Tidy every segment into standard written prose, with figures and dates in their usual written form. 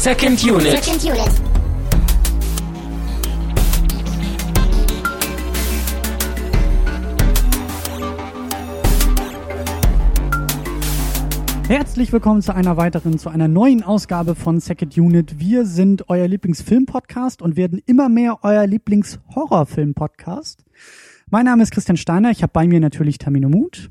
Second Unit. Herzlich willkommen zu einer neuen Ausgabe von Second Unit. Wir sind euer Lieblingsfilm-Podcast und werden immer mehr euer Lieblings-Horrorfilm-Podcast. Mein Name ist Christian Steiner, ich habe bei mir natürlich Tamino Mut.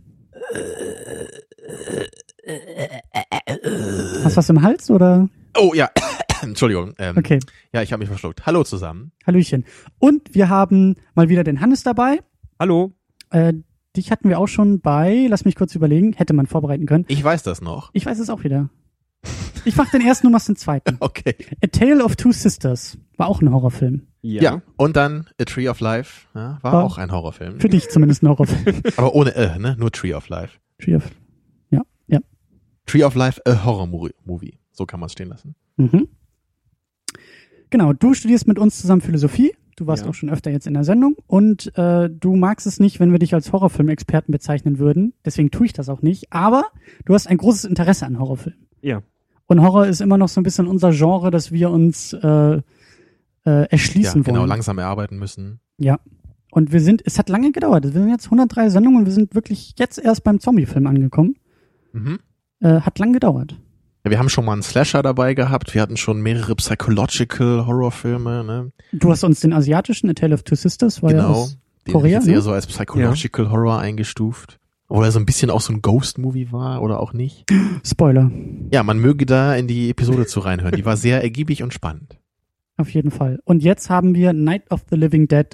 Hast du was im Hals, oder? Oh ja, Entschuldigung. Okay. Ja, ich habe mich verschluckt. Hallo zusammen. Hallöchen. Und wir haben mal wieder den Hannes dabei. Hallo. Dich hatten wir auch schon bei, lass mich kurz überlegen, hätte man vorbereiten können. Ich weiß das noch. Ich weiß es auch wieder. Ich mach den ersten, du machst den zweiten. Okay. A Tale of Two Sisters war auch ein Horrorfilm. Ja. Und dann A Tree of Life, ja, war auch ein Horrorfilm. Für dich zumindest ein Horrorfilm. Aber ohne ne? Nur Tree of Life. Ja. Tree of Life, a Horror-Movie. So kann man es stehen lassen. Mhm. Genau, du studierst mit uns zusammen Philosophie. Du warst auch schon öfter jetzt in der Sendung und du magst es nicht, wenn wir dich als Horrorfilm-Experten bezeichnen würden. Deswegen tue ich das auch nicht. Aber du hast ein großes Interesse an Horrorfilmen. Ja. Und Horror ist immer noch so ein bisschen unser Genre, das wir uns erschließen wollen. Genau, langsam erarbeiten müssen. Ja. Und es hat lange gedauert. Wir sind jetzt 103 Sendungen und wir sind wirklich jetzt erst beim Zombie-Film angekommen. Mhm. Hat lang gedauert. Ja, wir haben schon mal einen Slasher dabei gehabt. Wir hatten schon mehrere Psychological Horrorfilme, ne? Du hast uns den asiatischen A Tale of Two Sisters, war ja aus Korea, den eher so als Psychological Horror eingestuft. Obwohl er so ein bisschen auch so ein Ghost-Movie war oder auch nicht. Spoiler. Ja, man möge da in die Episode zu reinhören. Die war sehr ergiebig und spannend. Auf jeden Fall. Und jetzt haben wir Night of the Living Dead,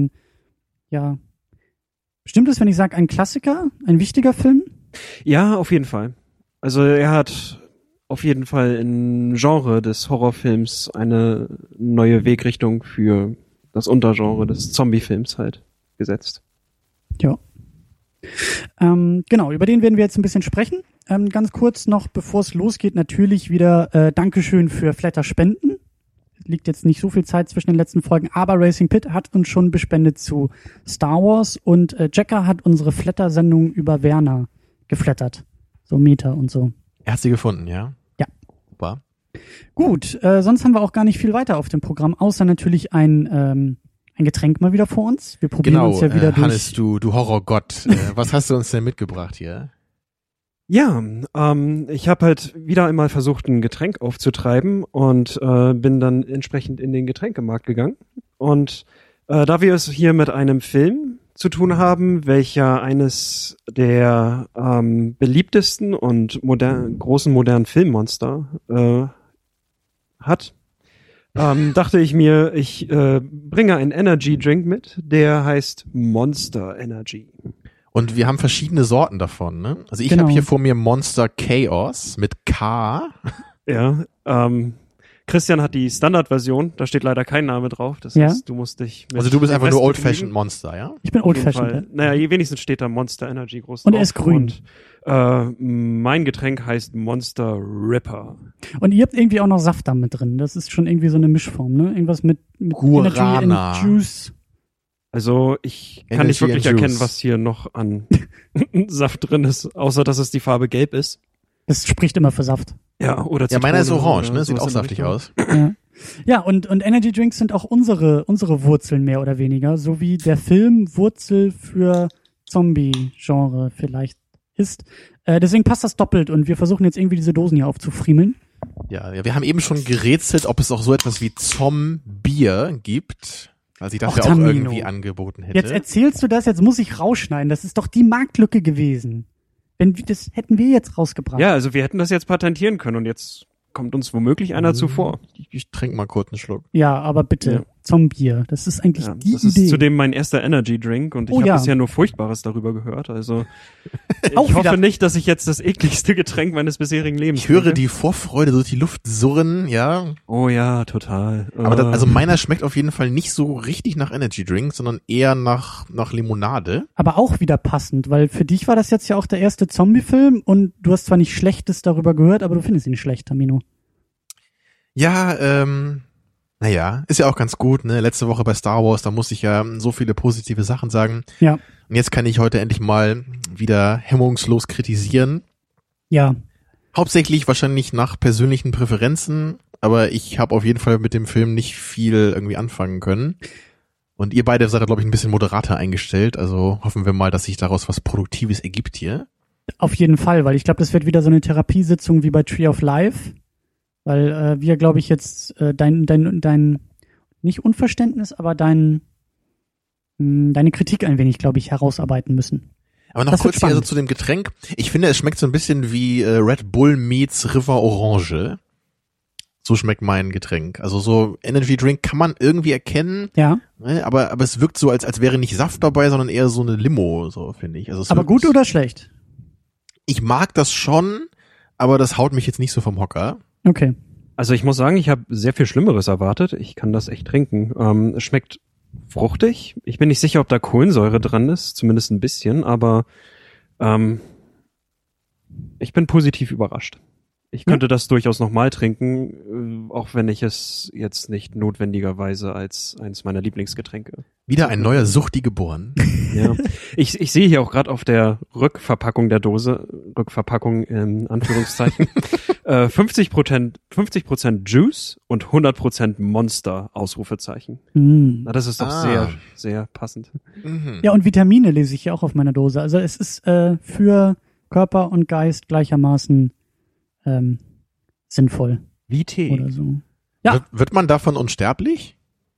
stimmt es, wenn ich sage, ein Klassiker, ein wichtiger Film? Ja, auf jeden Fall. Also er hat auf jeden Fall im Genre des Horrorfilms eine neue Wegrichtung für das Untergenre des Zombiefilms halt gesetzt. Ja. Genau, über den werden wir jetzt ein bisschen sprechen. Ganz kurz noch, bevor es losgeht, natürlich wieder Dankeschön für Flatter-Spenden. Liegt jetzt nicht so viel Zeit zwischen den letzten Folgen, aber Racing Pit hat uns schon bespendet zu Star Wars und Jacker hat unsere Flatter-Sendung über Werner geflattert. So Meter und so. Er hat sie gefunden, ja? Ja. Super. Gut, sonst haben wir auch gar nicht viel weiter auf dem Programm, außer natürlich ein Getränk mal wieder vor uns. Wir probieren uns ja wieder durch. Hannes, du Horrorgott, was hast du uns denn mitgebracht hier? Ja, ich habe halt wieder einmal versucht, ein Getränk aufzutreiben und bin dann entsprechend in den Getränkemarkt gegangen. Und da wir es hier mit einem Film zu tun haben, welcher eines der beliebtesten und großen modernen Filmmonster hat, dachte ich mir, ich bringe einen Energy Drink mit, der heißt Monster Energy. Und wir haben verschiedene Sorten davon, ne? Also ich habe hier vor mir Monster Chaos mit K. Ja, Christian hat die Standardversion, da steht leider kein Name drauf, das heißt, du musst dich mit. Also du bist einfach Rest nur Old-Fashioned Monster, ja? Ich bin Old-Fashioned. Ja. Naja, wenigstens steht da Monster Energy groß und drauf. er ist grün. Und mein Getränk heißt Monster Ripper. Und ihr habt irgendwie auch noch Saft da mit drin, das ist schon irgendwie so eine Mischform, ne? Irgendwas mit Guarana. Energy and Juice. Also ich kann nicht wirklich erkennen, was hier noch an Saft drin ist, außer dass es die Farbe gelb ist. Das spricht immer für Saft. Ja, oder Zitrone. Ja, meiner ist orange, ne? Sieht auch saftig aus. Ja, und Energy Drinks sind auch unsere Wurzeln mehr oder weniger, so wie der Film Wurzel für Zombie-Genre vielleicht ist. Deswegen passt das doppelt und wir versuchen jetzt irgendwie diese Dosen hier aufzufriemeln. Ja, wir haben eben schon gerätselt, ob es auch so etwas wie Zombier gibt. Weil ich das ja auch irgendwie angeboten hätte. Jetzt erzählst du das, jetzt muss ich rausschneiden. Das ist doch die Marktlücke gewesen. Das hätten wir jetzt rausgebracht. Ja, also wir hätten das jetzt patentieren können und jetzt kommt uns womöglich einer zuvor. Ich trinke mal kurz einen Schluck. Ja, aber bitte, Zombier, das ist eigentlich die das Idee. Ist zudem mein erster Energy Drink und ich habe bisher nur Furchtbares darüber gehört. Also ich hoffe nicht, dass ich jetzt das ekligste Getränk meines bisherigen Lebens Ich höre die Vorfreude durch die Luft surren, ja. Oh ja, total. Aber also meiner schmeckt auf jeden Fall nicht so richtig nach Energy Drink, sondern eher nach Limonade. Aber auch wieder passend, weil für dich war das jetzt ja auch der erste Zombie-Film und du hast zwar nicht Schlechtes darüber gehört, aber du findest ihn nicht schlecht, Tamino. Ja, naja, ist ja auch ganz gut, ne? Letzte Woche bei Star Wars, da musste ich ja so viele positive Sachen sagen. Ja. Und jetzt kann ich heute endlich mal wieder hemmungslos kritisieren. Ja. Hauptsächlich wahrscheinlich nach persönlichen Präferenzen, aber ich habe auf jeden Fall mit dem Film nicht viel irgendwie anfangen können. Und ihr beide seid da, glaube ich, ein bisschen moderater eingestellt. Also hoffen wir mal, dass sich daraus was Produktives ergibt hier. Auf jeden Fall, weil ich glaube, das wird wieder so eine Therapiesitzung wie bei Tree of Life. Weil wir, glaube ich, jetzt dein nicht Unverständnis, aber deine Kritik ein wenig, glaube ich, herausarbeiten müssen. Aber noch Das kurz hier also zu dem Getränk. Ich finde, es schmeckt so ein bisschen wie Red Bull meets River Orange. So schmeckt mein Getränk. Also so Energy Drink kann man irgendwie erkennen. Ja. Ne, aber es wirkt so, als wäre nicht Saft dabei, sondern eher so eine Limo, so finde ich. Also aber gut oder schlecht? Ich mag das schon, aber das haut mich jetzt nicht so vom Hocker. Okay. Also ich muss sagen, ich habe sehr viel Schlimmeres erwartet. Ich kann das echt trinken. Es schmeckt fruchtig. Ich bin nicht sicher, ob da Kohlensäure dran ist, zumindest ein bisschen, aber ich bin positiv überrascht. Ich könnte das durchaus nochmal trinken, auch wenn ich es jetzt nicht notwendigerweise als eines meiner Lieblingsgetränke. Wieder ein neuer Suchti geboren. Ja. Ich sehe hier auch gerade auf der Rückverpackung der Dose, Rückverpackung in Anführungszeichen, 50% Juice und 100% Monster, Ausrufezeichen. Na, das ist doch sehr, sehr passend. Mhm. Ja, und Vitamine lese ich hier auch auf meiner Dose. Also es ist für Körper und Geist gleichermaßen sinnvoll. Wie Tee. Oder so. Ja. Wird man davon unsterblich?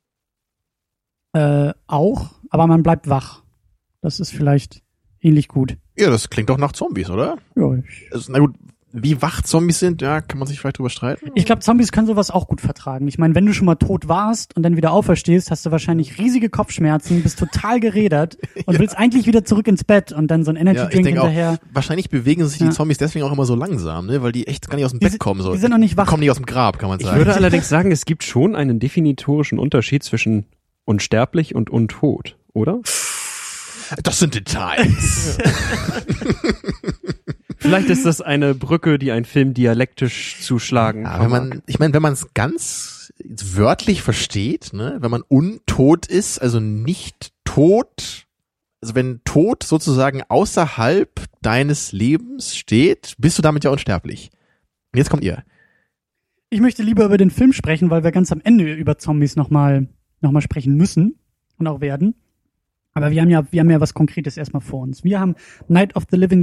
Auch, aber man bleibt wach. Das ist vielleicht ähnlich gut. Ja, das klingt doch nach Zombies, oder? Ja, Also, na gut, wie wach Zombies sind, ja, kann man sich vielleicht drüber streiten. ich glaube, Zombies können sowas auch gut vertragen. Ich meine, wenn du schon mal tot warst und dann wieder auferstehst, hast du wahrscheinlich riesige Kopfschmerzen, bist total gerädert und willst eigentlich wieder zurück ins Bett und dann so ein Energy Drink hinterher. Auch, wahrscheinlich bewegen sich die Zombies deswegen auch immer so langsam, ne, weil die echt gar nicht aus dem Bett kommen. So. Die sind noch nicht wach. Die kommen nicht aus dem Grab, kann man sagen. Ich würde allerdings sagen, es gibt schon einen definitorischen Unterschied zwischen unsterblich und untot, oder? Das sind Details. Vielleicht ist das eine Brücke, die ein Film dialektisch zu schlagen vermag. Wenn man es ganz wörtlich versteht, ne, wenn man untot ist, also nicht tot, also wenn Tod sozusagen außerhalb deines Lebens steht, bist du damit ja unsterblich. Und jetzt kommt ihr. Ich möchte lieber über den Film sprechen, weil wir ganz am Ende über Zombies noch mal sprechen müssen und auch werden. Aber wir haben ja was Konkretes erstmal vor uns. Wir haben Night of the Living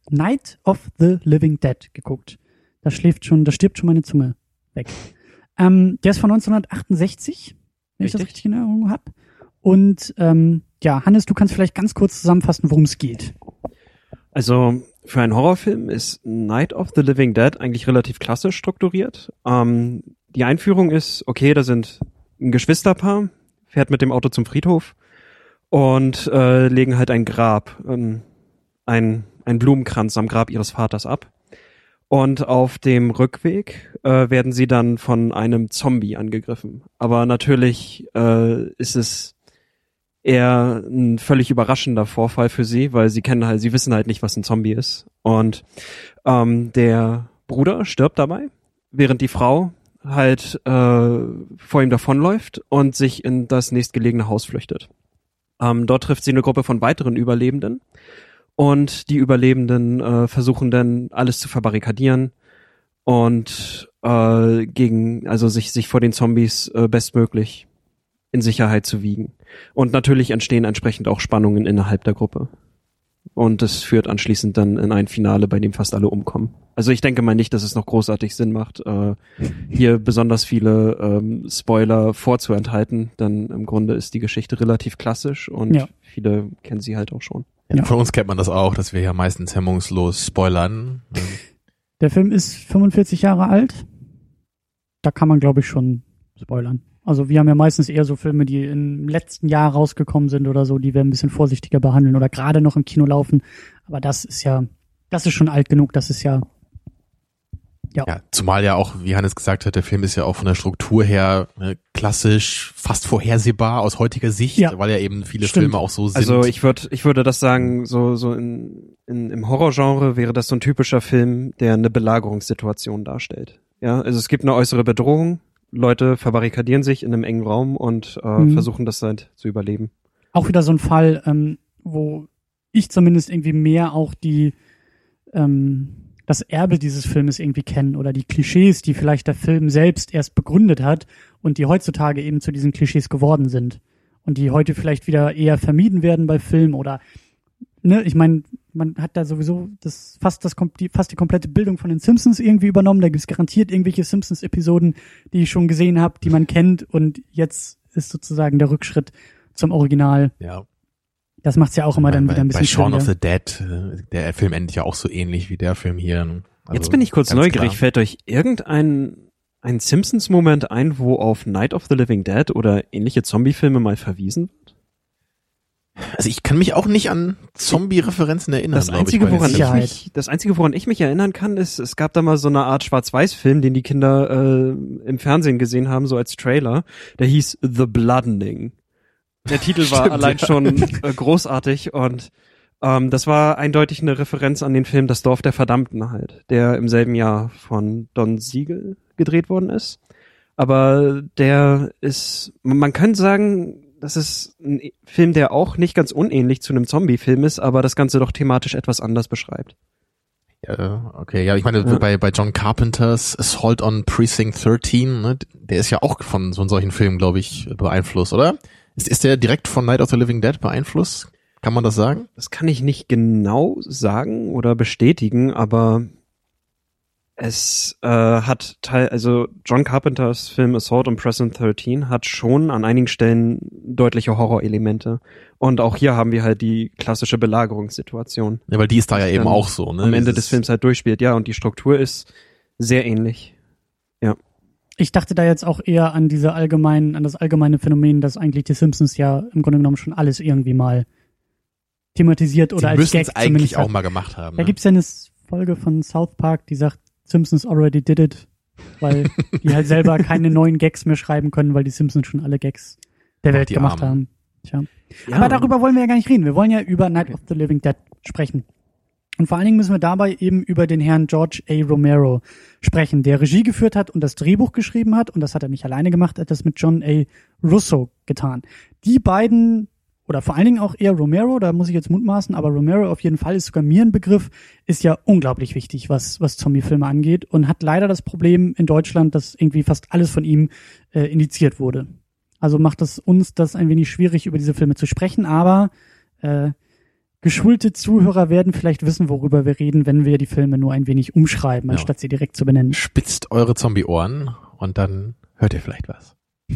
Dead geguckt. Da stirbt schon meine Zunge weg. Der ist von 1968, wenn ich das richtig in Erinnerung habe. Und Hannes, du kannst vielleicht ganz kurz zusammenfassen, worum es geht. Also für einen Horrorfilm ist Night of the Living Dead eigentlich relativ klassisch strukturiert. Die Einführung ist, okay, da sind ein Geschwisterpaar, fährt mit dem Auto zum Friedhof und legen halt ein Grab, ein Blumenkranz am Grab ihres Vaters ab. Und auf dem Rückweg werden sie dann von einem Zombie angegriffen. Aber natürlich ist es eher ein völlig überraschender Vorfall für sie, weil sie wissen halt nicht, was ein Zombie ist. Und der Bruder stirbt dabei, während die Frau halt vor ihm davonläuft und sich in das nächstgelegene Haus flüchtet. Dort trifft sie eine Gruppe von weiteren Überlebenden und die Überlebenden versuchen dann alles zu verbarrikadieren und sich vor den Zombies bestmöglich in Sicherheit zu wiegen. Und natürlich entstehen entsprechend auch Spannungen innerhalb der Gruppe. Und das führt anschließend dann in ein Finale, bei dem fast alle umkommen. Also ich denke mal nicht, dass es noch großartig Sinn macht, hier besonders viele Spoiler vorzuenthalten, denn im Grunde ist die Geschichte relativ klassisch und viele kennen sie halt auch schon. Ja. Von uns kennt man das auch, dass wir ja meistens hemmungslos spoilern. Der Film ist 45 Jahre alt. Da kann man, glaube ich, schon spoilern. Also wir haben ja meistens eher so Filme, die im letzten Jahr rausgekommen sind oder so, die wir ein bisschen vorsichtiger behandeln oder gerade noch im Kino laufen. Aber das ist schon alt genug, das ist ja. Zumal ja auch, wie Hannes gesagt hat, der Film ist ja auch von der Struktur her klassisch, fast vorhersehbar aus heutiger Sicht, weil ja eben viele Filme auch so sind. Also ich würde das sagen, so im Horrorgenre wäre das so ein typischer Film, der eine Belagerungssituation darstellt. Ja, also es gibt eine äußere Bedrohung. Leute verbarrikadieren sich in einem engen Raum und versuchen das halt zu überleben. Auch wieder so ein Fall, wo ich zumindest irgendwie mehr auch das das Erbe dieses Filmes irgendwie kennen oder die Klischees, die vielleicht der Film selbst erst begründet hat und die heutzutage eben zu diesen Klischees geworden sind und die heute vielleicht wieder eher vermieden werden bei Filmen oder, ne, ich meine, man hat da sowieso fast die komplette Bildung von den Simpsons irgendwie übernommen. Da gibt's garantiert irgendwelche Simpsons-Episoden, die ich schon gesehen habe, die man kennt und jetzt ist sozusagen der Rückschritt zum Original. Ja. Das macht's ja auch immer dann wieder ein bisschen bei Shaun of schwieriger. the Dead, der Film endet ja auch so ähnlich wie der Film hier. Also Jetzt bin ich kurz ganz neugierig. klar. Fällt euch ein Simpsons-Moment ein, wo auf Night of the Living Dead oder ähnliche Zombie-Filme mal verwiesen wird? Also ich kann mich auch nicht an Zombie-Referenzen erinnern, Das glaube ich. Einzige, bei den woran ich mich erinnern kann, ist, es gab da mal so eine Art Schwarz-Weiß-Film, den die Kinder im Fernsehen gesehen haben, so als Trailer. Der hieß The Bloodening. Der Titel war Stimmt, allein ja. schon großartig und das war eindeutig eine Referenz an den Film Das Dorf der Verdammten halt, der im selben Jahr von Don Siegel gedreht worden ist. Aber der ist, man kann sagen, das ist ein Film, der auch nicht ganz unähnlich zu einem Zombie-Film ist, aber das Ganze doch thematisch etwas anders beschreibt. Ja, okay, ja, ich meine, bei John Carpenters Assault on Precinct 13, ne, der ist ja auch von so solchen Filmen, glaube ich, beeinflusst, oder? Ist der direkt von Night of the Living Dead beeinflusst? Kann man das sagen? Das kann ich nicht genau sagen oder bestätigen, aber es also John Carpenters Film Assault on Precinct 13 hat schon an einigen Stellen deutliche Horrorelemente. Und auch hier haben wir halt die klassische Belagerungssituation. Ja, weil die ist da ja eben auch so, ne? Am Ende des Films halt durchspielt, ja, und die Struktur ist sehr ähnlich. Ja. Ich dachte da jetzt auch eher an an das allgemeine Phänomen, dass eigentlich die Simpsons ja im Grunde genommen schon alles irgendwie mal thematisiert oder die als müssen Gag es eigentlich zumindest auch hat. mal gemacht haben. Da Ne? gibt's ja eine Folge von South Park, die sagt, Simpsons already did it, weil die halt selber keine neuen Gags mehr schreiben können, weil die Simpsons schon alle Gags der Welt die gemacht Armen. haben. Tja. Ja. Aber darüber wollen wir ja gar nicht reden. Wir wollen ja über Night of the Living Dead sprechen. Und vor allen Dingen müssen wir dabei eben über den Herrn George A. Romero sprechen, der Regie geführt hat und das Drehbuch geschrieben hat. Und das hat er nicht alleine gemacht, er hat das mit John A. Russo getan. Die beiden, oder vor allen Dingen auch eher Romero, da muss ich jetzt mutmaßen, aber Romero auf jeden Fall ist sogar mir ein Begriff, ist ja unglaublich wichtig, was Zombie-Filme angeht und hat leider das Problem in Deutschland, dass irgendwie fast alles von ihm indiziert wurde. Also macht es uns das ein wenig schwierig, über diese Filme zu sprechen, aber geschulte Zuhörer werden vielleicht wissen, worüber wir reden, wenn wir die Filme nur ein wenig umschreiben, anstatt sie direkt zu benennen. Spitzt eure Zombie-Ohren und dann hört ihr vielleicht was.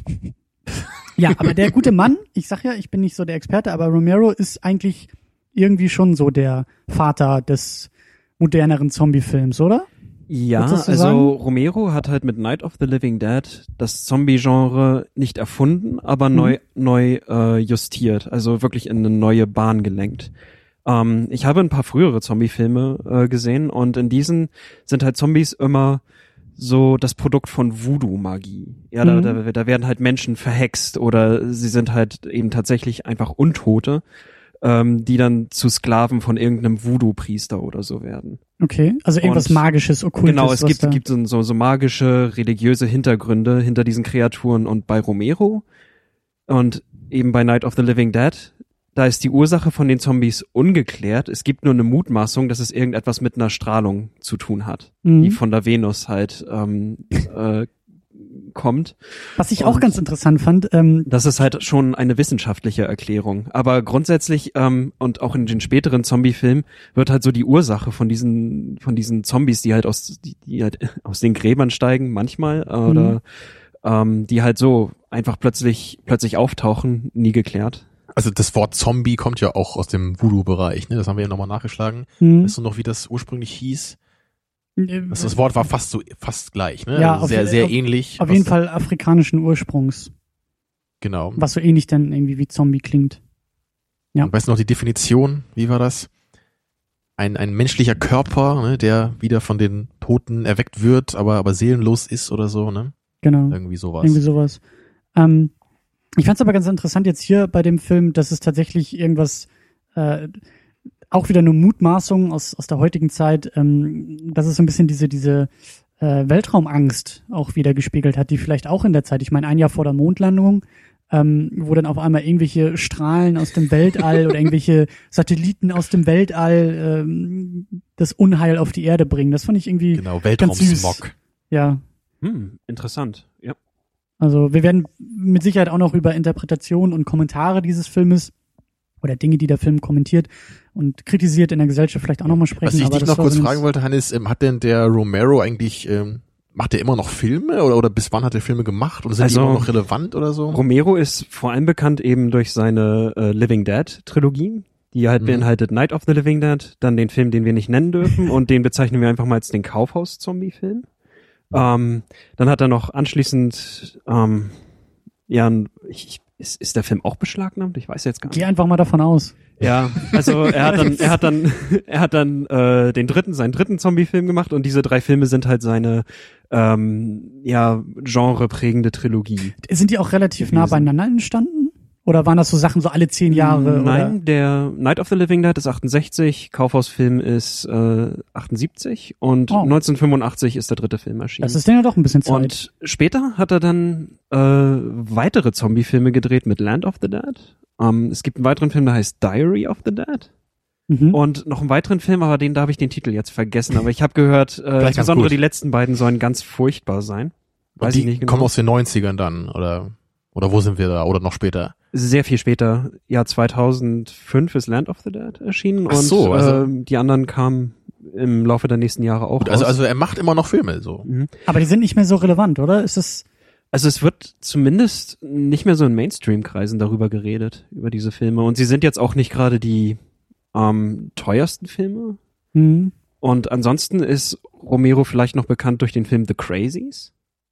Ja, aber der gute Mann, ich sag ja, ich bin nicht so der Experte, aber Romero ist eigentlich irgendwie schon so der Vater des moderneren Zombie-Films, oder? Ja, Würdest du das so also sagen? Romero hat halt mit Night of the Living Dead das Zombie-Genre nicht erfunden, aber neu justiert, also wirklich in eine neue Bahn gelenkt. Ich habe ein paar frühere Zombie-Filme gesehen und in diesen sind halt Zombies immer so das Produkt von Voodoo-Magie. Ja, da werden halt Menschen verhext oder sie sind halt eben tatsächlich einfach Untote, die dann zu Sklaven von irgendeinem Voodoo-Priester oder so werden. Okay, also irgendwas Und Magisches, Okkultes. Genau, es was da- gibt so magische, religiöse Hintergründe hinter diesen Kreaturen und bei Romero und eben bei Night of the Living Dead, da ist die Ursache von den Zombies ungeklärt. Es gibt nur eine Mutmaßung, dass es irgendetwas mit einer Strahlung zu tun hat, die von der Venus halt kommt. Was ich auch Und ganz interessant fand, Das ist halt schon eine wissenschaftliche Erklärung. Aber grundsätzlich und auch in den späteren Zombie-Filmen wird halt so die Ursache von diesen Zombies, die halt die halt aus den Gräbern steigen manchmal oder die halt so einfach plötzlich auftauchen, nie geklärt. Also das Wort Zombie kommt ja auch aus dem Voodoo-Bereich, ne? Das haben wir ja nochmal nachgeschlagen. Weißt du noch, wie das ursprünglich hieß? Das Wort war fast gleich, ne? Ja, Also sehr, sehr ähnlich. auf jeden Fall afrikanischen Ursprungs, Genau. was so ähnlich dann irgendwie wie Zombie klingt. Ja. Und weißt du noch die Definition? Wie war das? Ein menschlicher Körper, ne, der wieder von den Toten erweckt wird, aber seelenlos ist oder so, ne? Genau. Irgendwie sowas. Irgendwie sowas. Ich fand es aber ganz interessant jetzt hier bei dem Film, dass es tatsächlich irgendwas, auch wieder nur Mutmaßungen aus der heutigen Zeit, dass es so ein bisschen diese Weltraumangst auch wieder gespiegelt hat, die vielleicht auch in der Zeit, ich meine, ein Jahr vor der Mondlandung, wo dann auf einmal irgendwelche Strahlen aus dem Weltall oder irgendwelche Satelliten aus dem Weltall das Unheil auf die Erde bringen. Das fand ich irgendwie ganz süß. Weltraumsmog. Ja. Interessant, ja. Also wir werden mit Sicherheit auch noch über Interpretationen und Kommentare dieses Filmes oder Dinge, die der Film kommentiert und kritisiert in der Gesellschaft vielleicht auch nochmal sprechen. Was ich aber dich das noch kurz fragen wollte, Hannes, hat denn der Romero eigentlich, macht er immer noch Filme oder bis wann hat er Filme gemacht oder sind die immer noch relevant oder so? Romero ist vor allem bekannt eben durch seine Living Dead Trilogie, die halt beinhaltet Night of the Living Dead, dann den Film, den wir nicht nennen dürfen und den bezeichnen wir einfach mal als den Kaufhaus-Zombie-Film. Dann hat er noch anschließend, ist der Film auch beschlagnahmt? Ich weiß jetzt gar nicht. Geh einfach mal davon aus. Ja, also er hat dann seinen dritten Zombie-Film gemacht und diese 3 Filme sind halt seine genreprägende Trilogie. Sind die auch relativ nah beieinander entstanden? Oder waren das so Sachen so alle 10 Jahre? Nein, oder? Der Night of the Living Dead ist 68, Kaufhausfilm ist 78 und 1985 ist der 3. Film erschienen. Das ist dann ja doch ein bisschen Zeit. Und später hat er dann weitere Zombie-Filme gedreht mit Land of the Dead. Es gibt einen weiteren Film, der heißt Diary of the Dead. Und noch einen weiteren Film, aber da habe ich den Titel jetzt vergessen. Aber ich habe gehört, insbesondere die letzten beiden sollen ganz furchtbar sein. Weiß ich nicht genau. Kommen aus den 90ern dann, oder wo sind wir da? Oder noch später? Sehr viel später. Jahr 2005 ist Land of the Dead erschienen. Ach so, und die anderen kamen im Laufe der nächsten Jahre auch raus. Also er macht immer noch Filme, so. Aber die sind nicht mehr so relevant, oder? Ist es? Also es wird zumindest nicht mehr so in Mainstream-Kreisen darüber geredet, über diese Filme. Und sie sind jetzt auch nicht gerade die teuersten Filme. Und ansonsten ist Romero vielleicht noch bekannt durch den Film The Crazies.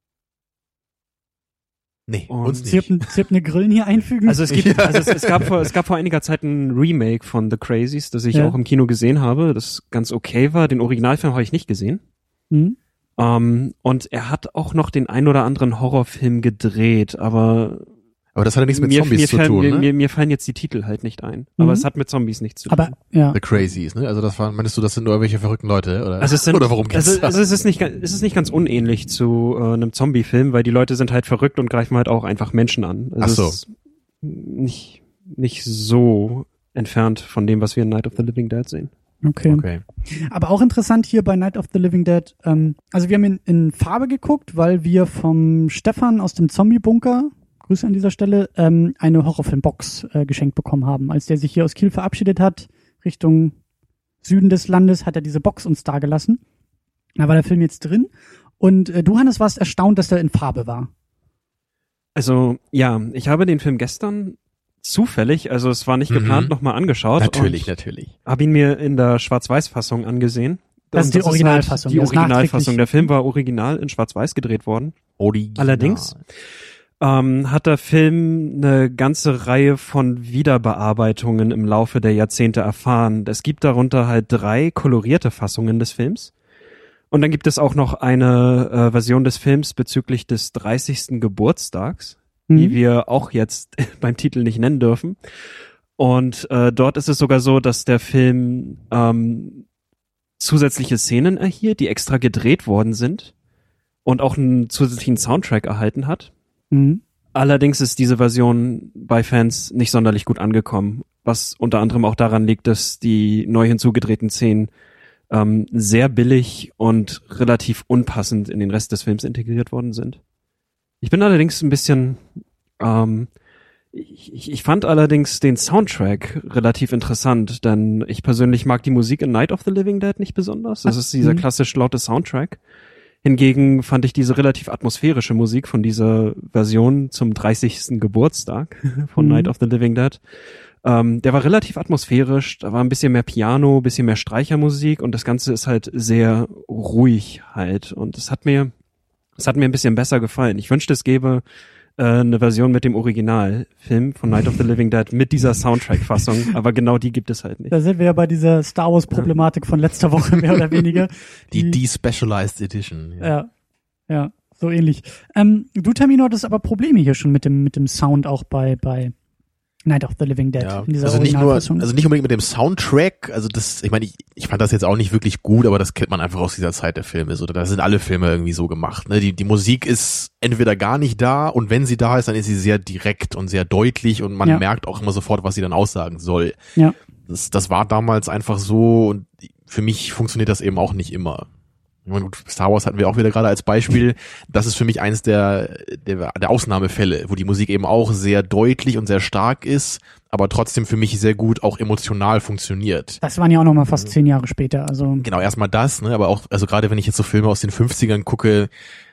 Nee, und uns nicht. Sie habt eine Grillen hier einfügen? Also es gab vor einiger Zeit ein Remake von The Crazies, das ich auch im Kino gesehen habe, das ganz okay war. Den Originalfilm habe ich nicht gesehen. Und er hat auch noch den ein oder anderen Horrorfilm gedreht, aber das hat ja nichts mit Zombies zu tun, ne? Mir fallen jetzt die Titel halt nicht ein. Aber es hat mit Zombies nichts zu tun. Aber, ja. The Crazies, ne? Also meinst du, das sind nur irgendwelche verrückten Leute, oder? Also oder worum geht's? Also es ist nicht ganz unähnlich zu einem Zombie-Film, weil die Leute sind halt verrückt und greifen halt auch einfach Menschen an. Also es ist nicht so entfernt von dem, was wir in Night of the Living Dead sehen. Okay. Aber auch interessant hier bei Night of the Living Dead, also wir haben in Farbe geguckt, weil wir vom Stefan aus dem Zombie-Bunker, Grüße an dieser Stelle, eine Horrorfilmbox geschenkt bekommen haben. Als der sich hier aus Kiel verabschiedet hat, Richtung Süden des Landes, hat er diese Box uns dagelassen. Da war der Film jetzt drin. Und du, Hannes, warst erstaunt, dass der in Farbe war. Also, ja, ich habe den Film gestern zufällig, also es war nicht geplant, nochmal angeschaut. Natürlich. Habe ihn mir in der Schwarz-Weiß-Fassung angesehen. Das ist die Originalfassung. Die Originalfassung. Der Film war original in Schwarz-Weiß gedreht worden. Allerdings hat der Film eine ganze Reihe von Wiederbearbeitungen im Laufe der Jahrzehnte erfahren. Es gibt darunter halt 3 kolorierte Fassungen des Films. Und dann gibt es auch noch eine Version des Films bezüglich des 30. Geburtstags, die wir auch jetzt beim Titel nicht nennen dürfen. Und dort ist es sogar so, dass der Film zusätzliche Szenen erhielt, die extra gedreht worden sind und auch einen zusätzlichen Soundtrack erhalten hat. Allerdings ist diese Version bei Fans nicht sonderlich gut angekommen, was unter anderem auch daran liegt, dass die neu hinzugedrehten Szenen sehr billig und relativ unpassend in den Rest des Films integriert worden sind. Ich bin allerdings ein bisschen ich fand allerdings den Soundtrack relativ interessant, denn ich persönlich mag die Musik in Night of the Living Dead nicht besonders. Das ist dieser klassisch laute Soundtrack. Hingegen fand ich diese relativ atmosphärische Musik von dieser Version zum 30. Geburtstag von Night of the Living Dead. Der war relativ atmosphärisch, da war ein bisschen mehr Piano, ein bisschen mehr Streichermusik und das Ganze ist halt sehr ruhig halt und es hat mir ein bisschen besser gefallen. Ich wünschte, es gäbe eine Version mit dem Originalfilm von Night of the Living Dead mit dieser Soundtrack-Fassung, aber genau die gibt es halt nicht. Da sind wir ja bei dieser Star Wars-Problematik von letzter Woche, mehr oder weniger. Die Despecialized Edition. Ja, so ähnlich. Du, Termino, hattest aber Probleme hier schon mit dem Sound auch bei Night of the Living Dead in dieser also nicht Originalfassung. nicht unbedingt mit dem Soundtrack, also ich meine, ich fand das jetzt auch nicht wirklich gut, aber das kennt man einfach aus dieser Zeit der Filme, so, da sind alle Filme irgendwie so gemacht, ne? Die Musik ist entweder gar nicht da und wenn sie da ist, dann ist sie sehr direkt und sehr deutlich und man merkt auch immer sofort, was sie dann aussagen soll. Ja. Das war damals einfach so und für mich funktioniert das eben auch nicht immer. Ich meine, gut, Star Wars hatten wir auch wieder gerade als Beispiel. Das ist für mich eines der Ausnahmefälle, wo die Musik eben auch sehr deutlich und sehr stark ist, aber trotzdem für mich sehr gut auch emotional funktioniert. Das waren ja auch noch mal fast 10 Jahre später. Also genau, erstmal das, ne, aber auch, also gerade wenn ich jetzt so Filme aus den 50ern gucke,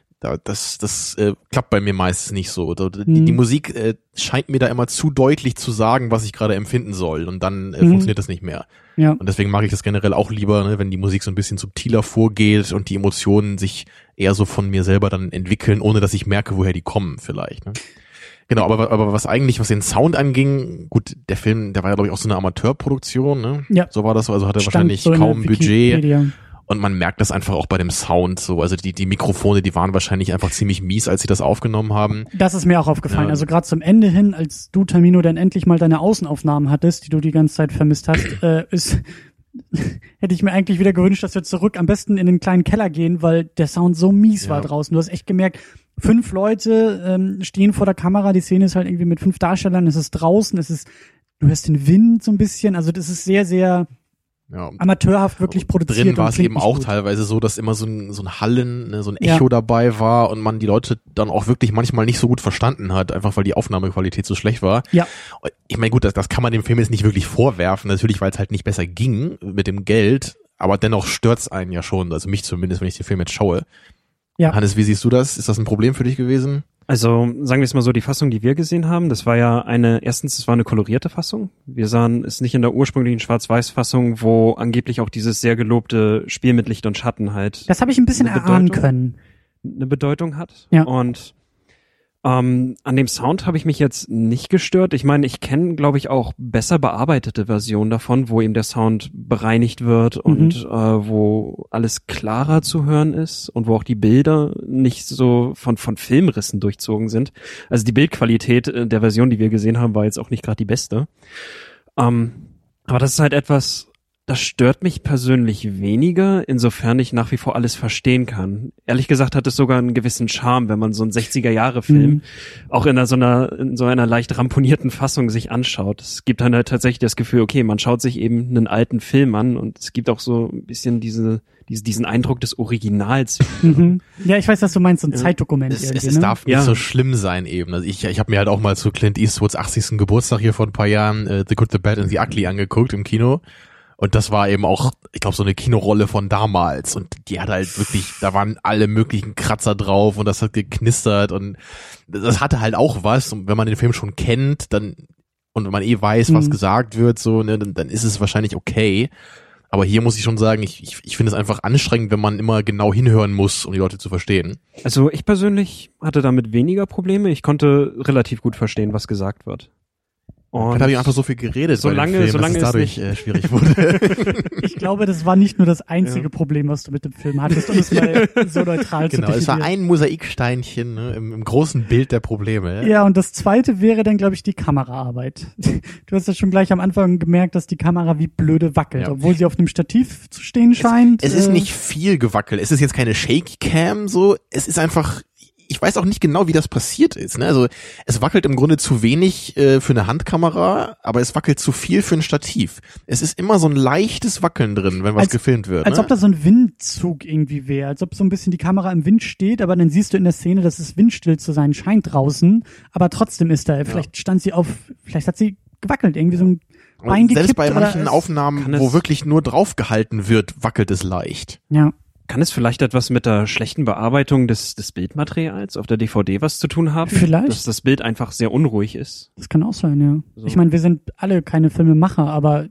das klappt bei mir meistens nicht so. Die Musik scheint mir da immer zu deutlich zu sagen, was ich gerade empfinden soll und dann funktioniert das nicht mehr. Ja. Und deswegen mag ich das generell auch lieber, ne, wenn die Musik so ein bisschen subtiler vorgeht und die Emotionen sich eher so von mir selber dann entwickeln, ohne dass ich merke, woher die kommen vielleicht. Ne? Genau, aber was den Sound anging, gut, der Film, der war ja glaube ich auch so eine Amateurproduktion, ne? Ja. So war das so, also hatte wahrscheinlich so kaum Budget. Und man merkt das einfach auch bei dem Sound so. Also die Mikrofone, die waren wahrscheinlich einfach ziemlich mies, als sie das aufgenommen haben. Das ist mir auch aufgefallen. Ja. Also gerade zum Ende hin, als du, Tamino, dann endlich mal deine Außenaufnahmen hattest, die du die ganze Zeit vermisst hast, hätte ich mir eigentlich wieder gewünscht, dass wir zurück am besten in den kleinen Keller gehen, weil der Sound so mies war draußen. Du hast echt gemerkt, 5 Leute stehen vor der Kamera, die Szene ist halt irgendwie mit 5 Darstellern, es ist draußen, du hörst den Wind so ein bisschen, also das ist sehr, sehr amateurhaft wirklich produziert. Drin war es eben auch gut. Teilweise so, dass immer so ein Hallen, ne, so ein Echo dabei war und man die Leute dann auch wirklich manchmal nicht so gut verstanden hat, einfach weil die Aufnahmequalität so schlecht war. Ja. Ich meine, gut, das kann man dem Film jetzt nicht wirklich vorwerfen, natürlich, weil es halt nicht besser ging mit dem Geld, aber dennoch stört's einen ja schon, also mich zumindest, wenn ich den Film jetzt schaue. Ja. Hannes, wie siehst du das? Ist das ein Problem für dich gewesen? Also sagen wir es mal so, die Fassung, die wir gesehen haben, das war ja es war eine kolorierte Fassung. Wir sahen es nicht in der ursprünglichen Schwarz-Weiß-Fassung, wo angeblich auch dieses sehr gelobte Spiel mit Licht und Schatten halt. Das habe ich ein bisschen erahnen können. Eine Bedeutung hat. Ja. Und an dem Sound habe ich mich jetzt nicht gestört. Ich meine, ich kenne, glaube ich, auch besser bearbeitete Versionen davon, wo eben der Sound bereinigt wird und wo alles klarer zu hören ist und wo auch die Bilder nicht so von Filmrissen durchzogen sind. Also die Bildqualität der Version, die wir gesehen haben, war jetzt auch nicht gerade die beste. Aber das ist halt etwas, das stört mich persönlich weniger, insofern ich nach wie vor alles verstehen kann. Ehrlich gesagt hat es sogar einen gewissen Charme, wenn man so einen 60er-Jahre-Film auch in so einer leicht ramponierten Fassung sich anschaut. Es gibt dann halt tatsächlich das Gefühl, okay, man schaut sich eben einen alten Film an und es gibt auch so ein bisschen diesen Eindruck des Originals. Ja, ich weiß, was du meinst, so ein Zeitdokument. Es darf nicht so schlimm sein eben. Also ich habe mir halt auch mal zu Clint Eastwoods 80. Geburtstag hier vor ein paar Jahren The Good, The Bad and The Ugly angeguckt im Kino. Und das war eben auch, ich glaube, so eine Kinorolle von damals. Und die hat halt wirklich, da waren alle möglichen Kratzer drauf und das hat geknistert und das hatte halt auch was. Und wenn man den Film schon kennt, dann, und wenn man weiß, was gesagt wird, so, ne, dann ist es wahrscheinlich okay. Aber hier muss ich schon sagen, ich finde es einfach anstrengend, wenn man immer genau hinhören muss, um die Leute zu verstehen. Also ich persönlich hatte damit weniger Probleme. Ich konnte relativ gut verstehen, was gesagt wird. Dann habe ich einfach so geredet, solange dass es dadurch schwierig wurde. Ich glaube, das war nicht nur das einzige Problem, was du mit dem Film hattest, um es mal so neutral zu definieren. Genau, es war ein Mosaiksteinchen, ne, im großen Bild der Probleme. Ja, und das zweite wäre dann, glaube ich, die Kameraarbeit. Du hast ja schon gleich am Anfang gemerkt, dass die Kamera wie blöde wackelt, obwohl sie auf einem Stativ zu stehen scheint. Es ist nicht viel gewackelt. Es ist jetzt keine Shaky Cam, so. Es ist einfach, ich weiß auch nicht genau, wie das passiert ist. Ne? Also es wackelt im Grunde zu wenig für eine Handkamera, aber es wackelt zu viel für ein Stativ. Es ist immer so ein leichtes Wackeln drin, wenn was gefilmt wird. Als ob da so ein Windzug irgendwie wäre, als ob so ein bisschen die Kamera im Wind steht, aber dann siehst du in der Szene, dass es windstill zu sein scheint draußen, aber trotzdem ist da, vielleicht vielleicht hat sie gewackelt, irgendwie so ein Bein gekippt. Selbst bei manchen Aufnahmen, wo wirklich nur draufgehalten wird, wackelt es leicht. Ja. Kann es vielleicht etwas mit der schlechten Bearbeitung des Bildmaterials auf der DVD was zu tun haben? Vielleicht. Dass das Bild einfach sehr unruhig ist? Das kann auch sein, ja. So. Ich meine, wir sind alle keine Filmemacher, aber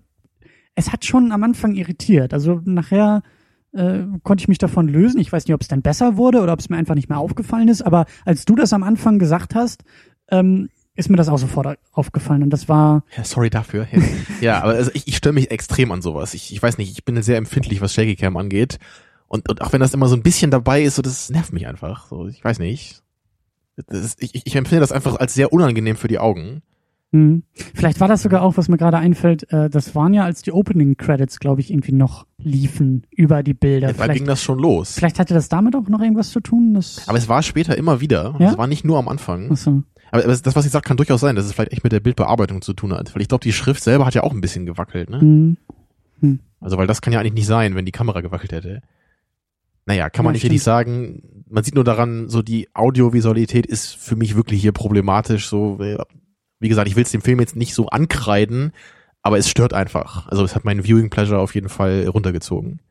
es hat schon am Anfang irritiert. Also nachher konnte ich mich davon lösen. Ich weiß nicht, ob es dann besser wurde oder ob es mir einfach nicht mehr aufgefallen ist, aber als du das am Anfang gesagt hast, ist mir das auch sofort aufgefallen und das war... Ja, sorry dafür. Ja, aber also ich störe mich extrem an sowas. Ich weiß nicht, ich bin sehr empfindlich, was Shaky Cam angeht. Und auch wenn das immer so ein bisschen dabei ist, so das nervt mich einfach. So, ich weiß nicht. Ich empfinde das einfach als sehr unangenehm für die Augen. Vielleicht war das sogar auch, was mir gerade einfällt, das waren ja, als die Opening Credits, glaube ich, irgendwie noch liefen über die Bilder. Ja, da ging das schon los. Vielleicht hatte das damit auch noch irgendwas zu tun. Aber es war später immer wieder. Ja? Es war nicht nur am Anfang. Ach so. Aber das, was ich sage, kann durchaus sein, dass es vielleicht echt mit der Bildbearbeitung zu tun hat. Weil ich glaube, die Schrift selber hat ja auch ein bisschen gewackelt, ne? Also, weil das kann ja eigentlich nicht sein, wenn die Kamera gewackelt hätte. Naja, kann man nicht richtig sagen. Man sieht nur daran, so die Audiovisualität ist für mich wirklich hier problematisch. So, wie gesagt, ich will es dem Film jetzt nicht so ankreiden, aber es stört einfach. Also es hat meinen Viewing Pleasure auf jeden Fall runtergezogen.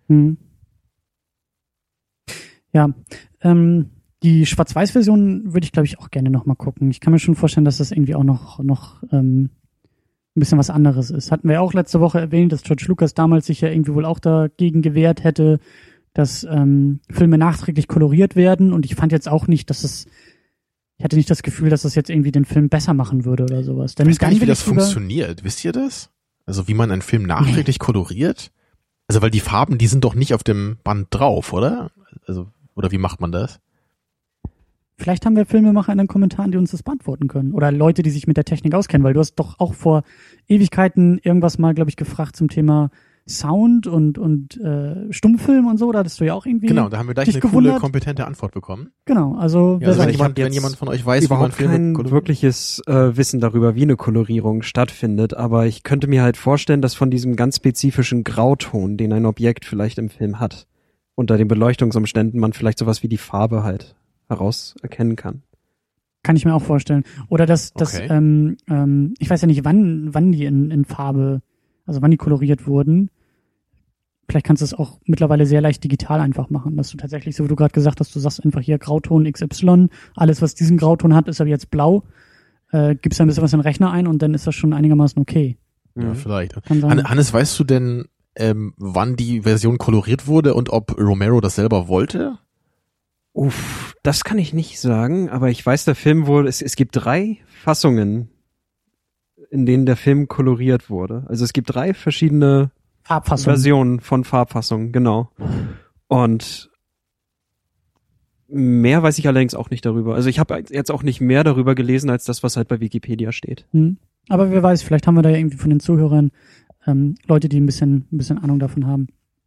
Ja, die Schwarz-Weiß-Version würde ich, glaube ich, auch gerne noch mal gucken. Ich kann mir schon vorstellen, dass das irgendwie auch noch ein bisschen was anderes ist. Hatten wir auch letzte Woche erwähnt, dass George Lucas damals sich ja irgendwie wohl auch dagegen gewehrt hätte, dass Filme nachträglich koloriert werden. Und ich fand jetzt auch nicht, ich hatte nicht das Gefühl, dass das jetzt irgendwie den Film besser machen würde oder sowas. Ich weiß gar nicht, wie das funktioniert. Wisst ihr das? Also wie man einen Film nachträglich koloriert? Also weil die Farben, die sind doch nicht auf dem Band drauf, oder? Also, oder wie macht man das? Vielleicht haben wir Filmemacher in den Kommentaren, die uns das beantworten können. Oder Leute, die sich mit der Technik auskennen, weil du hast doch auch vor Ewigkeiten irgendwas mal, glaube ich, gefragt zum Thema Sound und Stummfilm und so, da hattest du ja auch irgendwie. Genau, da haben wir gleich eine coole, kompetente Antwort bekommen. Genau, also, ja, also wenn jemand von euch weiß, wie man Filme kein wirkliches Wissen darüber, wie eine Kolorierung stattfindet, aber ich könnte mir halt vorstellen, dass von diesem ganz spezifischen Grauton, den ein Objekt vielleicht im Film hat, unter den Beleuchtungsumständen man vielleicht sowas wie die Farbe halt heraus erkennen kann. Kann ich mir auch vorstellen. Oder dass ich weiß ja nicht, wann die in Farbe, also wann die koloriert wurden. Vielleicht kannst du es auch mittlerweile sehr leicht digital einfach machen, dass du tatsächlich, so wie du gerade gesagt hast, du sagst einfach hier Grauton XY, alles was diesen Grauton hat, ist aber jetzt blau, gibst da ein bisschen was in den Rechner ein und dann ist das schon einigermaßen okay. Ja, vielleicht. Hannes, weißt du denn, wann die Version koloriert wurde und ob Romero das selber wollte? Das kann ich nicht sagen, aber ich weiß, der Film es gibt 3 Fassungen, in denen der Film koloriert wurde. Also es gibt 3 verschiedene Versionen von Farbfassungen, genau. Und mehr weiß ich allerdings auch nicht darüber. Also ich habe jetzt auch nicht mehr darüber gelesen, als das, was halt bei Wikipedia steht. Aber wer weiß, vielleicht haben wir da ja irgendwie von den Zuhörern Leute, die ein bisschen Ahnung davon haben.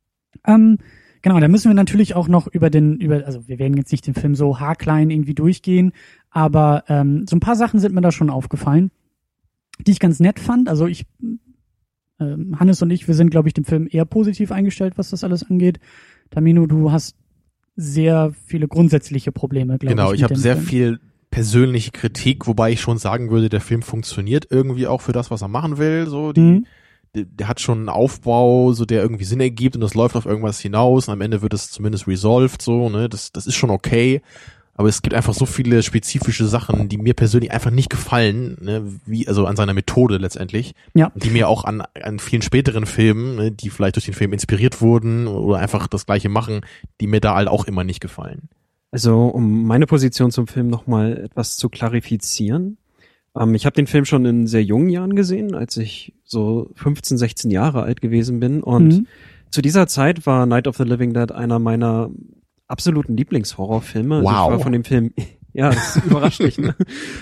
Genau, da müssen wir natürlich auch noch also wir werden jetzt nicht den Film so haarklein irgendwie durchgehen, aber so ein paar Sachen sind mir da schon aufgefallen, die ich ganz nett fand. Also Hannes und ich, wir sind, glaube ich, dem Film eher positiv eingestellt, was das alles angeht. Tamino, du hast sehr viele grundsätzliche Probleme, glaube ich. Genau, ich habe sehr viel persönliche Kritik, wobei ich schon sagen würde, der Film funktioniert irgendwie auch für das, was er machen will. So, der hat schon einen Aufbau, so der irgendwie Sinn ergibt und das läuft auf irgendwas hinaus und am Ende wird es zumindest resolved, so, ne, das ist schon okay. Aber es gibt einfach so viele spezifische Sachen, die mir persönlich einfach nicht gefallen, ne, also an seiner Methode letztendlich. Ja. Die mir auch an vielen späteren Filmen, ne, die vielleicht durch den Film inspiriert wurden oder einfach das Gleiche machen, die mir da halt auch immer nicht gefallen. Also, um meine Position zum Film nochmal etwas zu klarifizieren. Ich habe den Film schon in sehr jungen Jahren gesehen, als ich so 15, 16 Jahre alt gewesen bin. Und zu dieser Zeit war Night of the Living Dead einer meiner absoluten Lieblingshorrorfilme. Wow. Also ich war von dem Film, ja, das überrascht mich, ne?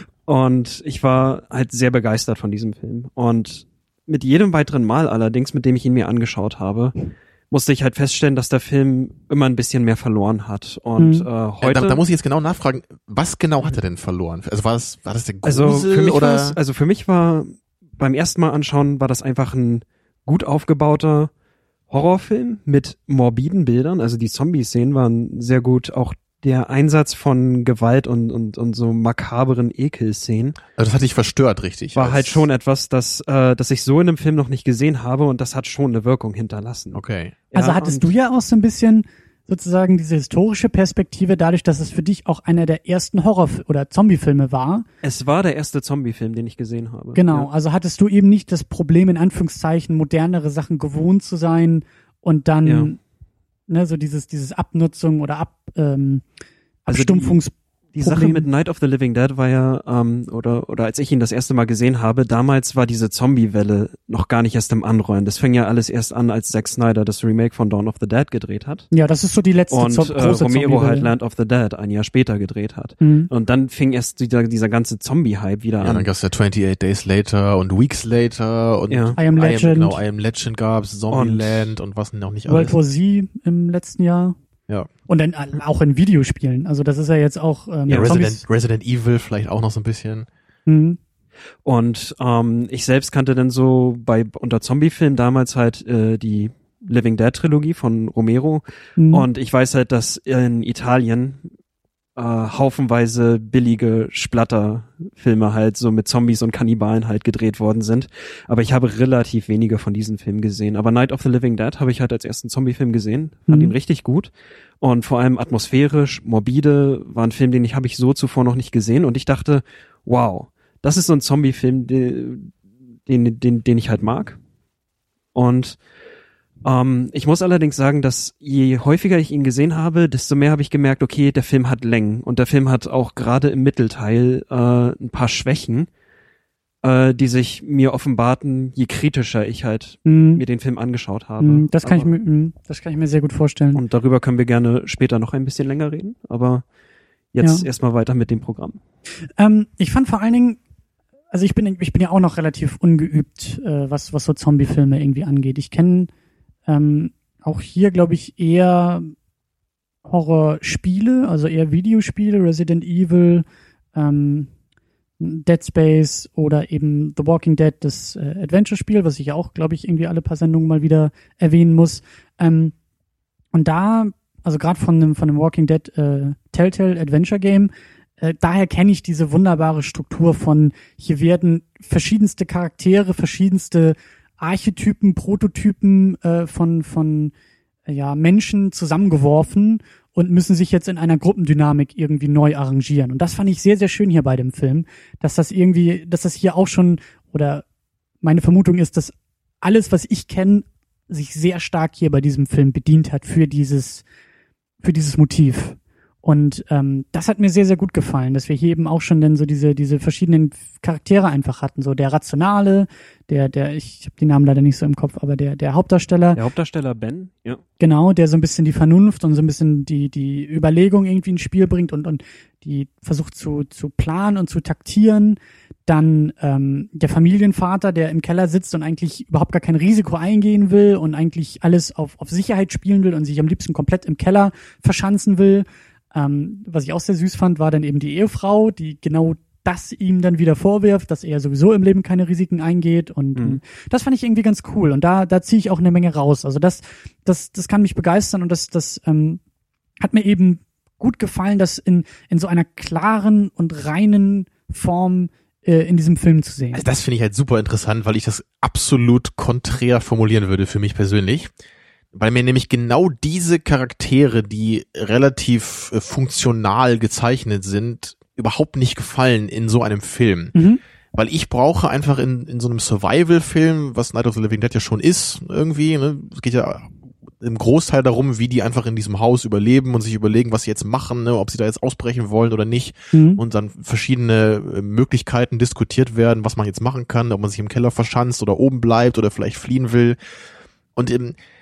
Und ich war halt sehr begeistert von diesem Film. Und mit jedem weiteren Mal allerdings, mit dem ich ihn mir angeschaut habe, musste ich halt feststellen, dass der Film immer ein bisschen mehr verloren hat. Und heute. Da muss ich jetzt genau nachfragen, was genau hat er denn verloren? Also war das der Grusel für mich war beim ersten Mal anschauen, war das einfach ein gut aufgebauter Horrorfilm mit morbiden Bildern. Also die Zombie-Szenen waren sehr gut. Auch der Einsatz von Gewalt und so makaberen Ekelszenen. Also das hat dich verstört, richtig. War halt schon etwas, das ich so in einem Film noch nicht gesehen habe und das hat schon eine Wirkung hinterlassen. Okay. Also hattest du ja auch so ein bisschen sozusagen diese historische Perspektive dadurch, dass es für dich auch einer der ersten Horror- oder Zombie-Filme war. Es war der erste Zombie-Film, den ich gesehen habe. Genau, ja. Also hattest du eben nicht das Problem, in Anführungszeichen, modernere Sachen gewohnt zu sein und dann, ne, so dieses Abnutzung oder Abstumpfungs Die Sache mit Night of the Living Dead war ja, oder als ich ihn das erste Mal gesehen habe, damals war diese Zombie-Welle noch gar nicht erst im Anrollen. Das fing ja alles erst an, als Zack Snyder das Remake von Dawn of the Dead gedreht hat. Ja, das ist so die letzte große Romero halt Land of the Dead ein Jahr später gedreht hat. Mhm. Und dann fing erst dieser ganze Zombie-Hype wieder an. Ja, dann gab's ja 28 Days Later und Weeks Later und I Am Legend. I Am Legend gab's, Zombieland und was noch nicht alles. World War Z im letzten Jahr. Ja. Und dann auch in Videospielen. Also das ist ja jetzt auch Resident Evil vielleicht auch noch so ein bisschen. Mhm. Und ich selbst kannte dann so unter Zombie-Film damals halt die Living Dead Trilogie von Romero. Mhm. Und ich weiß halt, dass in Italien haufenweise billige Splatter-Filme halt so mit Zombies und Kannibalen halt gedreht worden sind. Aber ich habe relativ wenige von diesen Filmen gesehen. Aber Night of the Living Dead habe ich halt als ersten Zombie-Film gesehen. Fand ihn richtig gut. Und vor allem atmosphärisch, morbide, war ein Film, den habe ich so zuvor noch nicht gesehen. Und ich dachte, wow, das ist so ein Zombie-Film, den ich halt mag. Und ich muss allerdings sagen, dass je häufiger ich ihn gesehen habe, desto mehr habe ich gemerkt, okay, der Film hat Längen und der Film hat auch gerade im Mittelteil ein paar Schwächen, die sich mir offenbarten, je kritischer ich halt mir den Film angeschaut habe. Das kann ich mir sehr gut vorstellen. Und darüber können wir gerne später noch ein bisschen länger reden, aber jetzt erstmal weiter mit dem Programm. Ich fand vor allen Dingen, also ich bin ja auch noch relativ ungeübt, was so Zombie-Filme irgendwie angeht. Ich kenne auch hier, glaube ich, eher Horrorspiele, also eher Videospiele, Resident Evil, Dead Space oder eben The Walking Dead, das Adventure-Spiel, was ich ja auch, glaube ich, irgendwie alle paar Sendungen mal wieder erwähnen muss. Und da, also gerade von dem Walking Dead Telltale Adventure Game, daher kenne ich diese wunderbare Struktur von, hier werden verschiedenste Charaktere, verschiedenste Archetypen, Prototypen von Menschen zusammengeworfen und müssen sich jetzt in einer Gruppendynamik irgendwie neu arrangieren. Und das fand ich sehr, sehr schön hier bei dem Film, dass das hier auch schon, oder meine Vermutung ist, dass alles, was ich kenne, sich sehr stark hier bei diesem Film bedient hat für dieses Motiv. Und das hat mir sehr, sehr gut gefallen, dass wir hier eben auch schon dann so diese verschiedenen Charaktere einfach hatten. So der Rationale, ich habe die Namen leider nicht so im Kopf, aber der Hauptdarsteller. Der Hauptdarsteller Ben, ja. Genau, der so ein bisschen die Vernunft und so ein bisschen die Überlegung irgendwie ins Spiel bringt und die versucht zu planen und zu taktieren. Dann der Familienvater, der im Keller sitzt und eigentlich überhaupt gar kein Risiko eingehen will und eigentlich alles auf Sicherheit spielen will und sich am liebsten komplett im Keller verschanzen will. Was ich auch sehr süß fand, war dann eben die Ehefrau, die genau das ihm dann wieder vorwirft, dass er sowieso im Leben keine Risiken eingeht und das fand ich irgendwie ganz cool und da ziehe ich auch eine Menge raus. Also das kann mich begeistern und das hat mir eben gut gefallen, das in so einer klaren und reinen Form in diesem Film zu sehen. Also das finde ich halt super interessant, weil ich das absolut konträr formulieren würde für mich persönlich. Weil mir nämlich genau diese Charaktere, die relativ funktional gezeichnet sind, überhaupt nicht gefallen in so einem Film. Weil ich brauche einfach in so einem Survival-Film, was Night of the Living Dead ja schon ist, irgendwie, ne? Es geht ja im Großteil darum, wie die einfach in diesem Haus überleben und sich überlegen, was sie jetzt machen, ne? Ob sie da jetzt ausbrechen wollen oder nicht. Und dann verschiedene Möglichkeiten diskutiert werden, was man jetzt machen kann, ob man sich im Keller verschanzt oder oben bleibt oder vielleicht fliehen will. Und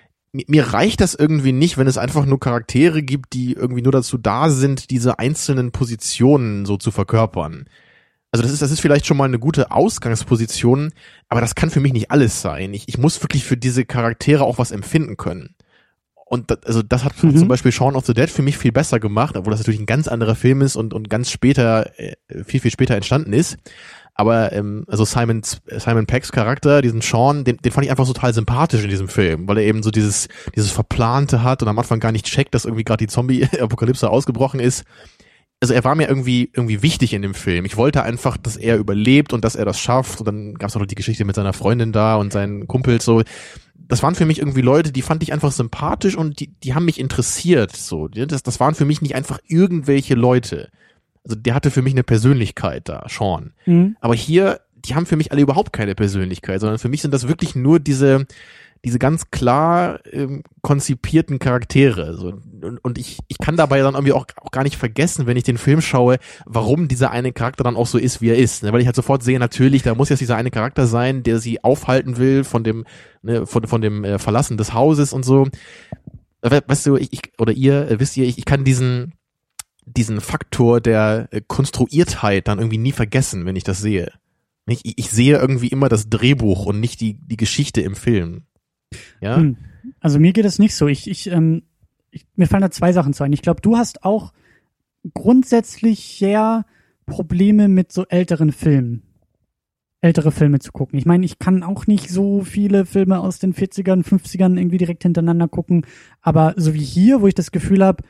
mir reicht das irgendwie nicht, wenn es einfach nur Charaktere gibt, die irgendwie nur dazu da sind, diese einzelnen Positionen so zu verkörpern. Also das ist vielleicht schon mal eine gute Ausgangsposition, aber das kann für mich nicht alles sein. Ich muss wirklich für diese Charaktere auch was empfinden können. Und das hat zum Beispiel Shaun of the Dead für mich viel besser gemacht, obwohl das natürlich ein ganz anderer Film ist und ganz später, viel, viel später entstanden ist. Aber also Simon Peggs Charakter, diesen Sean, den fand ich einfach total sympathisch in diesem Film, weil er eben so dieses Verplante hat und am Anfang gar nicht checkt, dass irgendwie gerade die Zombie-Apokalypse ausgebrochen ist. Also er war mir irgendwie wichtig in dem Film. Ich wollte einfach, dass er überlebt und dass er das schafft. Und dann gab es auch noch die Geschichte mit seiner Freundin da und seinen Kumpels so. Das waren für mich irgendwie Leute, die fand ich einfach sympathisch und die haben mich interessiert. So, das waren für mich nicht einfach irgendwelche Leute. Also der hatte für mich eine Persönlichkeit da, Sean. Aber hier, die haben für mich alle überhaupt keine Persönlichkeit, sondern für mich sind das wirklich nur diese diese ganz klar konzipierten Charaktere. So. Und ich kann dabei dann irgendwie auch gar nicht vergessen, wenn ich den Film schaue, warum dieser eine Charakter dann auch so ist, wie er ist. Ne? Weil ich halt sofort sehe, natürlich, da muss jetzt dieser eine Charakter sein, der sie aufhalten will von dem Verlassen des Hauses und so. Weißt du, ich kann diesen Faktor der Konstruiertheit dann irgendwie nie vergessen, wenn ich das sehe. Ich sehe irgendwie immer das Drehbuch und nicht die Geschichte im Film. Ja? Also mir geht es nicht so. Mir fallen da zwei Sachen zu ein. Ich glaube, du hast auch grundsätzlich sehr Probleme mit so ältere Filme zu gucken. Ich meine, ich kann auch nicht so viele Filme aus den 40ern, 50ern irgendwie direkt hintereinander gucken, aber so wie hier, wo ich das Gefühl habe,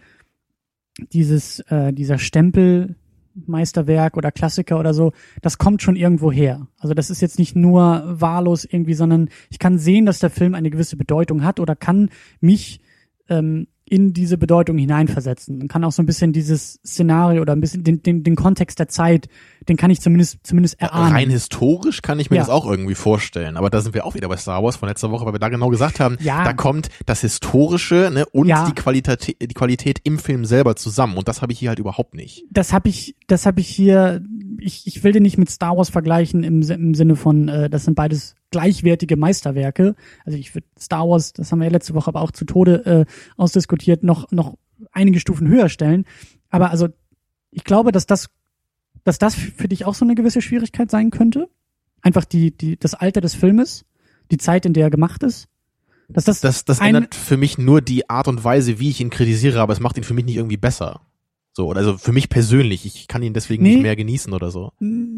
dieser Stempel Meisterwerk oder Klassiker oder so, das kommt schon irgendwo her. Also das ist jetzt nicht nur wahllos irgendwie, sondern ich kann sehen, dass der Film eine gewisse Bedeutung hat oder kann mich in diese Bedeutung hineinversetzen. Man kann auch so ein bisschen dieses Szenario oder ein bisschen den Kontext der Zeit, den kann ich zumindest erahnen. Rein historisch kann ich mir das auch irgendwie vorstellen. Aber da sind wir auch wieder bei Star Wars von letzter Woche, weil wir da genau gesagt haben, da kommt das Historische, ne, und die Qualität im Film selber zusammen. Und das habe ich hier halt überhaupt nicht. Das habe ich hier, ich will den nicht mit Star Wars vergleichen im Sinne von, das sind beides gleichwertige Meisterwerke. Also ich würde Star Wars, das haben wir ja letzte Woche aber auch zu Tode ausdiskutiert, noch einige Stufen höher stellen. Aber also ich glaube, dass das für dich auch so eine gewisse Schwierigkeit sein könnte. Einfach das Alter des Filmes, die Zeit, in der er gemacht ist. Das ändert für mich nur die Art und Weise, wie ich ihn kritisiere, aber es macht ihn für mich nicht irgendwie besser. So, also für mich persönlich, ich kann ihn deswegen nicht mehr genießen oder so.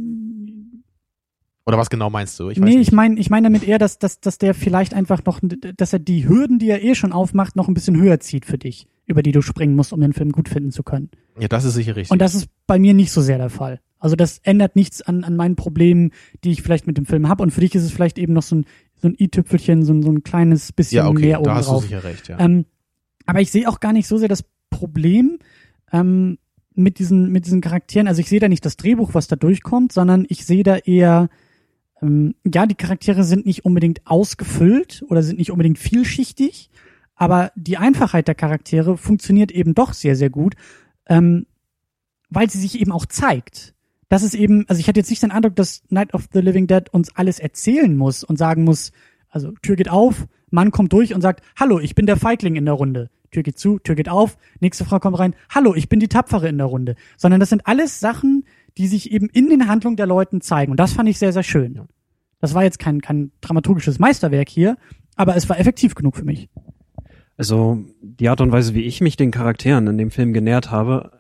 Oder was genau meinst du? Ich meine damit eher, dass der vielleicht einfach noch, dass er die Hürden, die er schon aufmacht, noch ein bisschen höher zieht für dich, über die du springen musst, um den Film gut finden zu können. Ja, das ist sicher richtig. Und das ist bei mir nicht so sehr der Fall. Also das ändert nichts an meinen Problemen, die ich vielleicht mit dem Film habe. Und für dich ist es vielleicht eben noch so ein i-Tüpfelchen, so ein kleines bisschen mehr oben drauf. Da hast du sicher recht, ja. Aber ich sehe auch gar nicht so sehr das Problem mit diesen Charakteren. Also ich sehe da nicht das Drehbuch, was da durchkommt, sondern ich sehe da eher die Charaktere sind nicht unbedingt ausgefüllt oder sind nicht unbedingt vielschichtig, aber die Einfachheit der Charaktere funktioniert eben doch sehr, sehr gut, weil sie sich eben auch zeigt. Das ist eben, also ich hatte jetzt nicht den Eindruck, dass Night of the Living Dead uns alles erzählen muss und sagen muss, also Tür geht auf, Mann kommt durch und sagt, hallo, ich bin der Feigling in der Runde. Tür geht zu, Tür geht auf, nächste Frau kommt rein, hallo, ich bin die Tapfere in der Runde. Sondern das sind alles Sachen, die sich eben in den Handlungen der Leuten zeigen. Und das fand ich sehr, sehr schön. Das war jetzt kein dramaturgisches Meisterwerk hier, aber es war effektiv genug für mich. Also die Art und Weise, wie ich mich den Charakteren in dem Film genähert habe,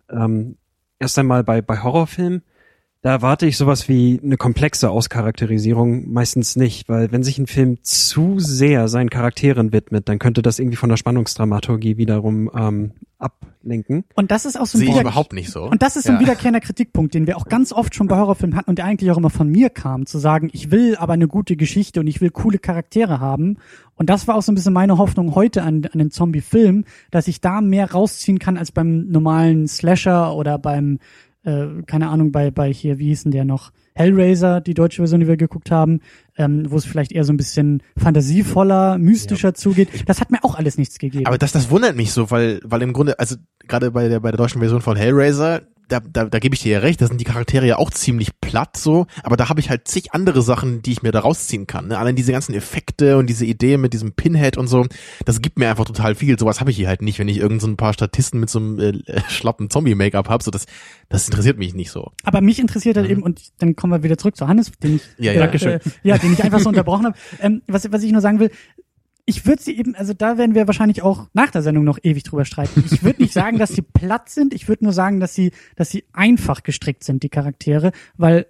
erst einmal bei Horrorfilmen, da erwarte ich sowas wie eine komplexe Auscharakterisierung meistens nicht, weil wenn sich ein Film zu sehr seinen Charakteren widmet, dann könnte das irgendwie von der Spannungsdramaturgie wiederum ablenken. Und das ist auch so sehe ich überhaupt nicht so. Und das ist so ein wiederkehrender Kritikpunkt, den wir auch ganz oft schon bei Horrorfilmen hatten und der eigentlich auch immer von mir kam, zu sagen, ich will aber eine gute Geschichte und ich will coole Charaktere haben. Und das war auch so ein bisschen meine Hoffnung heute an den Zombie-Film, dass ich da mehr rausziehen kann als beim normalen Slasher oder beim keine Ahnung, bei hier, wie hieß denn der noch? Hellraiser, die deutsche Version, die wir geguckt haben, wo es vielleicht eher so ein bisschen fantasievoller, mystischer zugeht. Das hat mir auch alles nichts gegeben. Aber das wundert mich so, weil im Grunde, also gerade bei der deutschen Version von Hellraiser, da gebe ich dir ja recht, da sind die Charaktere ja auch ziemlich platt so, aber da habe ich halt zig andere Sachen, die ich mir da rausziehen kann. Ne? Allein diese ganzen Effekte und diese Idee mit diesem Pinhead und so, das gibt mir einfach total viel. Sowas habe ich hier halt nicht, wenn ich irgend so ein paar Statisten mit so einem schlappen Zombie-Make-up habe. So, das interessiert mich nicht so. Aber mich interessiert halt eben, und dann kommen wir wieder zurück zu Hannes, den ich, Dankeschön. Den ich einfach so unterbrochen habe. Was ich nur sagen will, ich würde sie eben, also da werden wir wahrscheinlich auch nach der Sendung noch ewig drüber streiten. Ich würde nicht sagen, dass sie platt sind. Ich würde nur sagen, dass sie einfach gestrickt sind, die Charaktere, weil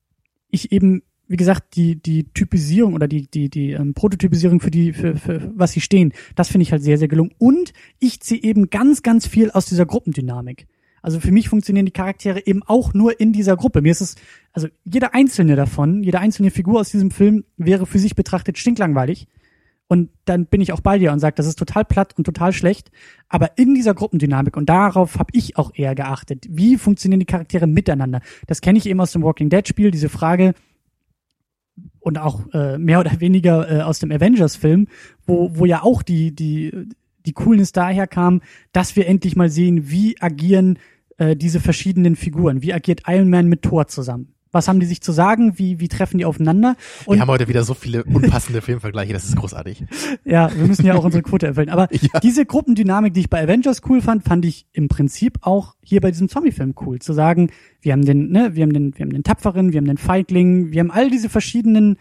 ich eben, wie gesagt, die Typisierung oder die Prototypisierung für was sie stehen, das finde ich halt sehr, sehr gelungen. Und ich ziehe eben ganz, ganz viel aus dieser Gruppendynamik. Also für mich funktionieren die Charaktere eben auch nur in dieser Gruppe. Mir ist es, also jede einzelne Figur aus diesem Film wäre für sich betrachtet stinklangweilig. Und dann bin ich auch bei dir und sage, das ist total platt und total schlecht. Aber in dieser Gruppendynamik, und darauf habe ich auch eher geachtet, wie funktionieren die Charaktere miteinander? Das kenne ich eben aus dem Walking Dead Spiel, diese Frage, und auch mehr oder weniger aus dem Avengers-Film, wo ja auch die Coolness daher kam, dass wir endlich mal sehen, wie agieren diese verschiedenen Figuren, wie agiert Iron Man mit Thor zusammen. Was haben die sich zu sagen? Wie treffen die aufeinander? Und wir haben heute wieder so viele unpassende Filmvergleiche, das ist großartig. Ja, wir müssen ja auch unsere Quote erfüllen. Aber diese Gruppendynamik, die ich bei Avengers cool fand ich im Prinzip auch hier bei diesem Zombie-Film cool. Zu sagen, wir haben den Tapferen, wir haben den Feigling, wir haben all diese verschiedenen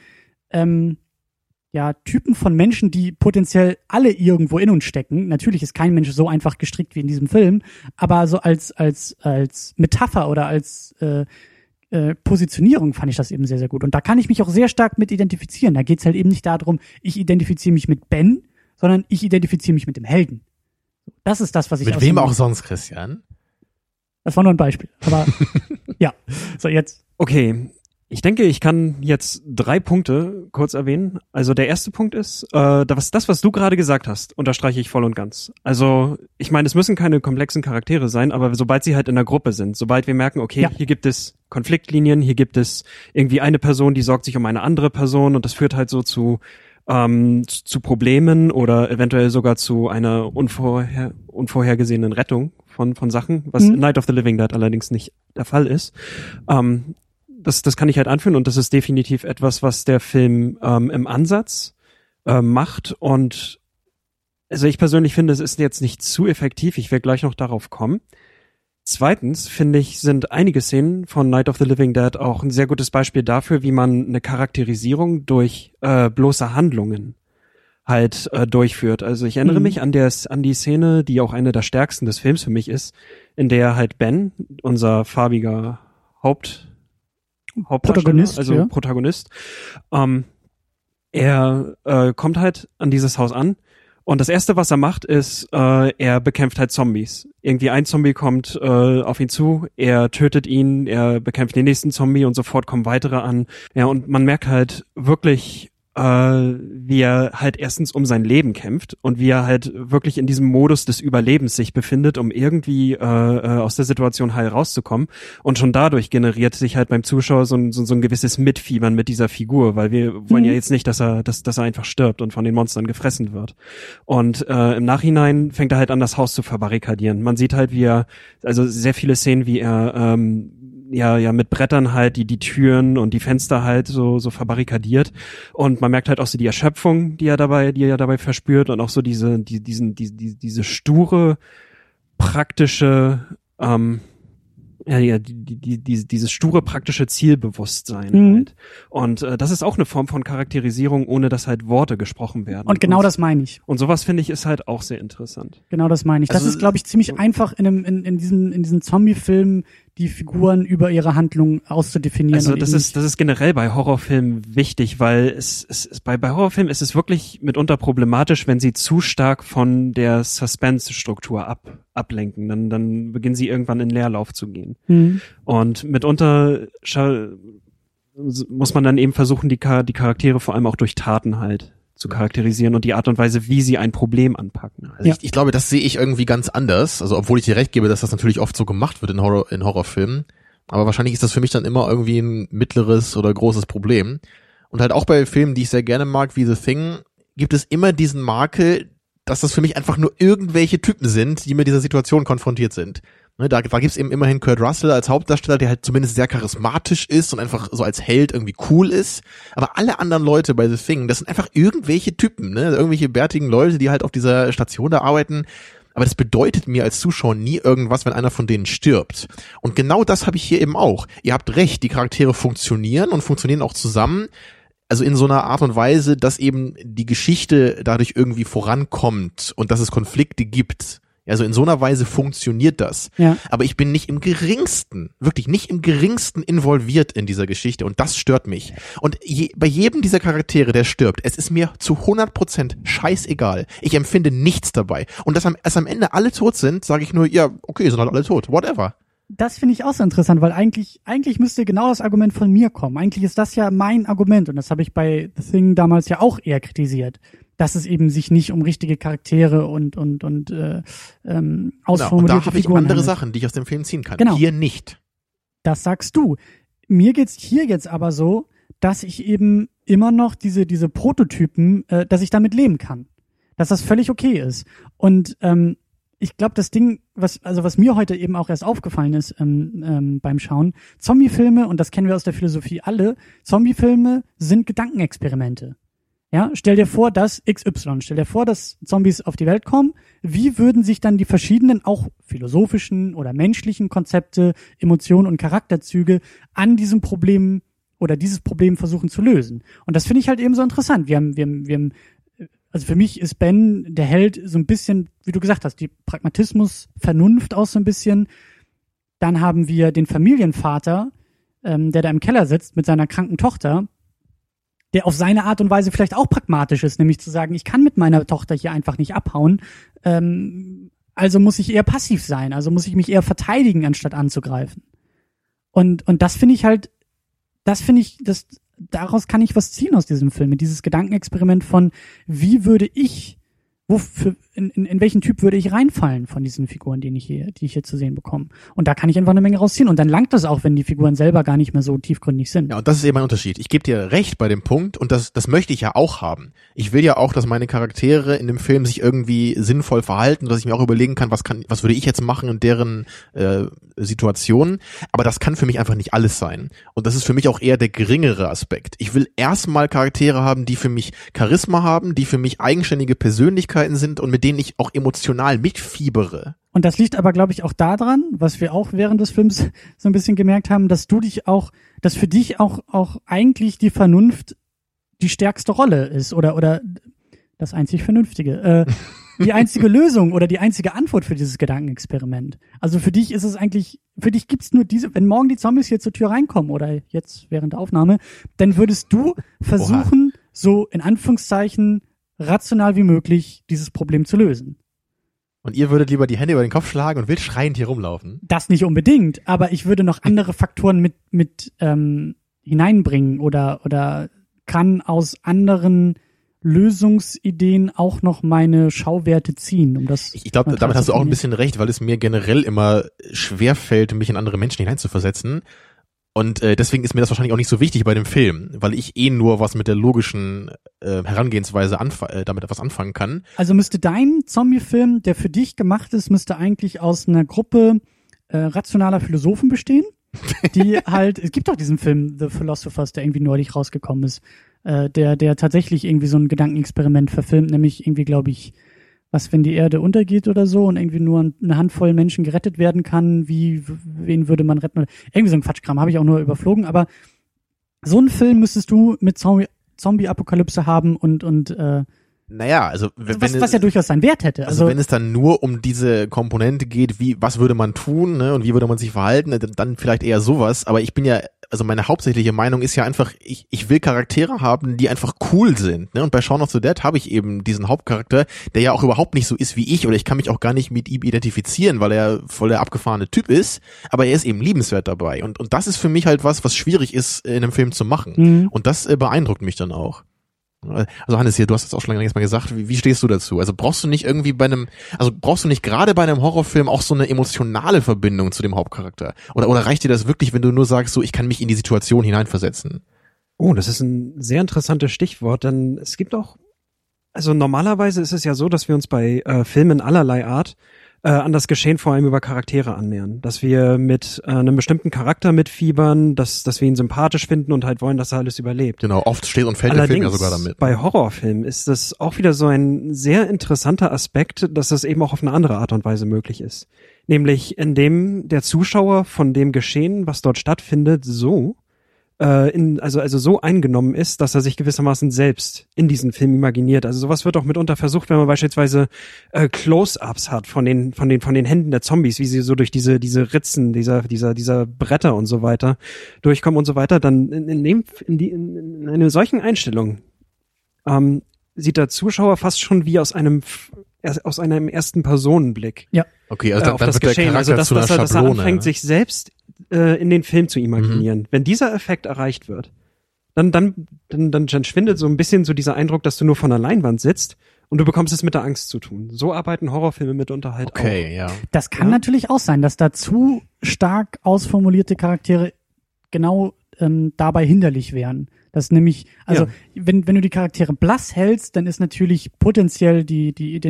Typen von Menschen, die potenziell alle irgendwo in uns stecken. Natürlich ist kein Mensch so einfach gestrickt wie in diesem Film, aber so als Metapher oder als Positionierung fand ich das eben sehr, sehr gut. Und da kann ich mich auch sehr stark mit identifizieren. Da geht's halt eben nicht darum, ich identifiziere mich mit Ben, sondern ich identifiziere mich mit dem Helden. Das ist das, was ich mit wem auch sonst, Christian? Das war nur ein Beispiel. Aber ja, so jetzt. Okay, ich denke, ich kann jetzt 3 Punkte kurz erwähnen. Also der erste Punkt ist, was du gerade gesagt hast, unterstreiche ich voll und ganz. Also ich meine, es müssen keine komplexen Charaktere sein, aber sobald sie halt in der Gruppe sind, sobald wir merken, okay, hier gibt es Konfliktlinien, hier gibt es irgendwie eine Person, die sorgt sich um eine andere Person und das führt halt so zu Problemen oder eventuell sogar zu einer unvorhergesehenen Rettung von Sachen, was in Night of the Living Dead allerdings nicht der Fall ist. Das kann ich halt anführen und das ist definitiv etwas, was der Film im Ansatz macht und also ich persönlich finde, es ist jetzt nicht zu effektiv, ich werde gleich noch darauf kommen. Zweitens, finde ich, sind einige Szenen von Night of the Living Dead auch ein sehr gutes Beispiel dafür, wie man eine Charakterisierung durch bloße Handlungen halt durchführt. Also ich erinnere mich an die Szene, die auch eine der stärksten des Films für mich ist, in der halt Ben, unser farbiger Protagonist, Protagonist, er kommt halt an dieses Haus an und das erste, was er macht, ist, er bekämpft halt Zombies. Irgendwie ein Zombie kommt auf ihn zu, er tötet ihn, er bekämpft den nächsten Zombie und sofort kommen weitere an. Ja, und man merkt halt wirklich, wie er halt erstens um sein Leben kämpft und wie er halt wirklich in diesem Modus des Überlebens sich befindet, um irgendwie aus der Situation heil rauszukommen. Und schon dadurch generiert sich halt beim Zuschauer so ein gewisses Mitfiebern mit dieser Figur, weil wir wollen ja jetzt nicht, dass er einfach stirbt und von den Monstern gefressen wird. Und im Nachhinein fängt er halt an, das Haus zu verbarrikadieren. Man sieht halt, wie er, also sehr viele Szenen, wie er mit Brettern halt die Türen und die Fenster halt so verbarrikadiert und man merkt halt auch so die Erschöpfung, die er dabei verspürt und auch so diese sture praktische dieses sture praktische Zielbewusstsein halt. Und das ist auch eine Form von Charakterisierung, ohne dass halt Worte gesprochen werden. Und genau das meine ich. Und sowas finde ich ist halt auch sehr interessant. Genau das meine ich. Das ist, glaube ich, ziemlich einfach in diesen Zombie-Filmen die Figuren über ihre Handlung auszudefinieren. Also das ist generell bei Horrorfilmen wichtig, weil bei Horrorfilmen ist es wirklich mitunter problematisch, wenn sie zu stark von der Suspense-Struktur ablenken. Dann beginnen sie irgendwann in Leerlauf zu gehen. Und mitunter muss man dann eben versuchen, die Charaktere vor allem auch durch Taten halt zu charakterisieren und die Art und Weise, wie sie ein Problem anpacken. Also ich glaube, das sehe ich irgendwie ganz anders. Also obwohl ich dir recht gebe, dass das natürlich oft so gemacht wird in Horrorfilmen. Aber wahrscheinlich ist das für mich dann immer irgendwie ein mittleres oder großes Problem. Und halt auch bei Filmen, die ich sehr gerne mag, wie The Thing, gibt es immer diesen Makel, dass das für mich einfach nur irgendwelche Typen sind, die mit dieser Situation konfrontiert sind. Ne, da gibt's eben immerhin Kurt Russell als Hauptdarsteller, der halt zumindest sehr charismatisch ist und einfach so als Held irgendwie cool ist. Aber alle anderen Leute bei The Thing, das sind einfach irgendwelche Typen, ne, irgendwelche bärtigen Leute, die halt auf dieser Station da arbeiten. Aber das bedeutet mir als Zuschauer nie irgendwas, wenn einer von denen stirbt. Und genau das habe ich hier eben auch. Ihr habt recht, die Charaktere funktionieren und funktionieren auch zusammen. Also in so einer Art und Weise, dass eben die Geschichte dadurch irgendwie vorankommt und dass es Konflikte gibt. Also in so einer Weise funktioniert das. Ja. Aber ich bin nicht im geringsten, wirklich nicht im geringsten involviert in dieser Geschichte und das stört mich. Und bei jedem dieser Charaktere, der stirbt, es ist mir zu 100% scheißegal. Ich empfinde nichts dabei. Und dass am Ende alle tot sind, sage ich nur, ja, okay, sind halt alle tot, whatever. Das finde ich auch so interessant, weil eigentlich müsste genau das Argument von mir kommen. Eigentlich ist das ja mein Argument und das habe ich bei The Thing damals ja auch eher kritisiert, dass es eben sich nicht um richtige Charaktere und ausformulierte und da habe ich Figuren andere handelt. Sachen, die ich aus dem Film ziehen kann. Genau. Hier nicht. Das sagst du. Mir geht's hier jetzt aber so, dass ich eben immer noch diese Prototypen, dass ich damit leben kann. Dass das völlig okay ist. Und ich glaube, das Ding, was mir heute eben auch erst aufgefallen ist beim Schauen, Zombiefilme, und das kennen wir aus der Philosophie alle, Zombiefilme sind Gedankenexperimente. Ja, stell dir vor, dass Zombies auf die Welt kommen. Wie würden sich dann die verschiedenen, auch philosophischen oder menschlichen Konzepte, Emotionen und Charakterzüge an diesem Problem oder dieses Problem versuchen zu lösen? Und das finde ich halt eben so interessant. Wir haben also für mich ist Ben, der Held, so ein bisschen, wie du gesagt hast, die Pragmatismus, Vernunft auch so ein bisschen. Dann haben wir den Familienvater, der da im Keller sitzt mit seiner kranken Tochter, der auf seine Art und Weise vielleicht auch pragmatisch ist, nämlich zu sagen, ich kann mit meiner Tochter hier einfach nicht abhauen, also muss ich eher passiv sein, also muss ich mich eher verteidigen, anstatt anzugreifen. Und das finde ich halt, daraus kann ich was ziehen aus diesem Film, mit dieses Gedankenexperiment von, wie würde ich, in welchen Typ würde ich reinfallen von diesen Figuren, die ich hier zu sehen bekomme. Und da kann ich einfach eine Menge rausziehen. Und dann langt das auch, wenn die Figuren selber gar nicht mehr so tiefgründig sind. Ja, und das ist eben ein Unterschied. Ich gebe dir recht bei dem Punkt, und das möchte ich ja auch haben. Ich will ja auch, dass meine Charaktere in dem Film sich irgendwie sinnvoll verhalten, dass ich mir auch überlegen kann, was würde ich jetzt machen in deren Situationen. Aber das kann für mich einfach nicht alles sein. Und das ist für mich auch eher der geringere Aspekt. Ich will erstmal Charaktere haben, die für mich Charisma haben, die für mich eigenständige Persönlichkeiten sind und mit denen ich auch emotional mitfiebere. Und das liegt aber, glaube ich, auch daran, was wir auch während des Films so ein bisschen gemerkt haben, dass für dich auch eigentlich die Vernunft die stärkste Rolle ist oder das einzig Vernünftige. Die einzige Lösung oder die einzige Antwort für dieses Gedankenexperiment. Also für dich gibt's nur wenn morgen die Zombies hier zur Tür reinkommen oder jetzt während der Aufnahme, dann würdest du versuchen, so in Anführungszeichen rational wie möglich dieses Problem zu lösen. Und ihr würdet lieber die Hände über den Kopf schlagen und wild schreiend hier rumlaufen? Das nicht unbedingt, aber ich würde noch andere Faktoren mit hineinbringen oder kann aus anderen Lösungsideen auch noch meine Schauwerte ziehen, um das. Ich glaube, damit hast du auch ein bisschen recht, weil es mir generell immer schwerfällt, mich in andere Menschen hineinzuversetzen. Und deswegen ist mir das wahrscheinlich auch nicht so wichtig bei dem Film, weil ich nur was mit der logischen Herangehensweise damit etwas anfangen kann. Also müsste dein Zombie-Film, der für dich gemacht ist, müsste eigentlich aus einer Gruppe rationaler Philosophen bestehen, die halt, es gibt doch diesen Film The Philosophers, der irgendwie neulich rausgekommen ist, der tatsächlich irgendwie so ein Gedankenexperiment verfilmt, nämlich irgendwie, glaube ich, was, wenn die Erde untergeht oder so und irgendwie nur eine Handvoll Menschen gerettet werden kann, wen würde man retten? Irgendwie so ein Quatschkram, habe ich auch nur überflogen, aber so einen Film müsstest du mit Zombie-Apokalypse haben und naja, also was ja durchaus seinen Wert hätte. Also wenn es dann nur um diese Komponente geht, was würde man tun, ne, und wie würde man sich verhalten, dann vielleicht eher sowas, aber meine hauptsächliche Meinung ist ja einfach, ich will Charaktere haben, die einfach cool sind, ne? Und bei Shaun of the Dead habe ich eben diesen Hauptcharakter, der ja auch überhaupt nicht so ist wie ich, oder ich kann mich auch gar nicht mit ihm identifizieren, weil er voll der abgefahrene Typ ist, aber er ist eben liebenswert dabei. Und das ist für mich halt was schwierig ist, in einem Film zu machen. Mhm. Und das beeindruckt mich dann auch. Also Hannes, hier, du hast das auch schon längst mal gesagt, wie stehst du dazu? Also brauchst du nicht gerade bei einem Horrorfilm auch so eine emotionale Verbindung zu dem Hauptcharakter? Oder reicht dir das wirklich, wenn du nur sagst, so, ich kann mich in die Situation hineinversetzen? Oh, das ist ein sehr interessantes Stichwort, denn es gibt auch, also normalerweise ist es ja so, dass wir uns bei Filmen allerlei Art an das Geschehen vor allem über Charaktere annähern. Dass wir mit einem bestimmten Charakter mitfiebern, dass wir ihn sympathisch finden und halt wollen, dass er alles überlebt. Genau, oft steht und fällt der Film ja sogar damit. Bei Horrorfilmen ist das auch wieder so ein sehr interessanter Aspekt, dass das eben auch auf eine andere Art und Weise möglich ist. Nämlich indem der Zuschauer von dem Geschehen, was dort stattfindet, so so eingenommen ist, dass er sich gewissermaßen selbst in diesen Film imaginiert. Also sowas wird auch mitunter versucht, wenn man beispielsweise Close-ups hat von den Händen der Zombies, wie sie so durch diese Ritzen dieser Bretter und so weiter durchkommen und so weiter. Dann in einer solchen Einstellung sieht der Zuschauer fast schon wie aus einem ersten Personenblick. Ja. Okay, also dann wird der Charakter also zu einer Schablone. Dass er anfängt, sich selbst in den Film zu imaginieren. Mhm. Wenn dieser Effekt erreicht wird, dann schwindet so ein bisschen so dieser Eindruck, dass du nur vor einer Leinwand sitzt und du bekommst es mit der Angst zu tun. So arbeiten Horrorfilme mitunter halt auch. Okay, ja. Das kann natürlich auch sein, dass da zu stark ausformulierte Charaktere genau dabei hinderlich wären. Das nämlich, also wenn du die Charaktere blass hältst, dann ist natürlich potenziell die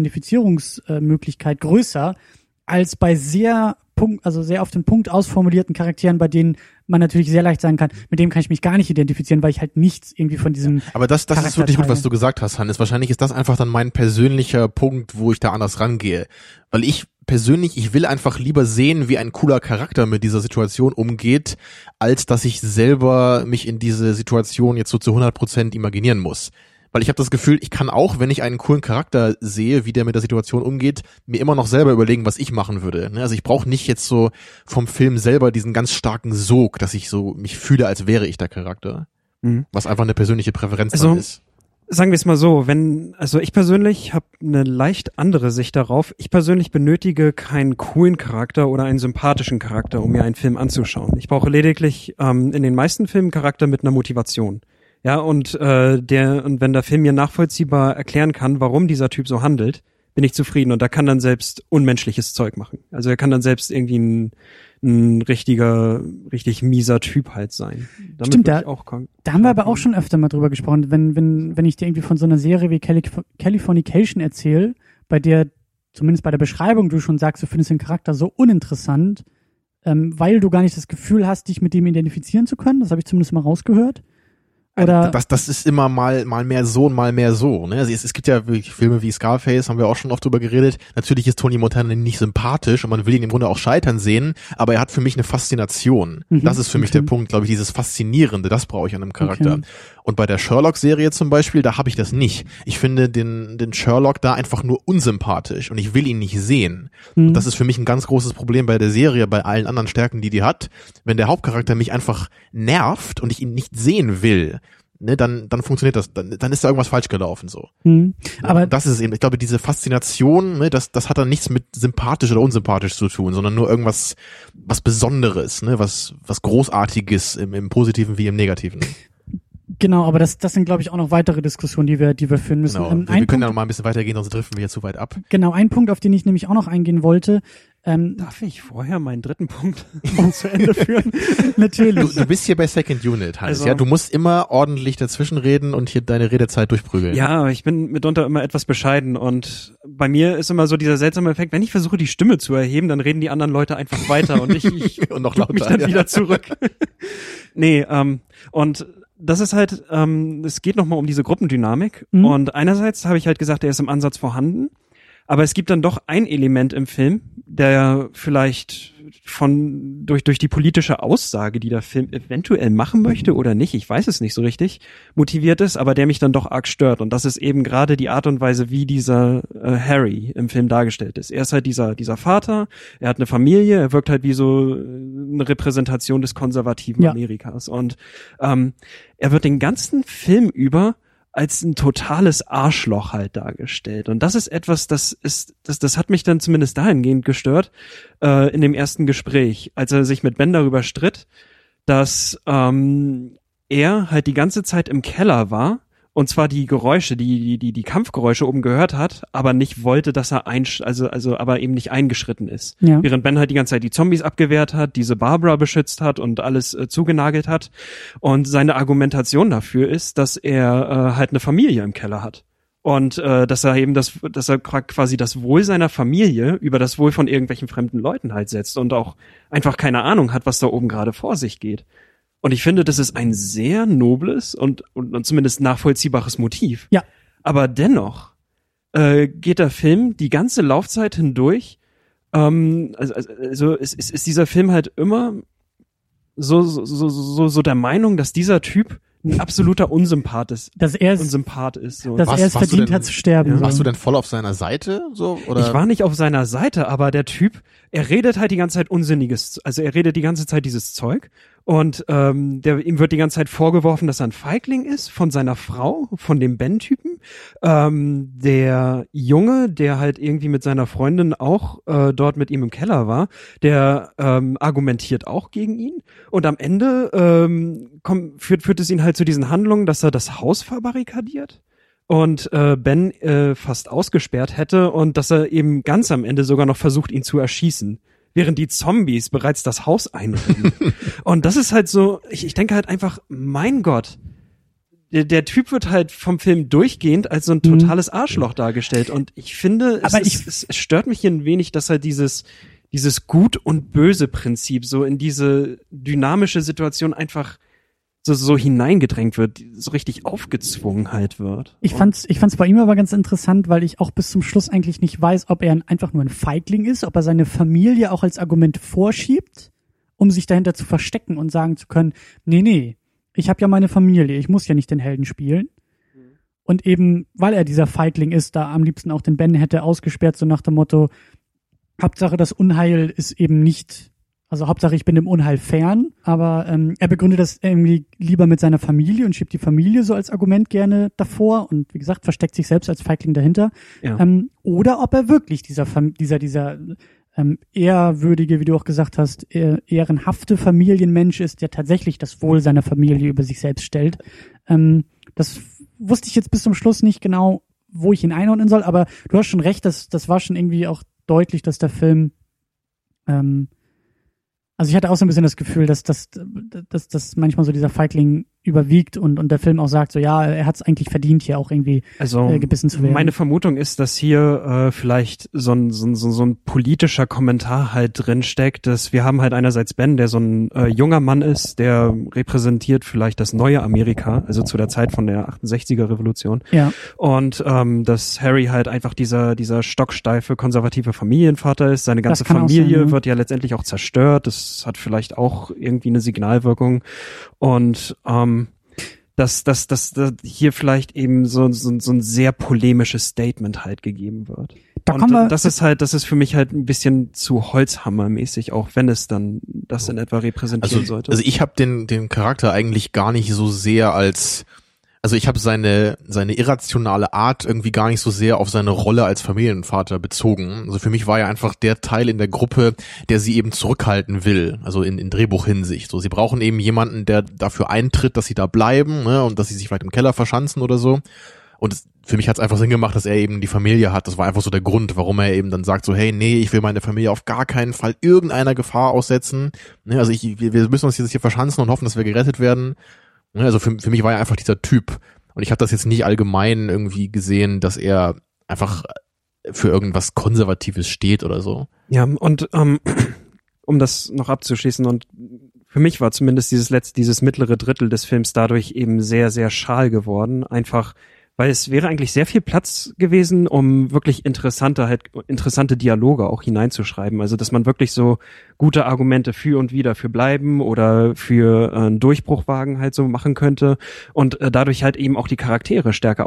Identifizierungsmöglichkeit größer als bei sehr auf den Punkt ausformulierten Charakteren, bei denen man natürlich sehr leicht sagen kann, mit dem kann ich mich gar nicht identifizieren, weil ich halt nichts irgendwie von diesem Aber das Charakter ist wirklich gut, teile. was du gesagt hast, Hannes. Wahrscheinlich ist das einfach dann mein persönlicher Punkt, wo ich da anders rangehe. Weil ich will einfach lieber sehen, wie ein cooler Charakter mit dieser Situation umgeht, als dass ich selber mich in diese Situation jetzt so zu 100% imaginieren muss. Weil ich habe das Gefühl, ich kann auch, wenn ich einen coolen Charakter sehe, wie der mit der Situation umgeht, mir immer noch selber überlegen, was ich machen würde. Also ich brauche nicht jetzt so vom Film selber diesen ganz starken Sog, dass ich so mich fühle, als wäre ich der Charakter. Was einfach eine persönliche Präferenz dann ist. Sagen wir es mal so, ich persönlich habe eine leicht andere Sicht darauf. Ich persönlich benötige keinen coolen Charakter oder einen sympathischen Charakter, um mir einen Film anzuschauen. Ich brauche lediglich in den meisten Filmen Charakter mit einer Motivation. Ja, und wenn der Film mir nachvollziehbar erklären kann, warum dieser Typ so handelt, bin ich zufrieden. Und da kann dann selbst unmenschliches Zeug machen. Also er kann dann selbst irgendwie ein richtig mieser Typ halt sein. Damit Stimmt, da haben wir aber auch schon öfter mal drüber gesprochen. Wenn ich dir irgendwie von so einer Serie wie Californication erzähle, bei der, zumindest bei der Beschreibung, du schon sagst, du findest den Charakter so uninteressant, weil du gar nicht das Gefühl hast, dich mit dem identifizieren zu können. Das habe ich zumindest mal rausgehört. Oder das ist immer mal mehr so und mal mehr so. Ne? Also es gibt ja wirklich Filme wie Scarface, haben wir auch schon oft drüber geredet. Natürlich ist Tony Montana nicht sympathisch und man will ihn im Grunde auch scheitern sehen, aber er hat für mich eine Faszination. Das ist für mich der Punkt, glaube ich, dieses Faszinierende, das brauche ich an einem Charakter. Okay. Und bei der Sherlock-Serie zum Beispiel, da habe ich das nicht. Ich finde den Sherlock da einfach nur unsympathisch und ich will ihn nicht sehen. Und das ist für mich ein ganz großes Problem bei der Serie, bei allen anderen Stärken, die hat. Wenn der Hauptcharakter mich einfach nervt und ich ihn nicht sehen will, ne, dann funktioniert das, dann ist da irgendwas falsch gelaufen so. Aber das ist es eben. Ich glaube, diese Faszination, ne, das hat dann nichts mit sympathisch oder unsympathisch zu tun, sondern nur irgendwas was Besonderes, ne, was Großartiges im Positiven wie im Negativen. Genau, aber das sind, glaube ich, auch noch weitere Diskussionen, die wir führen müssen. Genau. Wir können ja noch mal ein bisschen weitergehen, sonst driften wir hier zu weit ab. Genau, ein Punkt, auf den ich nämlich auch noch eingehen wollte. Darf ich vorher meinen dritten Punkt zu Ende führen? Natürlich. Du bist hier bei Second Unit, Hans. Also, ja, du musst immer ordentlich dazwischen reden und hier deine Redezeit durchprügeln. Ja, ich bin mitunter immer etwas bescheiden und bei mir ist immer so dieser seltsame Effekt, wenn ich versuche, die Stimme zu erheben, dann reden die anderen Leute einfach weiter und ich und noch lauter, mich dann wieder zurück. Nee, und das ist halt, es geht nochmal um diese Gruppendynamik und einerseits habe ich halt gesagt, der ist im Ansatz vorhanden, aber es gibt dann doch ein Element im Film, der vielleicht durch die politische Aussage, die der Film eventuell machen möchte oder nicht, ich weiß es nicht so richtig, motiviert ist, aber der mich dann doch arg stört. Und das ist eben gerade die Art und Weise, wie dieser Harry im Film dargestellt ist. Er ist halt dieser Vater, er hat eine Familie, er wirkt halt wie so eine Repräsentation des konservativen Amerikas. Und er wird den ganzen Film über als ein totales Arschloch halt dargestellt. Und das ist etwas, das hat mich dann zumindest dahingehend gestört, in dem ersten Gespräch, als er sich mit Ben darüber stritt, dass er halt die ganze Zeit im Keller war und zwar die Geräusche, die Kampfgeräusche oben gehört hat, aber nicht wollte, dass er aber eben nicht eingeschritten ist. Ja. Während Ben halt die ganze Zeit die Zombies abgewehrt hat, diese Barbara beschützt hat und alles zugenagelt hat. Und seine Argumentation dafür ist, dass er halt eine Familie im Keller hat. Und dass er quasi das Wohl seiner Familie über das Wohl von irgendwelchen fremden Leuten halt setzt und auch einfach keine Ahnung hat, was da oben gerade vor sich geht. Und ich finde, das ist ein sehr nobles und zumindest nachvollziehbares Motiv. Ja. Aber dennoch geht der Film die ganze Laufzeit hindurch, ist dieser Film halt immer so der Meinung, dass dieser Typ ein absoluter Unsympath ist. Dass er ist. So. Dass er es verdient hat zu sterben. Ja. Warst du denn voll auf seiner Seite? So, oder? Ich war nicht auf seiner Seite, aber der Typ, er redet halt die ganze Zeit Unsinniges, also er redet die ganze Zeit dieses Zeug und ihm wird die ganze Zeit vorgeworfen, dass er ein Feigling ist von seiner Frau, von dem Ben-Typen. Der Junge, der halt irgendwie mit seiner Freundin auch dort mit ihm im Keller war, der argumentiert auch gegen ihn und am Ende führt es ihn halt zu diesen Handlungen, dass er das Haus verbarrikadiert und Ben fast ausgesperrt hätte und dass er eben ganz am Ende sogar noch versucht, ihn zu erschießen, während die Zombies bereits das Haus einrennen. Und das ist halt so, ich denke halt einfach, mein Gott, der Typ wird halt vom Film durchgehend als so ein totales Arschloch dargestellt. Und ich finde, es stört mich hier ein wenig, dass halt dieses Gut- und Böse-Prinzip so in diese dynamische Situation einfach so hineingedrängt wird, so richtig aufgezwungen halt wird. Ich fand's bei ihm aber ganz interessant, weil ich auch bis zum Schluss eigentlich nicht weiß, ob er einfach nur ein Feigling ist, ob er seine Familie auch als Argument vorschiebt, um sich dahinter zu verstecken und sagen zu können, nee, ich habe ja meine Familie, ich muss ja nicht den Helden spielen. Und eben, weil er dieser Feigling ist, da am liebsten auch den Ben hätte ausgesperrt, so nach dem Motto, Hauptsache das Unheil ist eben nicht, also Hauptsache ich bin dem Unheil fern, aber er begründet das irgendwie lieber mit seiner Familie und schiebt die Familie so als Argument gerne davor und wie gesagt, versteckt sich selbst als Feigling dahinter. Ja. Oder ob er wirklich dieser ehrwürdige, wie du auch gesagt hast, ehrenhafte Familienmensch ist, der tatsächlich das Wohl seiner Familie über sich selbst stellt. Das wusste ich jetzt bis zum Schluss nicht genau, wo ich ihn einordnen soll, aber du hast schon recht, das war schon irgendwie auch deutlich, dass der Film also ich hatte auch so ein bisschen das Gefühl, dass manchmal so dieser Feigling überwiegt und der Film auch sagt, so ja, er hat es eigentlich verdient, hier auch irgendwie gebissen zu werden. Meine Vermutung ist, dass hier vielleicht so ein politischer Kommentar halt drin steckt, dass wir haben halt einerseits Ben, der so ein junger Mann ist, der repräsentiert vielleicht das neue Amerika, also zu der Zeit von der 68er Revolution. Ja. Und dass Harry halt einfach dieser stocksteife, konservative Familienvater ist. Seine ganze Familie sein, wird ja letztendlich auch zerstört. Das hat vielleicht auch irgendwie eine Signalwirkung. Und dass hier vielleicht eben so ein sehr polemisches Statement halt gegeben wird. Das ist für mich halt ein bisschen zu Holzhammermäßig, auch wenn es dann das in etwa repräsentieren sollte. Also ich habe den Charakter eigentlich gar nicht so sehr also ich habe seine irrationale Art irgendwie gar nicht so sehr auf seine Rolle als Familienvater bezogen. Also für mich war er einfach der Teil in der Gruppe, der sie eben zurückhalten will, also in Drehbuchhinsicht. So, sie brauchen eben jemanden, der dafür eintritt, dass sie da bleiben, ne, und dass sie sich vielleicht im Keller verschanzen oder so. Und für mich hat es einfach Sinn gemacht, dass er eben die Familie hat. Das war einfach so der Grund, warum er eben dann sagt so, hey, nee, ich will meine Familie auf gar keinen Fall irgendeiner Gefahr aussetzen. Ne, also wir müssen uns jetzt hier verschanzen und hoffen, dass wir gerettet werden. Also für mich war er einfach dieser Typ. Und ich habe das jetzt nicht allgemein irgendwie gesehen, dass er einfach für irgendwas Konservatives steht oder so. Ja, und um das noch abzuschließen, und für mich war zumindest dieses mittlere Drittel des Films dadurch eben sehr, sehr schal geworden. Einfach, weil es wäre eigentlich sehr viel Platz gewesen, um wirklich interessante Dialoge auch hineinzuschreiben. Also, dass man wirklich so gute Argumente für und wieder für bleiben oder für einen Durchbruchwagen halt so machen könnte und dadurch halt eben auch die Charaktere stärker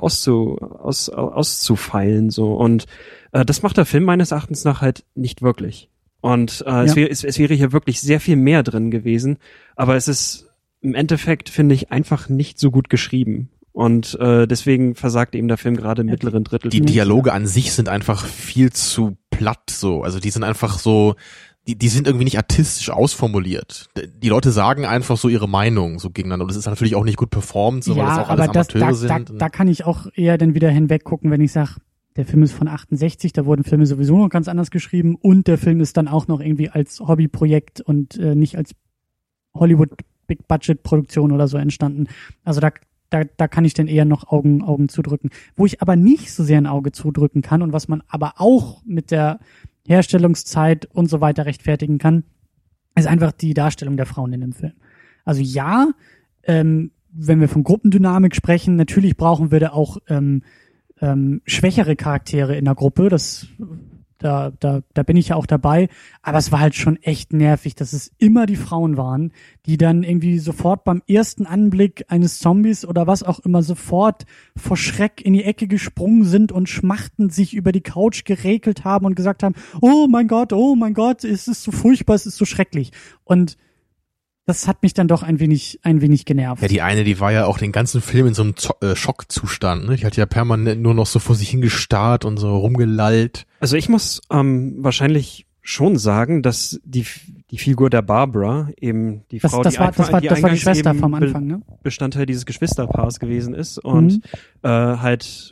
auszufeilen, so. Und das macht der Film meines Erachtens nach halt nicht wirklich. Und es wäre hier wirklich sehr viel mehr drin gewesen, aber es ist im Endeffekt, finde ich, einfach nicht so gut geschrieben. Und deswegen versagt eben der Film gerade im mittleren Drittel. Die Dialoge an sich sind einfach viel zu platt so. Also die sind einfach so, die sind irgendwie nicht artistisch ausformuliert. Die Leute sagen einfach so ihre Meinung so gegeneinander. Und das ist natürlich auch nicht gut performt, so, weil das auch alles Amateure sind. Da kann ich auch eher dann wieder hinweggucken, wenn ich sage, der Film ist von 68, da wurden Filme sowieso noch ganz anders geschrieben und der Film ist dann auch noch irgendwie als Hobbyprojekt und nicht als Hollywood Big Budget Produktion oder so entstanden. Also da kann ich dann eher noch Augen zudrücken. Wo ich aber nicht so sehr ein Auge zudrücken kann und was man aber auch mit der Herstellungszeit und so weiter rechtfertigen kann, ist einfach die Darstellung der Frauen in dem Film. Also ja, wenn wir von Gruppendynamik sprechen, natürlich brauchen wir da auch schwächere Charaktere in der Gruppe. Da bin ich ja auch dabei, aber es war halt schon echt nervig, dass es immer die Frauen waren, die dann irgendwie sofort beim ersten Anblick eines Zombies oder was auch immer sofort vor Schreck in die Ecke gesprungen sind und schmachtend sich über die Couch gerekelt haben und gesagt haben, oh mein Gott, es ist so furchtbar, es ist so schrecklich. Und das hat mich dann doch ein wenig genervt. Ja, die war ja auch den ganzen Film in so einem Schockzustand, ne? Die hat ja permanent nur noch so vor sich hingestarrt und so rumgelallt. Also ich muss wahrscheinlich schon sagen, dass die Figur der Barbara eben die Frau, das war die Schwester vom Anfang, ne? Bestandteil dieses Geschwisterpaars gewesen ist und halt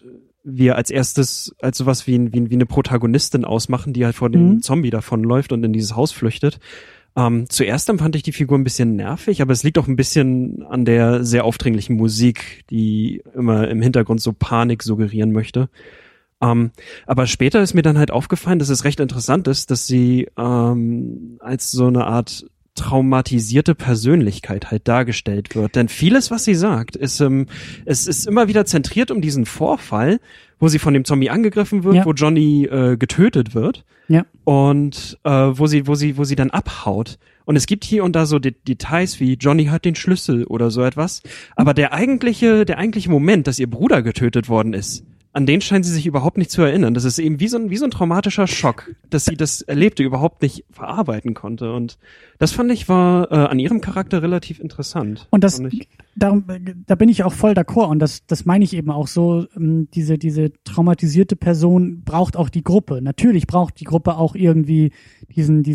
wir als erstes als sowas wie eine Protagonistin ausmachen, die halt vor dem Zombie davonläuft und in dieses Haus flüchtet. Zuerst empfand ich die Figur ein bisschen nervig, aber es liegt auch ein bisschen an der sehr aufdringlichen Musik, die immer im Hintergrund so Panik suggerieren möchte. Aber später ist mir dann halt aufgefallen, dass es recht interessant ist, dass sie als so eine Art traumatisierte Persönlichkeit halt dargestellt wird. Denn vieles, was sie sagt, ist es ist immer wieder zentriert um diesen Vorfall, wo sie von dem Zombie angegriffen wird, wo Johnny getötet wird und wo sie dann abhaut. Und es gibt hier und da so Details wie Johnny hat den Schlüssel oder so etwas. Aber der eigentliche Moment, dass ihr Bruder getötet worden ist, an den scheint sie sich überhaupt nicht zu erinnern. Das ist eben wie so ein traumatischer Schock, dass sie das Erlebte überhaupt nicht verarbeiten konnte. Und das fand ich war an ihrem Charakter relativ interessant. Und da bin ich auch voll d'accord. Und das meine ich eben auch so. Diese traumatisierte Person braucht auch die Gruppe. Natürlich braucht die Gruppe auch irgendwie diesen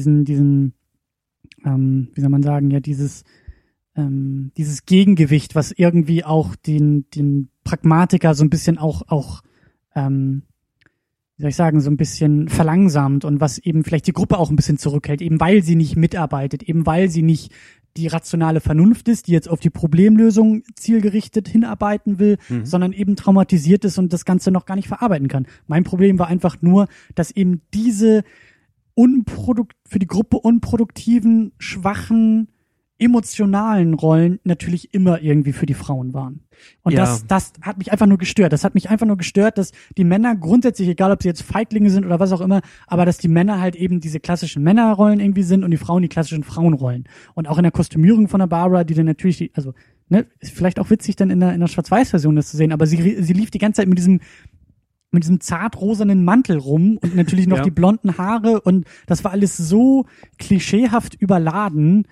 wie soll man sagen, ja, dieses Gegengewicht, was irgendwie auch den Pragmatiker so ein bisschen auch wie soll ich sagen, so ein bisschen verlangsamt und was eben vielleicht die Gruppe auch ein bisschen zurückhält, eben weil sie nicht mitarbeitet, eben weil sie nicht die rationale Vernunft ist, die jetzt auf die Problemlösung zielgerichtet hinarbeiten will, sondern eben traumatisiert ist und das Ganze noch gar nicht verarbeiten kann. Mein Problem war einfach nur, dass eben diese für die Gruppe unproduktiven, schwachen, emotionalen Rollen natürlich immer irgendwie für die Frauen waren. Und das hat mich einfach nur gestört. Das hat mich einfach nur gestört, dass die Männer grundsätzlich, egal ob sie jetzt Feiglinge sind oder was auch immer, aber dass die Männer halt eben diese klassischen Männerrollen irgendwie sind und die Frauen die klassischen Frauenrollen. Und auch in der Kostümierung von der Barbara, die dann natürlich, ist vielleicht auch witzig dann in der Schwarz-Weiß-Version das zu sehen, aber sie lief die ganze Zeit mit diesem zart-rosanen Mantel rum und natürlich noch die blonden Haare und das war alles so klischeehaft überladen,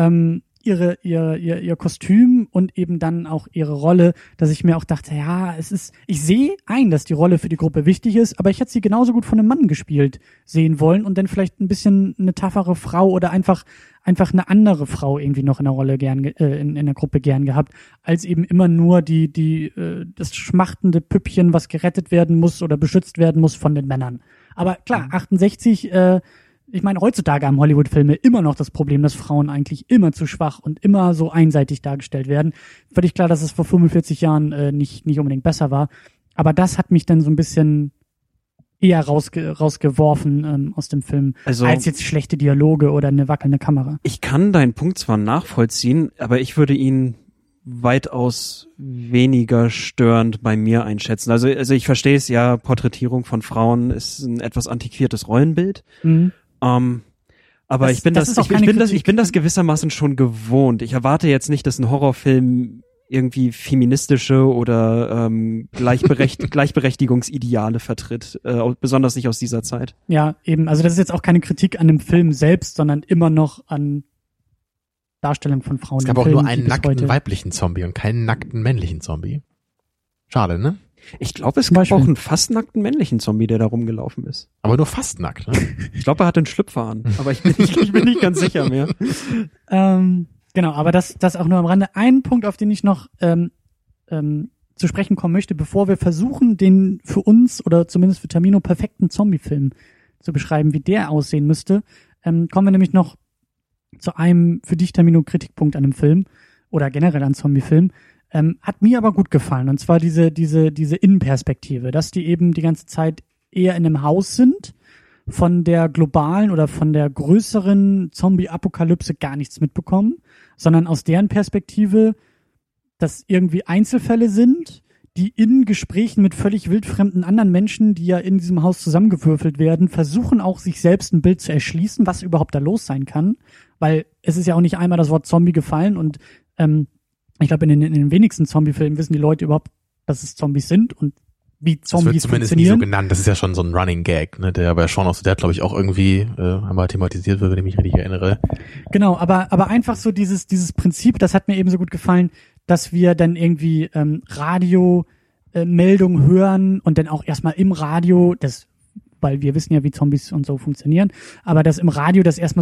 ihr Kostüm und eben dann auch ihre Rolle, dass ich mir auch dachte, ich sehe ein, dass die Rolle für die Gruppe wichtig ist, aber ich hätte sie genauso gut von einem Mann gespielt sehen wollen und dann vielleicht ein bisschen eine taffere Frau oder einfach eine andere Frau irgendwie noch in der Rolle in der Gruppe gern gehabt, als eben immer nur das schmachtende Püppchen, was gerettet werden muss oder beschützt werden muss von den Männern. Aber klar, 68, ich meine, heutzutage haben Hollywood-Filme immer noch das Problem, dass Frauen eigentlich immer zu schwach und immer so einseitig dargestellt werden. Völlig klar, dass es vor 45 Jahren nicht unbedingt besser war. Aber das hat mich dann so ein bisschen eher rausgeworfen aus dem Film, als jetzt schlechte Dialoge oder eine wackelnde Kamera. Ich kann deinen Punkt zwar nachvollziehen, aber ich würde ihn weitaus weniger störend bei mir einschätzen. Also ich verstehe es ja, Porträtierung von Frauen ist ein etwas antiquiertes Rollenbild. Aber ich bin das gewissermaßen schon gewohnt. Ich erwarte jetzt nicht, dass ein Horrorfilm irgendwie feministische oder Gleichberechtigungsideale vertritt, besonders nicht aus dieser Zeit. Ja, eben. Also das ist jetzt auch keine Kritik an dem Film selbst, sondern immer noch an Darstellung von Frauen. Es gab auch nur einen nackten weiblichen Zombie und keinen nackten männlichen Zombie. Schade, ne? Ich glaube, es gab auch einen fast nackten männlichen Zombie, der da rumgelaufen ist. Aber nur fast nackt, ne? Ich glaube, er hat einen Schlüpfer an, aber ich bin nicht ganz sicher mehr. Genau, aber das auch nur am Rande. Ein Punkt, auf den ich noch zu sprechen kommen möchte, bevor wir versuchen, den für uns oder zumindest für Tamino perfekten Zombie-Film zu beschreiben, wie der aussehen müsste, kommen wir nämlich noch zu einem für dich, Tamino, Kritikpunkt an dem Film oder generell an Zombie-Film. Hat mir aber gut gefallen, und zwar diese Innenperspektive, dass die eben die ganze Zeit eher in einem Haus sind, von der globalen oder von der größeren Zombie-Apokalypse gar nichts mitbekommen, sondern aus deren Perspektive, dass irgendwie Einzelfälle sind, die in Gesprächen mit völlig wildfremden anderen Menschen, die ja in diesem Haus zusammengewürfelt werden, versuchen auch sich selbst ein Bild zu erschließen, was überhaupt da los sein kann, weil es ist ja auch nicht einmal das Wort Zombie gefallen und ich glaube, in den wenigsten Zombie-Filmen wissen die Leute überhaupt, dass es Zombies sind und wie Zombies funktionieren. Das wird zumindest nie so genannt. Das ist ja schon so ein Running Gag, ne, der bei Shaun of the Dead, glaube ich, auch irgendwie einmal thematisiert wird, wenn ich mich richtig erinnere. Genau, aber einfach so dieses Prinzip, das hat mir eben so gut gefallen, dass wir dann irgendwie Radio-Meldungen hören und dann auch erstmal im Radio, weil wir wissen ja, wie Zombies und so funktionieren, aber dass im Radio das erstmal so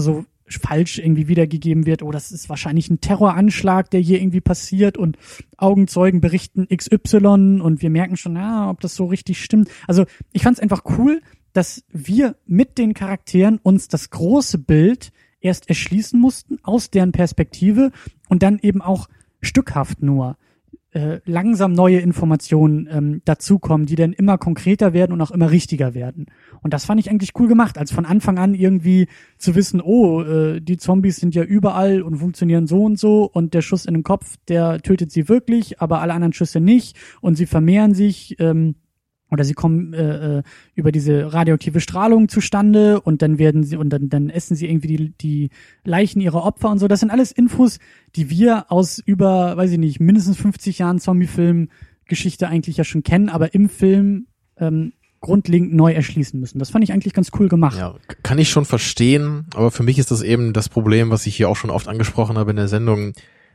falsch irgendwie wiedergegeben wird, das ist wahrscheinlich ein Terroranschlag, der hier irgendwie passiert und Augenzeugen berichten XY und wir merken schon, ob das so richtig stimmt. Also ich fand es einfach cool, dass wir mit den Charakteren uns das große Bild erst erschließen mussten aus deren Perspektive und dann eben auch stückhaft nur langsam neue Informationen dazukommen, die dann immer konkreter werden und auch immer richtiger werden. Und das fand ich eigentlich cool gemacht, als von Anfang an irgendwie zu wissen, die Zombies sind ja überall und funktionieren so und der Schuss in den Kopf, der tötet sie wirklich, aber alle anderen Schüsse nicht und sie vermehren sich oder sie kommen über diese radioaktive Strahlung zustande und dann werden sie und dann essen sie irgendwie die Leichen ihrer Opfer und so. Das sind alles Infos, die wir aus über, weiß ich nicht, mindestens 50 Jahren Zombie-Film-Geschichte eigentlich ja schon kennen, aber im Film grundlegend neu erschließen müssen. Das fand ich eigentlich ganz cool gemacht. Ja, kann ich schon verstehen, aber für mich ist das eben das Problem, was ich hier auch schon oft angesprochen habe in der Sendung.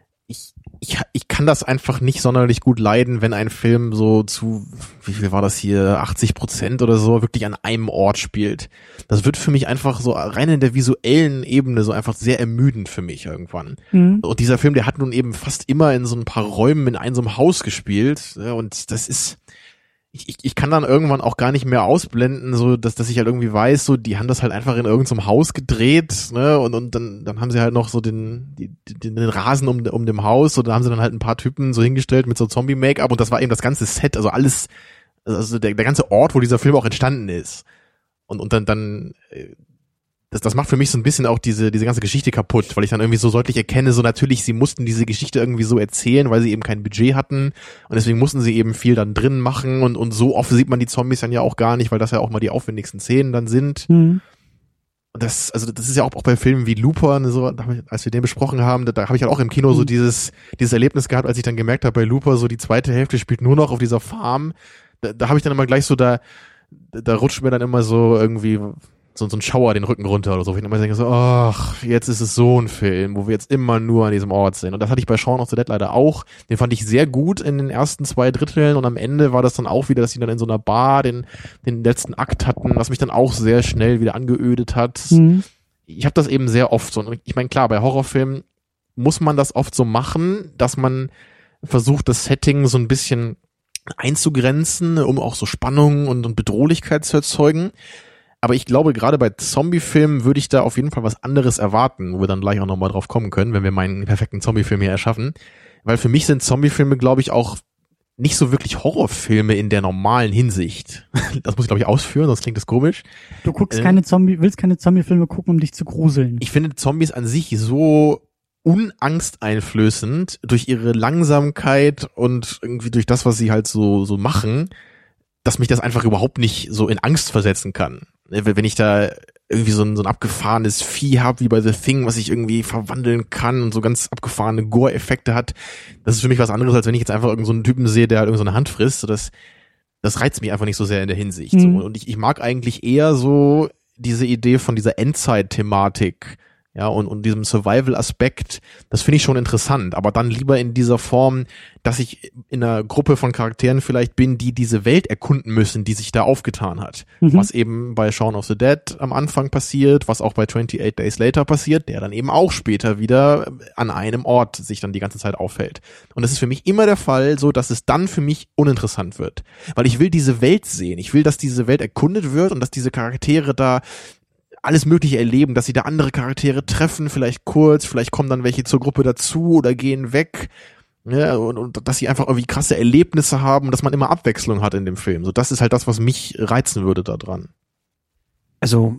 Ich kann das einfach nicht sonderlich gut leiden, wenn ein Film so zu, wie viel war das hier, 80% oder so, wirklich an einem Ort spielt. Das wird für mich einfach so rein in der visuellen Ebene so einfach sehr ermüdend für mich irgendwann. Mhm. Und dieser Film, der hat nun eben fast immer in so ein paar Räumen in einem so einem Haus gespielt. Ja, und das ist, ich kann dann irgendwann auch gar nicht mehr ausblenden, so dass ich halt irgendwie weiß, so die haben das halt einfach in irgendeinem Haus gedreht, ne, und dann haben sie halt noch so den Rasen um dem Haus, so da haben sie dann halt ein paar Typen so hingestellt mit so Zombie-Make-up und das war eben das ganze Set, also alles, also der ganze Ort, wo dieser Film auch entstanden ist. Und dann das macht für mich so ein bisschen auch diese ganze Geschichte kaputt, weil ich dann irgendwie so deutlich erkenne, so natürlich, sie mussten diese Geschichte irgendwie so erzählen, weil sie eben kein Budget hatten und deswegen mussten sie eben viel dann drin machen und so oft sieht man die Zombies dann ja auch gar nicht, weil das ja auch mal die aufwendigsten Szenen dann sind. Mhm. Und das ist ja auch bei Filmen wie Looper, ne, so, als wir den besprochen haben, da habe ich halt auch im Kino so dieses Erlebnis gehabt, als ich dann gemerkt habe, bei Looper so die zweite Hälfte spielt nur noch auf dieser Farm. Da habe ich dann immer gleich so, da rutscht mir dann immer so irgendwie so ein Schauer den Rücken runter oder so. Ich immer denke so, ach, jetzt ist es so ein Film, wo wir jetzt immer nur an diesem Ort sind. Und das hatte ich bei Shaun of the Dead leider auch. Den fand ich sehr gut in den ersten 2 Dritteln und am Ende war das dann auch wieder, dass sie dann in so einer Bar den letzten Akt hatten, was mich dann auch sehr schnell wieder angeödet hat. Mhm. Ich habe das eben sehr oft so. Und ich meine, klar, bei Horrorfilmen muss man das oft so machen, dass man versucht, das Setting so ein bisschen einzugrenzen, um auch so Spannung und Bedrohlichkeit zu erzeugen. Aber ich glaube, gerade bei Zombie-Filmen würde ich da auf jeden Fall was anderes erwarten, wo wir dann gleich auch nochmal drauf kommen können, wenn wir meinen perfekten Zombie-Film hier erschaffen. Weil für mich sind Zombie-Filme, glaube ich, auch nicht so wirklich Horrorfilme in der normalen Hinsicht. Das muss ich, glaube ich, ausführen, sonst klingt das komisch. Du willst keine Zombie-Filme gucken, um dich zu gruseln. Ich finde Zombies an sich so unangsteinflößend durch ihre Langsamkeit und irgendwie durch das, was sie halt so machen, dass mich das einfach überhaupt nicht so in Angst versetzen kann. Wenn ich da irgendwie so ein abgefahrenes Vieh habe, wie bei The Thing, was ich irgendwie verwandeln kann und so ganz abgefahrene Gore-Effekte hat, das ist für mich was anderes, als wenn ich jetzt einfach irgend so einen Typen sehe, der halt irgend so eine Hand frisst. So das reizt mich einfach nicht so sehr in der Hinsicht. Mhm. So. Und ich mag eigentlich eher so diese Idee von dieser Endzeit-Thematik, ja, und diesem Survival-Aspekt, das finde ich schon interessant, aber dann lieber in dieser Form, dass ich in einer Gruppe von Charakteren vielleicht bin, die diese Welt erkunden müssen, die sich da aufgetan hat. Mhm. Was eben bei Shaun of the Dead am Anfang passiert, was auch bei 28 Days Later passiert, der dann eben auch später wieder an einem Ort sich dann die ganze Zeit aufhält. Und das ist für mich immer der Fall, so dass es dann für mich uninteressant wird. Weil ich will diese Welt sehen, ich will, dass diese Welt erkundet wird und dass diese Charaktere da alles Mögliche erleben, dass sie da andere Charaktere treffen, vielleicht kurz, vielleicht kommen dann welche zur Gruppe dazu oder gehen weg, ja, und dass sie einfach irgendwie krasse Erlebnisse haben, dass man immer Abwechslung hat in dem Film. So, das ist halt das, was mich reizen würde da dran. Also,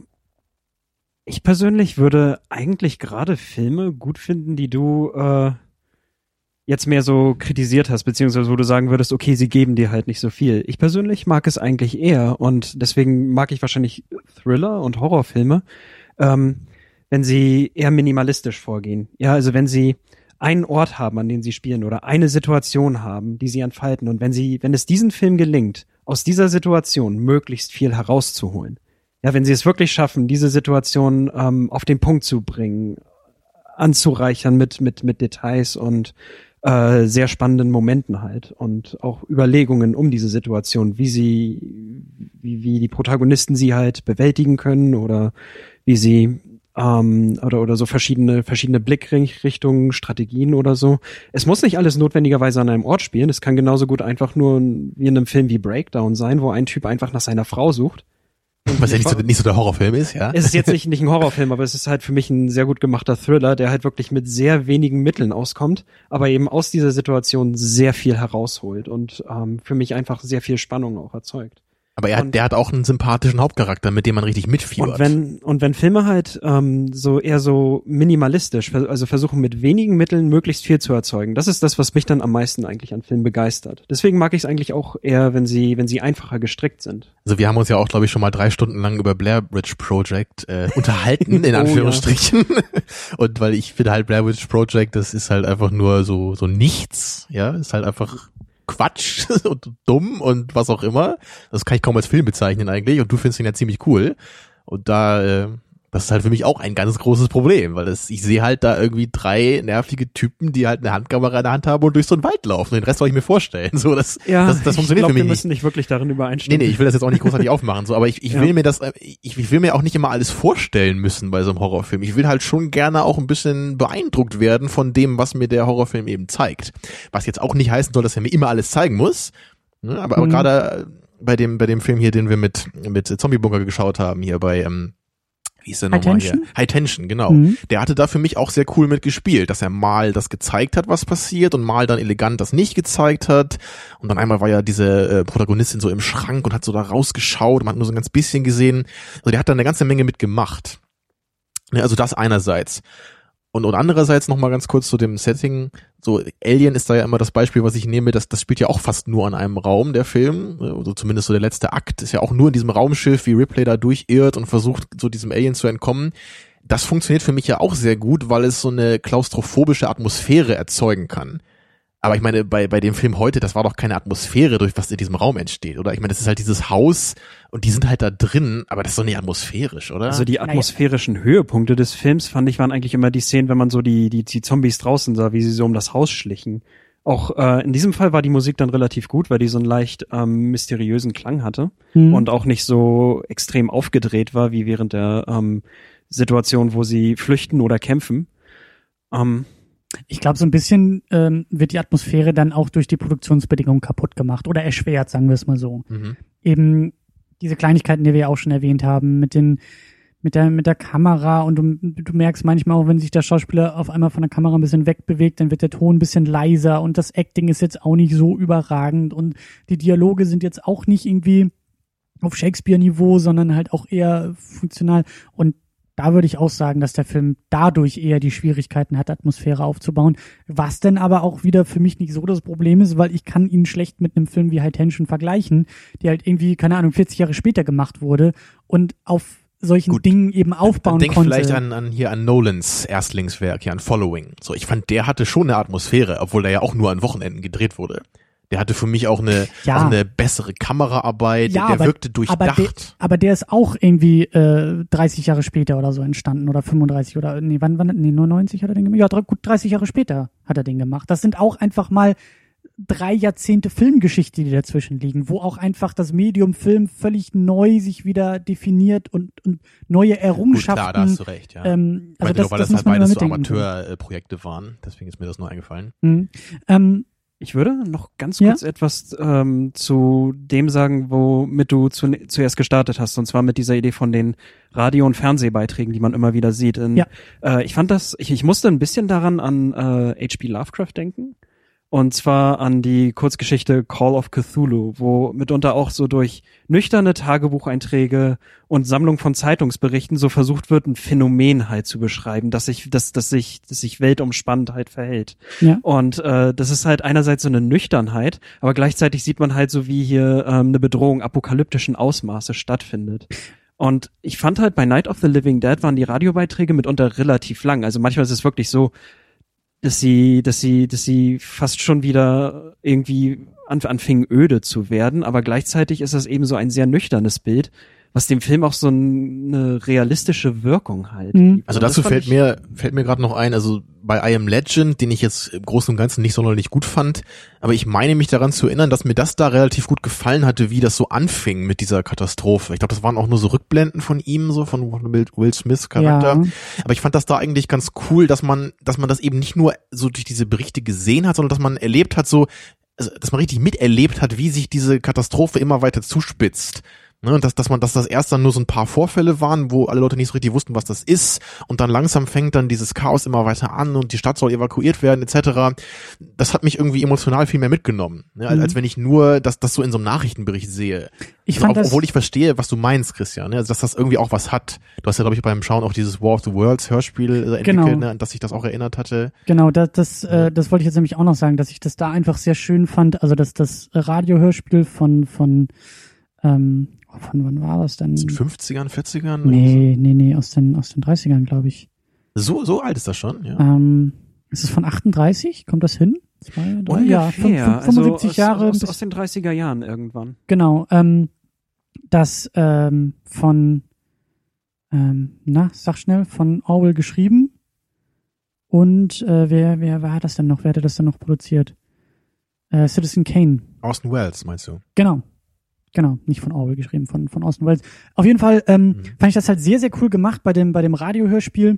ich persönlich würde eigentlich gerade Filme gut finden, die du jetzt mehr so kritisiert hast, beziehungsweise wo du sagen würdest, okay, sie geben dir halt nicht so viel. Ich persönlich mag es eigentlich eher und deswegen mag ich wahrscheinlich Thriller und Horrorfilme, wenn sie eher minimalistisch vorgehen. Ja, also wenn sie einen Ort haben, an dem sie spielen oder eine Situation haben, die sie entfalten und wenn es diesen Film gelingt, aus dieser Situation möglichst viel herauszuholen. Ja, wenn sie es wirklich schaffen, diese Situation auf den Punkt zu bringen, anzureichern mit Details und sehr spannenden Momenten halt und auch Überlegungen um diese Situation, wie die Protagonisten sie halt bewältigen können oder wie sie oder so verschiedene Blickrichtungen, Strategien oder so. Es muss nicht alles notwendigerweise an einem Ort spielen. Es kann genauso gut einfach nur wie in einem Film wie Breakdown sein, wo ein Typ einfach nach seiner Frau sucht. Was ja nicht so der Horrorfilm ist, ja. Es ist jetzt nicht ein Horrorfilm, aber es ist halt für mich ein sehr gut gemachter Thriller, der halt wirklich mit sehr wenigen Mitteln auskommt, aber eben aus dieser Situation sehr viel herausholt und für mich einfach sehr viel Spannung auch erzeugt. Aber der hat auch einen sympathischen Hauptcharakter, mit dem man richtig mitfiebert. Und wenn Filme halt so eher so minimalistisch, also versuchen mit wenigen Mitteln möglichst viel zu erzeugen, das ist das, was mich dann am meisten eigentlich an Filmen begeistert. Deswegen mag ich es eigentlich auch eher, wenn sie einfacher gestrickt sind. Also wir haben uns ja auch, glaube ich, schon mal 3 Stunden lang über Blair Witch Project unterhalten, in Anführungsstrichen. Ja. Und weil ich finde halt Blair Witch Project, das ist halt einfach nur so nichts, ja, ist halt einfach Quatsch und dumm und was auch immer. Das kann ich kaum als Film bezeichnen eigentlich und du findest ihn ja ziemlich cool. Und das ist halt für mich auch ein ganz großes Problem, weil ich sehe halt da irgendwie 3 nervige Typen, die halt eine Handkamera in der Hand haben und durch so einen Wald laufen. Den Rest soll ich mir vorstellen. So, das funktioniert für mich nicht. Wir müssen nicht wirklich darin übereinstimmen. Nee, ich will das jetzt auch nicht großartig aufmachen, so, aber ich will mir auch nicht immer alles vorstellen müssen bei so einem Horrorfilm. Ich will halt schon gerne auch ein bisschen beeindruckt werden von dem, was mir der Horrorfilm eben zeigt. Was jetzt auch nicht heißen soll, dass er mir immer alles zeigen muss, ne? Aber gerade bei dem Film hier, den wir mit Zombie Bunker geschaut haben, hier bei wie ist der nochmal hier? High Tension, genau. Mhm. Der hatte da für mich auch sehr cool mitgespielt, dass er mal das gezeigt hat, was passiert und mal dann elegant das nicht gezeigt hat. Und dann einmal war ja diese Protagonistin so im Schrank und hat so da rausgeschaut und man hat nur so ein ganz bisschen gesehen. Also der hat da eine ganze Menge mitgemacht. Ja, also das einerseits. Und andererseits nochmal ganz kurz zu dem Setting. So, Alien ist da ja immer das Beispiel, was ich nehme, das spielt ja auch fast nur an einem Raum, der Film. Also zumindest so der letzte Akt ist ja auch nur in diesem Raumschiff, wie Ripley da durchirrt und versucht, so diesem Alien zu entkommen. Das funktioniert für mich ja auch sehr gut, weil es so eine klaustrophobische Atmosphäre erzeugen kann. Aber ich meine, bei dem Film heute, das war doch keine Atmosphäre, durch was in diesem Raum entsteht, oder? Ich meine, das ist halt dieses Haus und die sind halt da drin, aber das ist doch nicht atmosphärisch, oder? Also die atmosphärischen Höhepunkte des Films, fand ich, waren eigentlich immer die Szenen, wenn man so die Zombies draußen sah, wie sie so um das Haus schlichen. Auch in diesem Fall war die Musik dann relativ gut, weil die so einen leicht mysteriösen Klang hatte und auch nicht so extrem aufgedreht war, wie während der Situation, wo sie flüchten oder kämpfen. Ich glaube, so ein bisschen wird die Atmosphäre dann auch durch die Produktionsbedingungen kaputt gemacht oder erschwert, sagen wir es mal so. Mhm. Eben diese Kleinigkeiten, die wir ja auch schon erwähnt haben, mit der Kamera, und du merkst manchmal auch, wenn sich der Schauspieler auf einmal von der Kamera ein bisschen wegbewegt, dann wird der Ton ein bisschen leiser und das Acting ist jetzt auch nicht so überragend und die Dialoge sind jetzt auch nicht irgendwie auf Shakespeare-Niveau, sondern halt auch eher funktional, und da würde ich auch sagen, dass der Film dadurch eher die Schwierigkeiten hat, Atmosphäre aufzubauen, was denn aber auch wieder für mich nicht so das Problem ist, weil ich kann ihn schlecht mit einem Film wie High Tension vergleichen, der halt irgendwie, keine Ahnung, 40 Jahre später gemacht wurde und auf solchen Dingen eben aufbauen denk konnte. Denk vielleicht an Nolans Erstlingswerk, hier an Following. So, ich fand, der hatte schon eine Atmosphäre, obwohl der ja auch nur an Wochenenden gedreht wurde. Der hatte für mich auch eine bessere Kameraarbeit, der wirkte durchdacht. Aber der ist auch irgendwie 30 Jahre später oder so entstanden oder 35 oder wann 99 hat er den gemacht? Ja, gut 30 Jahre später hat er den gemacht. Das sind auch einfach mal 3 Jahrzehnte Filmgeschichte, die dazwischen liegen, wo auch einfach das Medium Film völlig neu sich wieder definiert und neue Errungenschaften. Gut, klar, da hast du recht, ja. Also weil das halt beides so Amateurprojekte waren, deswegen ist mir das nur eingefallen. Ich würde noch ganz kurz etwas zu dem sagen, womit du zuerst gestartet hast, und zwar mit dieser Idee von den Radio- und Fernsehbeiträgen, die man immer wieder sieht. Ich fand ich musste ein bisschen daran an H.P. Lovecraft denken. Und zwar an die Kurzgeschichte Call of Cthulhu, wo mitunter auch so durch nüchterne Tagebucheinträge und Sammlung von Zeitungsberichten so versucht wird, ein Phänomen halt zu beschreiben, dass sich weltumspannend halt verhält. Ja. Und das ist halt einerseits so eine Nüchternheit, aber gleichzeitig sieht man halt so, wie hier eine Bedrohung apokalyptischen Ausmaßes stattfindet. Und ich fand halt, bei Night of the Living Dead waren die Radiobeiträge mitunter relativ lang. Also manchmal ist es wirklich so, dass sie fast schon wieder irgendwie anfingen öde zu werden, aber gleichzeitig ist das eben so ein sehr nüchternes Bild, was dem Film auch so eine realistische Wirkung halt gibt. Also dazu fällt mir gerade noch ein, also bei I Am Legend, den ich jetzt im Großen und Ganzen nicht sonderlich gut fand, aber ich meine mich daran zu erinnern, dass mir das da relativ gut gefallen hatte, wie das so anfing mit dieser Katastrophe. Ich glaube, das waren auch nur so Rückblenden von ihm, so von Will Smiths Charakter. Ja. Aber ich fand das da eigentlich ganz cool, dass man das eben nicht nur so durch diese Berichte gesehen hat, sondern dass man erlebt hat, so, also, dass man richtig miterlebt hat, wie sich diese Katastrophe immer weiter zuspitzt. Ne, und dass das erst dann nur so ein paar Vorfälle waren, wo alle Leute nicht so richtig wussten, was das ist, und dann langsam fängt dann dieses Chaos immer weiter an und die Stadt soll evakuiert werden etc. Das hat mich irgendwie emotional viel mehr mitgenommen, ne, als wenn ich nur das so in so einem Nachrichtenbericht sehe. Obwohl ich verstehe, was du meinst, Christian, ne, also dass das irgendwie auch was hat. Du hast ja, glaube ich, beim Schauen auch dieses War of the Worlds Hörspiel entwickelt, ne, an das sich das auch erinnert hatte. Genau, das wollte ich jetzt nämlich auch noch sagen, dass ich das da einfach sehr schön fand, also dass das Radiohörspiel von wann war das denn? Aus den 50ern, 40ern? Nee, aus den 30ern, glaube ich. So alt ist das schon, ja. Ist es von 38? Kommt das hin? 2, 3? Ja, 75 also Jahre. Aus den 30er Jahren irgendwann. Genau, das von von Orwell geschrieben. Und wer hat das denn noch? Wer hatte das denn noch produziert? Citizen Kane. Orson Welles, meinst du? Genau, nicht von Orwell geschrieben, von Orson Welles. Auf jeden Fall fand ich das halt sehr, sehr cool gemacht bei dem Radiohörspiel,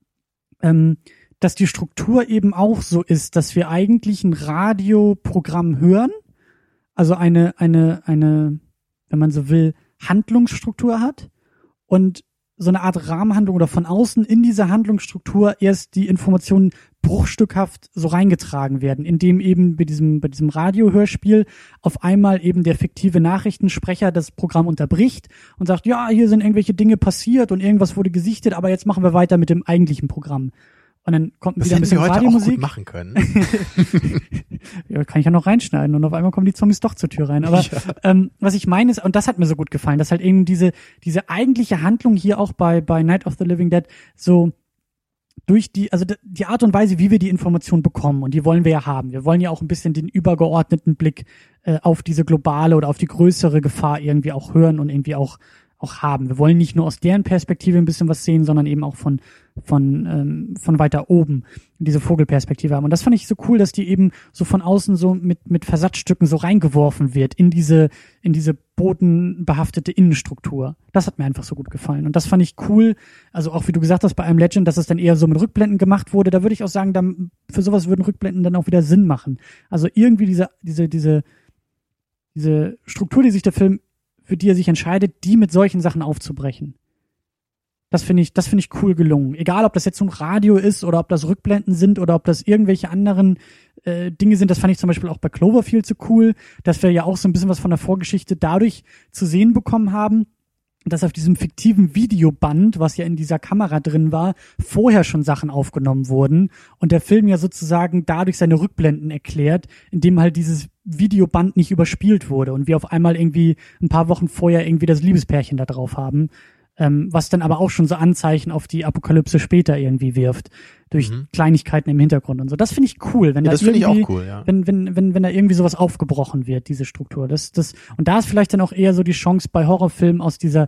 dass die Struktur eben auch so ist, dass wir eigentlich ein Radioprogramm hören, also eine, wenn man so will, Handlungsstruktur hat und so eine Art Rahmenhandlung oder von außen in diese Handlungsstruktur erst die Informationen bruchstückhaft so reingetragen werden, indem eben bei diesem Radiohörspiel auf einmal eben der fiktive Nachrichtensprecher das Programm unterbricht und sagt, ja, hier sind irgendwelche Dinge passiert und irgendwas wurde gesichtet, aber jetzt machen wir weiter mit dem eigentlichen Programm. Und dann kommt wieder ein bisschen Radiomusik. Das hätten wir heute auch gut machen können. Ja, kann ich ja noch reinschneiden und auf einmal kommen die Zombies doch zur Tür rein. Aber was ich meine ist, und das hat mir so gut gefallen, dass halt eben diese eigentliche Handlung hier auch bei Night of the Living Dead so durch die Art und Weise, wie wir die Information bekommen, und die wollen wir ja haben. Wir wollen ja auch ein bisschen den übergeordneten Blick auf diese globale oder auf die größere Gefahr irgendwie auch hören und irgendwie auch haben. Wir wollen nicht nur aus deren Perspektive ein bisschen was sehen, sondern eben auch von weiter oben diese Vogelperspektive haben. Und das fand ich so cool, dass die eben so von außen so mit Versatzstücken so reingeworfen wird in diese bodenbehaftete Innenstruktur. Das hat mir einfach so gut gefallen. Und das fand ich cool. Also auch wie du gesagt hast bei I Am Legend, dass es dann eher so mit Rückblenden gemacht wurde. Da würde ich auch sagen, für sowas würden Rückblenden dann auch wieder Sinn machen. Also irgendwie diese Struktur, die sich der Film, für die er sich entscheidet, die mit solchen Sachen aufzubrechen. Das finde ich cool gelungen. Egal, ob das jetzt so ein Radio ist oder ob das Rückblenden sind oder ob das irgendwelche anderen Dinge sind. Das fand ich zum Beispiel auch bei Cloverfield so cool, dass wir ja auch so ein bisschen was von der Vorgeschichte dadurch zu sehen bekommen haben, dass auf diesem fiktiven Videoband, was ja in dieser Kamera drin war, vorher schon Sachen aufgenommen wurden und der Film ja sozusagen dadurch seine Rückblenden erklärt, indem halt dieses Videoband nicht überspielt wurde und wir auf einmal irgendwie ein paar Wochen vorher irgendwie das Liebespärchen da drauf haben, was dann aber auch schon so Anzeichen auf die Apokalypse später irgendwie wirft, durch Kleinigkeiten im Hintergrund und so. Das finde ich cool, wenn da das irgendwie, ich auch cool, ja. wenn da irgendwie sowas aufgebrochen wird, diese Struktur. Und da ist vielleicht dann auch eher so die Chance bei Horrorfilmen aus dieser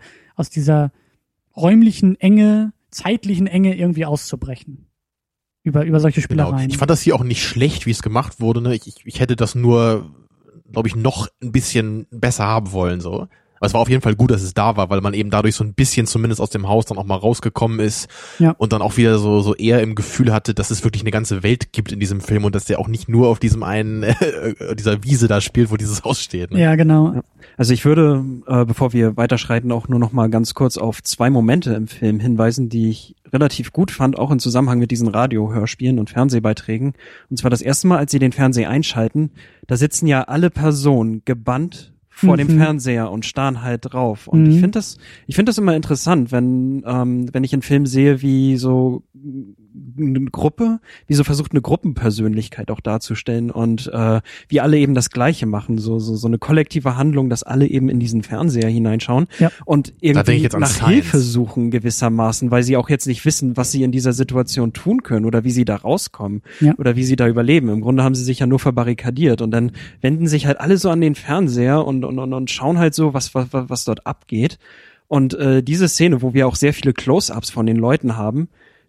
räumlichen Enge, zeitlichen Enge irgendwie auszubrechen. Über solche Spielereien. Genau. Ich fand das hier auch nicht schlecht, wie es gemacht wurde, ne? Ich hätte das nur, glaube ich, noch ein bisschen besser haben wollen, so. Aber es war auf jeden Fall gut, dass es da war, weil man eben dadurch so ein bisschen zumindest aus dem Haus dann auch mal rausgekommen ist und dann auch wieder so eher im Gefühl hatte, dass es wirklich eine ganze Welt gibt in diesem Film und dass der auch nicht nur auf diesem einen, dieser Wiese da spielt, wo dieses Haus steht. Ne? Ja, genau. Ja. Also ich würde, bevor wir weiterschreiten, auch nur noch mal ganz kurz auf 2 Momente im Film hinweisen, die ich relativ gut fand, auch im Zusammenhang mit diesen Radiohörspielen und Fernsehbeiträgen. Und zwar das erste Mal, als sie den Fernseher einschalten, da sitzen ja alle Personen gebannt vor dem Fernseher und starren halt drauf. Und ich finde das immer interessant, wenn ich einen Film sehe, wie so eine Gruppe, wie so versucht, eine Gruppenpersönlichkeit auch darzustellen und wie alle eben das Gleiche machen, so eine kollektive Handlung, dass alle eben in diesen Fernseher hineinschauen und irgendwie nach Hilfe suchen gewissermaßen, weil sie auch jetzt nicht wissen, was sie in dieser Situation tun können oder wie sie da rauskommen oder wie sie da überleben. Im Grunde haben sie sich ja nur verbarrikadiert und dann wenden sich halt alle so an den Fernseher und schauen halt so, was dort abgeht. Und diese Szene, wo wir auch sehr viele Close-ups von den Leuten haben,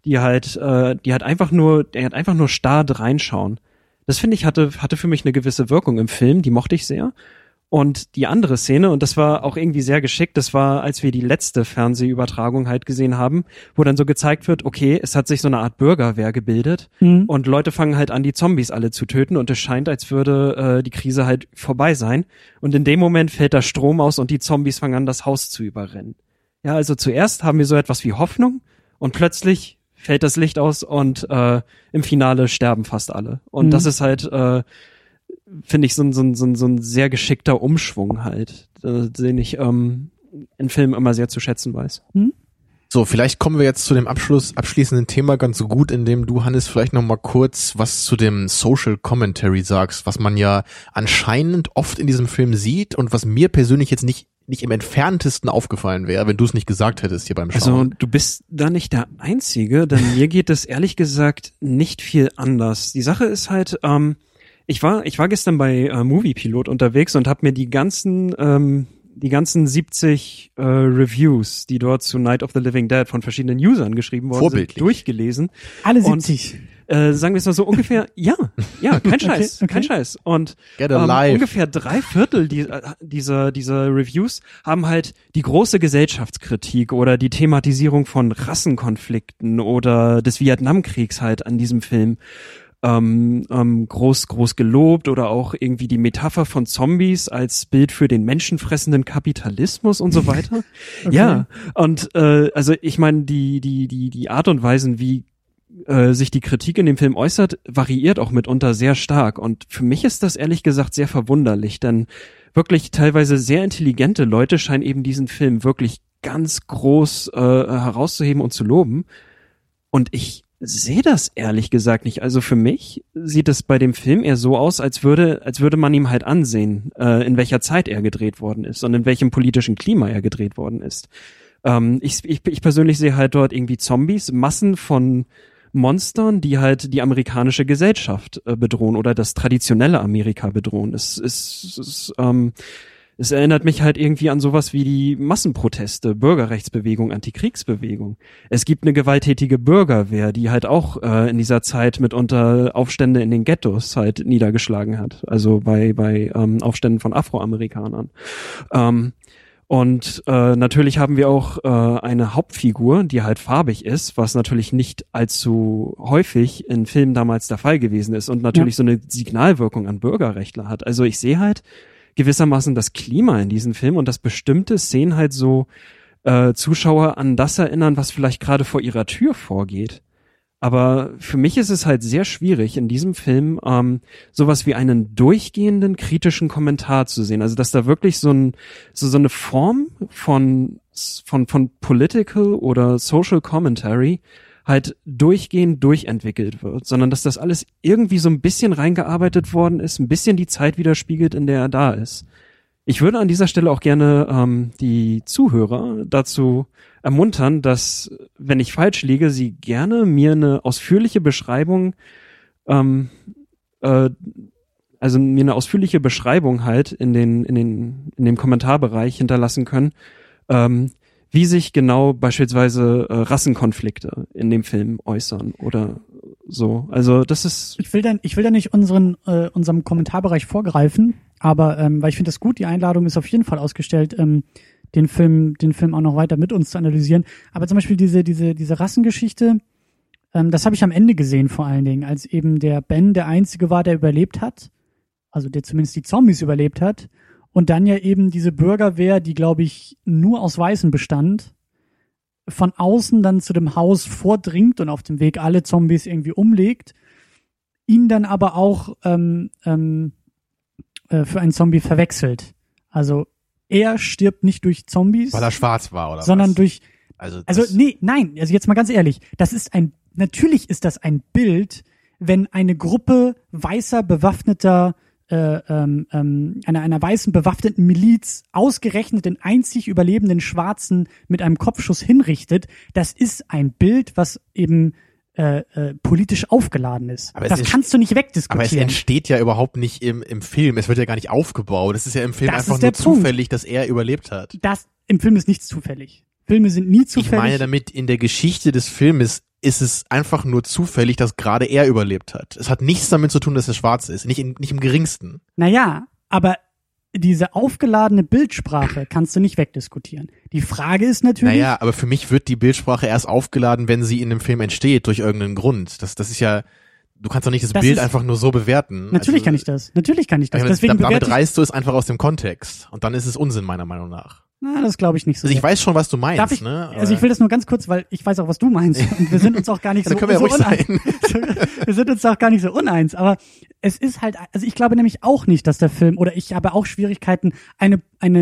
die halt einfach nur starr reinschauen. Das finde ich hatte für mich eine gewisse Wirkung im Film, die mochte ich sehr. Und die andere Szene, und das war auch irgendwie sehr geschickt, das war, als wir die letzte Fernsehübertragung halt gesehen haben, wo dann so gezeigt wird, okay, es hat sich so eine Art Bürgerwehr gebildet und Leute fangen halt an, die Zombies alle zu töten und es scheint, als würde die Krise halt vorbei sein. Und in dem Moment fällt der Strom aus und die Zombies fangen an, das Haus zu überrennen. Ja, also zuerst haben wir so etwas wie Hoffnung und plötzlich fällt das Licht aus und im Finale sterben fast alle. Und das ist halt finde ich so ein sehr geschickter Umschwung halt, den ich in Filmen immer sehr zu schätzen weiß. So, vielleicht kommen wir jetzt zu dem abschließenden Thema ganz so gut, indem du, Hannes, vielleicht noch mal kurz was zu dem Social Commentary sagst, was man ja anscheinend oft in diesem Film sieht und was mir persönlich jetzt nicht im entferntesten aufgefallen wäre, wenn du es nicht gesagt hättest hier beim Schauen. Also du bist da nicht der Einzige, denn mir geht es ehrlich gesagt nicht viel anders. Die Sache ist halt, ich war gestern bei Moviepilot unterwegs und habe mir die ganzen 70 Reviews, die dort zu Night of the Living Dead von verschiedenen Usern geschrieben worden sind, durchgelesen. Alle 70. Und, sagen wir es mal so ungefähr, ja, kein Scheiß, okay. kein Scheiß. Und ungefähr ungefähr 3/4 dieser Reviews haben halt die große Gesellschaftskritik oder die Thematisierung von Rassenkonflikten oder des Vietnamkriegs halt an diesem Film groß gelobt oder auch irgendwie die Metapher von Zombies als Bild für den menschenfressenden Kapitalismus und so weiter. Okay. Ja, und also ich meine, die Art und Weisen, wie sich die Kritik in dem Film äußert, variiert auch mitunter sehr stark. Und für mich ist das ehrlich gesagt sehr verwunderlich, denn wirklich teilweise sehr intelligente Leute scheinen eben diesen Film wirklich ganz groß herauszuheben und zu loben. Und ich sehe das ehrlich gesagt nicht. Also für mich sieht es bei dem Film eher so aus, als würde man ihm halt ansehen, in welcher Zeit er gedreht worden ist und in welchem politischen Klima er gedreht worden ist. Ich persönlich sehe halt dort irgendwie Zombies, Massen von Monstern, die halt die amerikanische Gesellschaft bedrohen oder das traditionelle Amerika bedrohen. Es erinnert mich halt irgendwie an sowas wie die Massenproteste, Bürgerrechtsbewegung, Antikriegsbewegung. Es gibt eine gewalttätige Bürgerwehr, die halt auch in dieser Zeit mitunter Aufstände in den Ghettos halt niedergeschlagen hat. Also bei Aufständen von Afroamerikanern. Und natürlich haben wir auch eine Hauptfigur, die halt farbig ist, was natürlich nicht allzu häufig in Filmen damals der Fall gewesen ist und natürlich so eine Signalwirkung an Bürgerrechtler hat. Also ich sehe halt gewissermaßen das Klima in diesem Film und dass bestimmte Szenen halt so Zuschauer an das erinnern, was vielleicht gerade vor ihrer Tür vorgeht. Aber für mich ist es halt sehr schwierig, in diesem Film sowas wie einen durchgehenden kritischen Kommentar zu sehen. Also dass da wirklich so eine Form von Political oder Social Commentary halt durchgehend durchentwickelt wird, sondern dass das alles irgendwie so ein bisschen reingearbeitet worden ist, ein bisschen die Zeit widerspiegelt, in der er da ist. Ich würde an dieser Stelle auch gerne die Zuhörer dazu ermuntern, dass, wenn ich falsch liege, sie gerne mir eine ausführliche Beschreibung, halt in dem Kommentarbereich hinterlassen können, wie sich genau beispielsweise Rassenkonflikte in dem Film äußern oder so. Also das ist. Ich will da nicht unserem Kommentarbereich vorgreifen, aber weil ich finde das gut, die1-Ladung ist auf jeden Fall ausgestellt, den Film auch noch weiter mit uns zu analysieren. Aber zum Beispiel diese Rassengeschichte, das habe ich am Ende gesehen vor allen Dingen, als eben der Ben der Einzige war, der überlebt hat, also der zumindest die Zombies überlebt hat. Und dann ja eben diese Bürgerwehr, die, glaube ich, nur aus Weißen bestand, von außen dann zu dem Haus vordringt und auf dem Weg alle Zombies irgendwie umlegt, ihn dann aber auch für einen Zombie verwechselt. Also er stirbt nicht durch Zombies. Weil er schwarz war, oder sondern was? durch... Also jetzt mal ganz ehrlich, natürlich ist das ein Bild, wenn eine Gruppe weißer, bewaffneter einer weißen bewaffneten Miliz ausgerechnet den einzig überlebenden Schwarzen mit einem Kopfschuss hinrichtet, das ist ein Bild, was eben politisch aufgeladen ist. Aber das kannst du nicht wegdiskutieren. Aber es entsteht ja überhaupt nicht im Film. Es wird ja gar nicht aufgebaut. Es ist ja im Film das einfach nur zufällig, dass er überlebt hat. Im Film ist nichts zufällig. Filme sind nie zufällig. Ich meine damit, in der Geschichte des Filmes ist es einfach nur zufällig, dass gerade er überlebt hat. Es hat nichts damit zu tun, dass er schwarz ist. Nicht im geringsten. Naja, aber diese aufgeladene Bildsprache kannst du nicht wegdiskutieren. Die Frage ist natürlich... Naja, aber für mich wird die Bildsprache erst aufgeladen, wenn sie in dem Film entsteht, durch irgendeinen Grund. Das ist ja... Du kannst doch nicht das Bild einfach nur so bewerten. Natürlich kann ich das. Deswegen damit reißt du es einfach aus dem Kontext. Und dann ist es Unsinn, meiner Meinung nach. Na, das glaube ich nicht so. Also ich weiß schon, was du meinst. Also ich will das nur ganz kurz, weil ich weiß auch, was du meinst. Und wir sind uns auch gar nicht so uneins. Wir sind uns auch gar nicht so uneins. Aber es ist halt, also ich glaube nämlich auch nicht, dass der Film, oder ich habe auch Schwierigkeiten, eine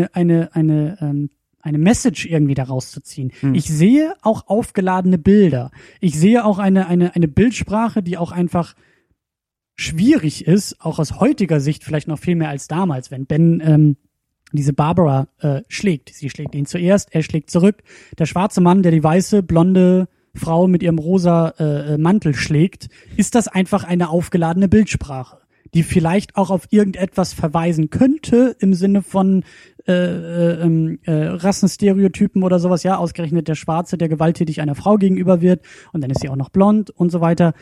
Message irgendwie daraus zu ziehen. Ich sehe auch aufgeladene Bilder. Ich sehe auch eine Bildsprache, die auch einfach schwierig ist, auch aus heutiger Sicht vielleicht noch viel mehr als damals, wenn Ben diese Barbara schlägt. Sie schlägt ihn zuerst, er schlägt zurück. Der schwarze Mann, der die weiße, blonde Frau mit ihrem rosa Mantel schlägt, ist das einfach eine aufgeladene Bildsprache, die vielleicht auch auf irgendetwas verweisen könnte im Sinne von Rassenstereotypen oder sowas. Ja, ausgerechnet der Schwarze, der gewalttätig einer Frau gegenüber wird und dann ist sie auch noch blond und so weiter.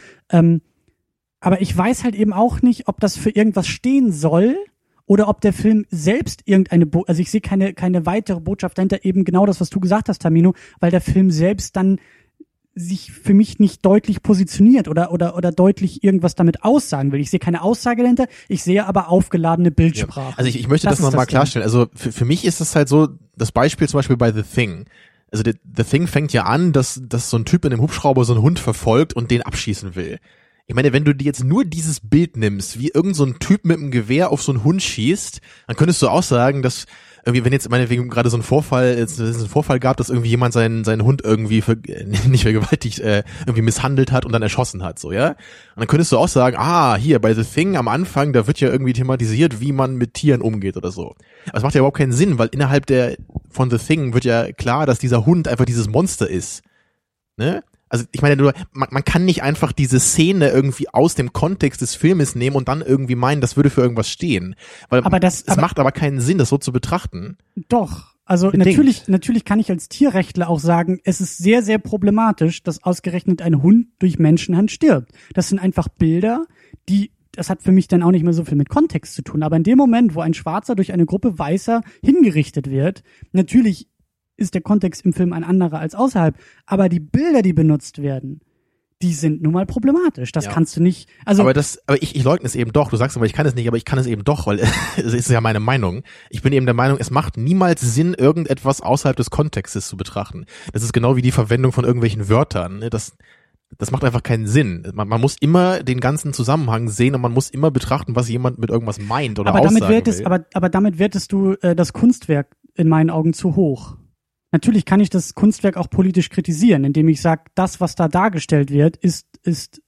Aber ich weiß halt eben auch nicht, ob das für irgendwas stehen soll oder ob der Film selbst also ich sehe keine weitere Botschaft dahinter, eben genau das, was du gesagt hast, Tamino, weil der Film selbst dann sich für mich nicht deutlich positioniert oder deutlich irgendwas damit aussagen will. Ich sehe keine Aussage dahinter, ich sehe aber aufgeladene Bildsprache. Ja. Also ich möchte das nochmal klarstellen. Also für mich ist das halt so, das Beispiel zum Beispiel bei The Thing. Also The Thing fängt ja an, dass so ein Typ in einem Hubschrauber so einen Hund verfolgt und den abschießen will. Ich meine, wenn du dir jetzt nur dieses Bild nimmst, wie irgend so ein Typ mit einem Gewehr auf so einen Hund schießt, dann könntest du auch sagen, dass irgendwie, wenn jetzt meinetwegen gerade so ein Vorfall gab, dass irgendwie jemand seinen Hund irgendwie nicht vergewaltigt, irgendwie misshandelt hat und dann erschossen hat, so, ja? Und dann könntest du auch sagen, hier bei The Thing am Anfang, da wird ja irgendwie thematisiert, wie man mit Tieren umgeht oder so. Aber es macht ja überhaupt keinen Sinn, weil innerhalb von The Thing wird ja klar, dass dieser Hund einfach dieses Monster ist, ne? Also ich meine, man kann nicht einfach diese Szene irgendwie aus dem Kontext des Filmes nehmen und dann irgendwie meinen, das würde für irgendwas stehen. Weil es macht aber keinen Sinn, das so zu betrachten. Doch. Also natürlich kann ich als Tierrechtler auch sagen, es ist sehr, sehr problematisch, dass ausgerechnet ein Hund durch Menschenhand stirbt. Das sind einfach Bilder, das hat für mich dann auch nicht mehr so viel mit Kontext zu tun. Aber in dem Moment, wo ein Schwarzer durch eine Gruppe Weißer hingerichtet wird, natürlich ist der Kontext im Film ein anderer als außerhalb. Aber die Bilder, die benutzt werden, die sind nun mal problematisch. Das kannst du nicht, also. Aber ich leugne es eben doch. Du sagst immer, ich kann es nicht, aber ich kann es eben doch, weil es ist ja meine Meinung. Ich bin eben der Meinung, es macht niemals Sinn, irgendetwas außerhalb des Kontextes zu betrachten. Das ist genau wie die Verwendung von irgendwelchen Wörtern. Ne? Das macht einfach keinen Sinn. Man muss immer den ganzen Zusammenhang sehen und man muss immer betrachten, was jemand mit irgendwas meint oder aussagen will. Aber damit wertest du das Kunstwerk in meinen Augen zu hoch. Natürlich kann ich das Kunstwerk auch politisch kritisieren, indem ich sage, das, was da dargestellt wird, es ist,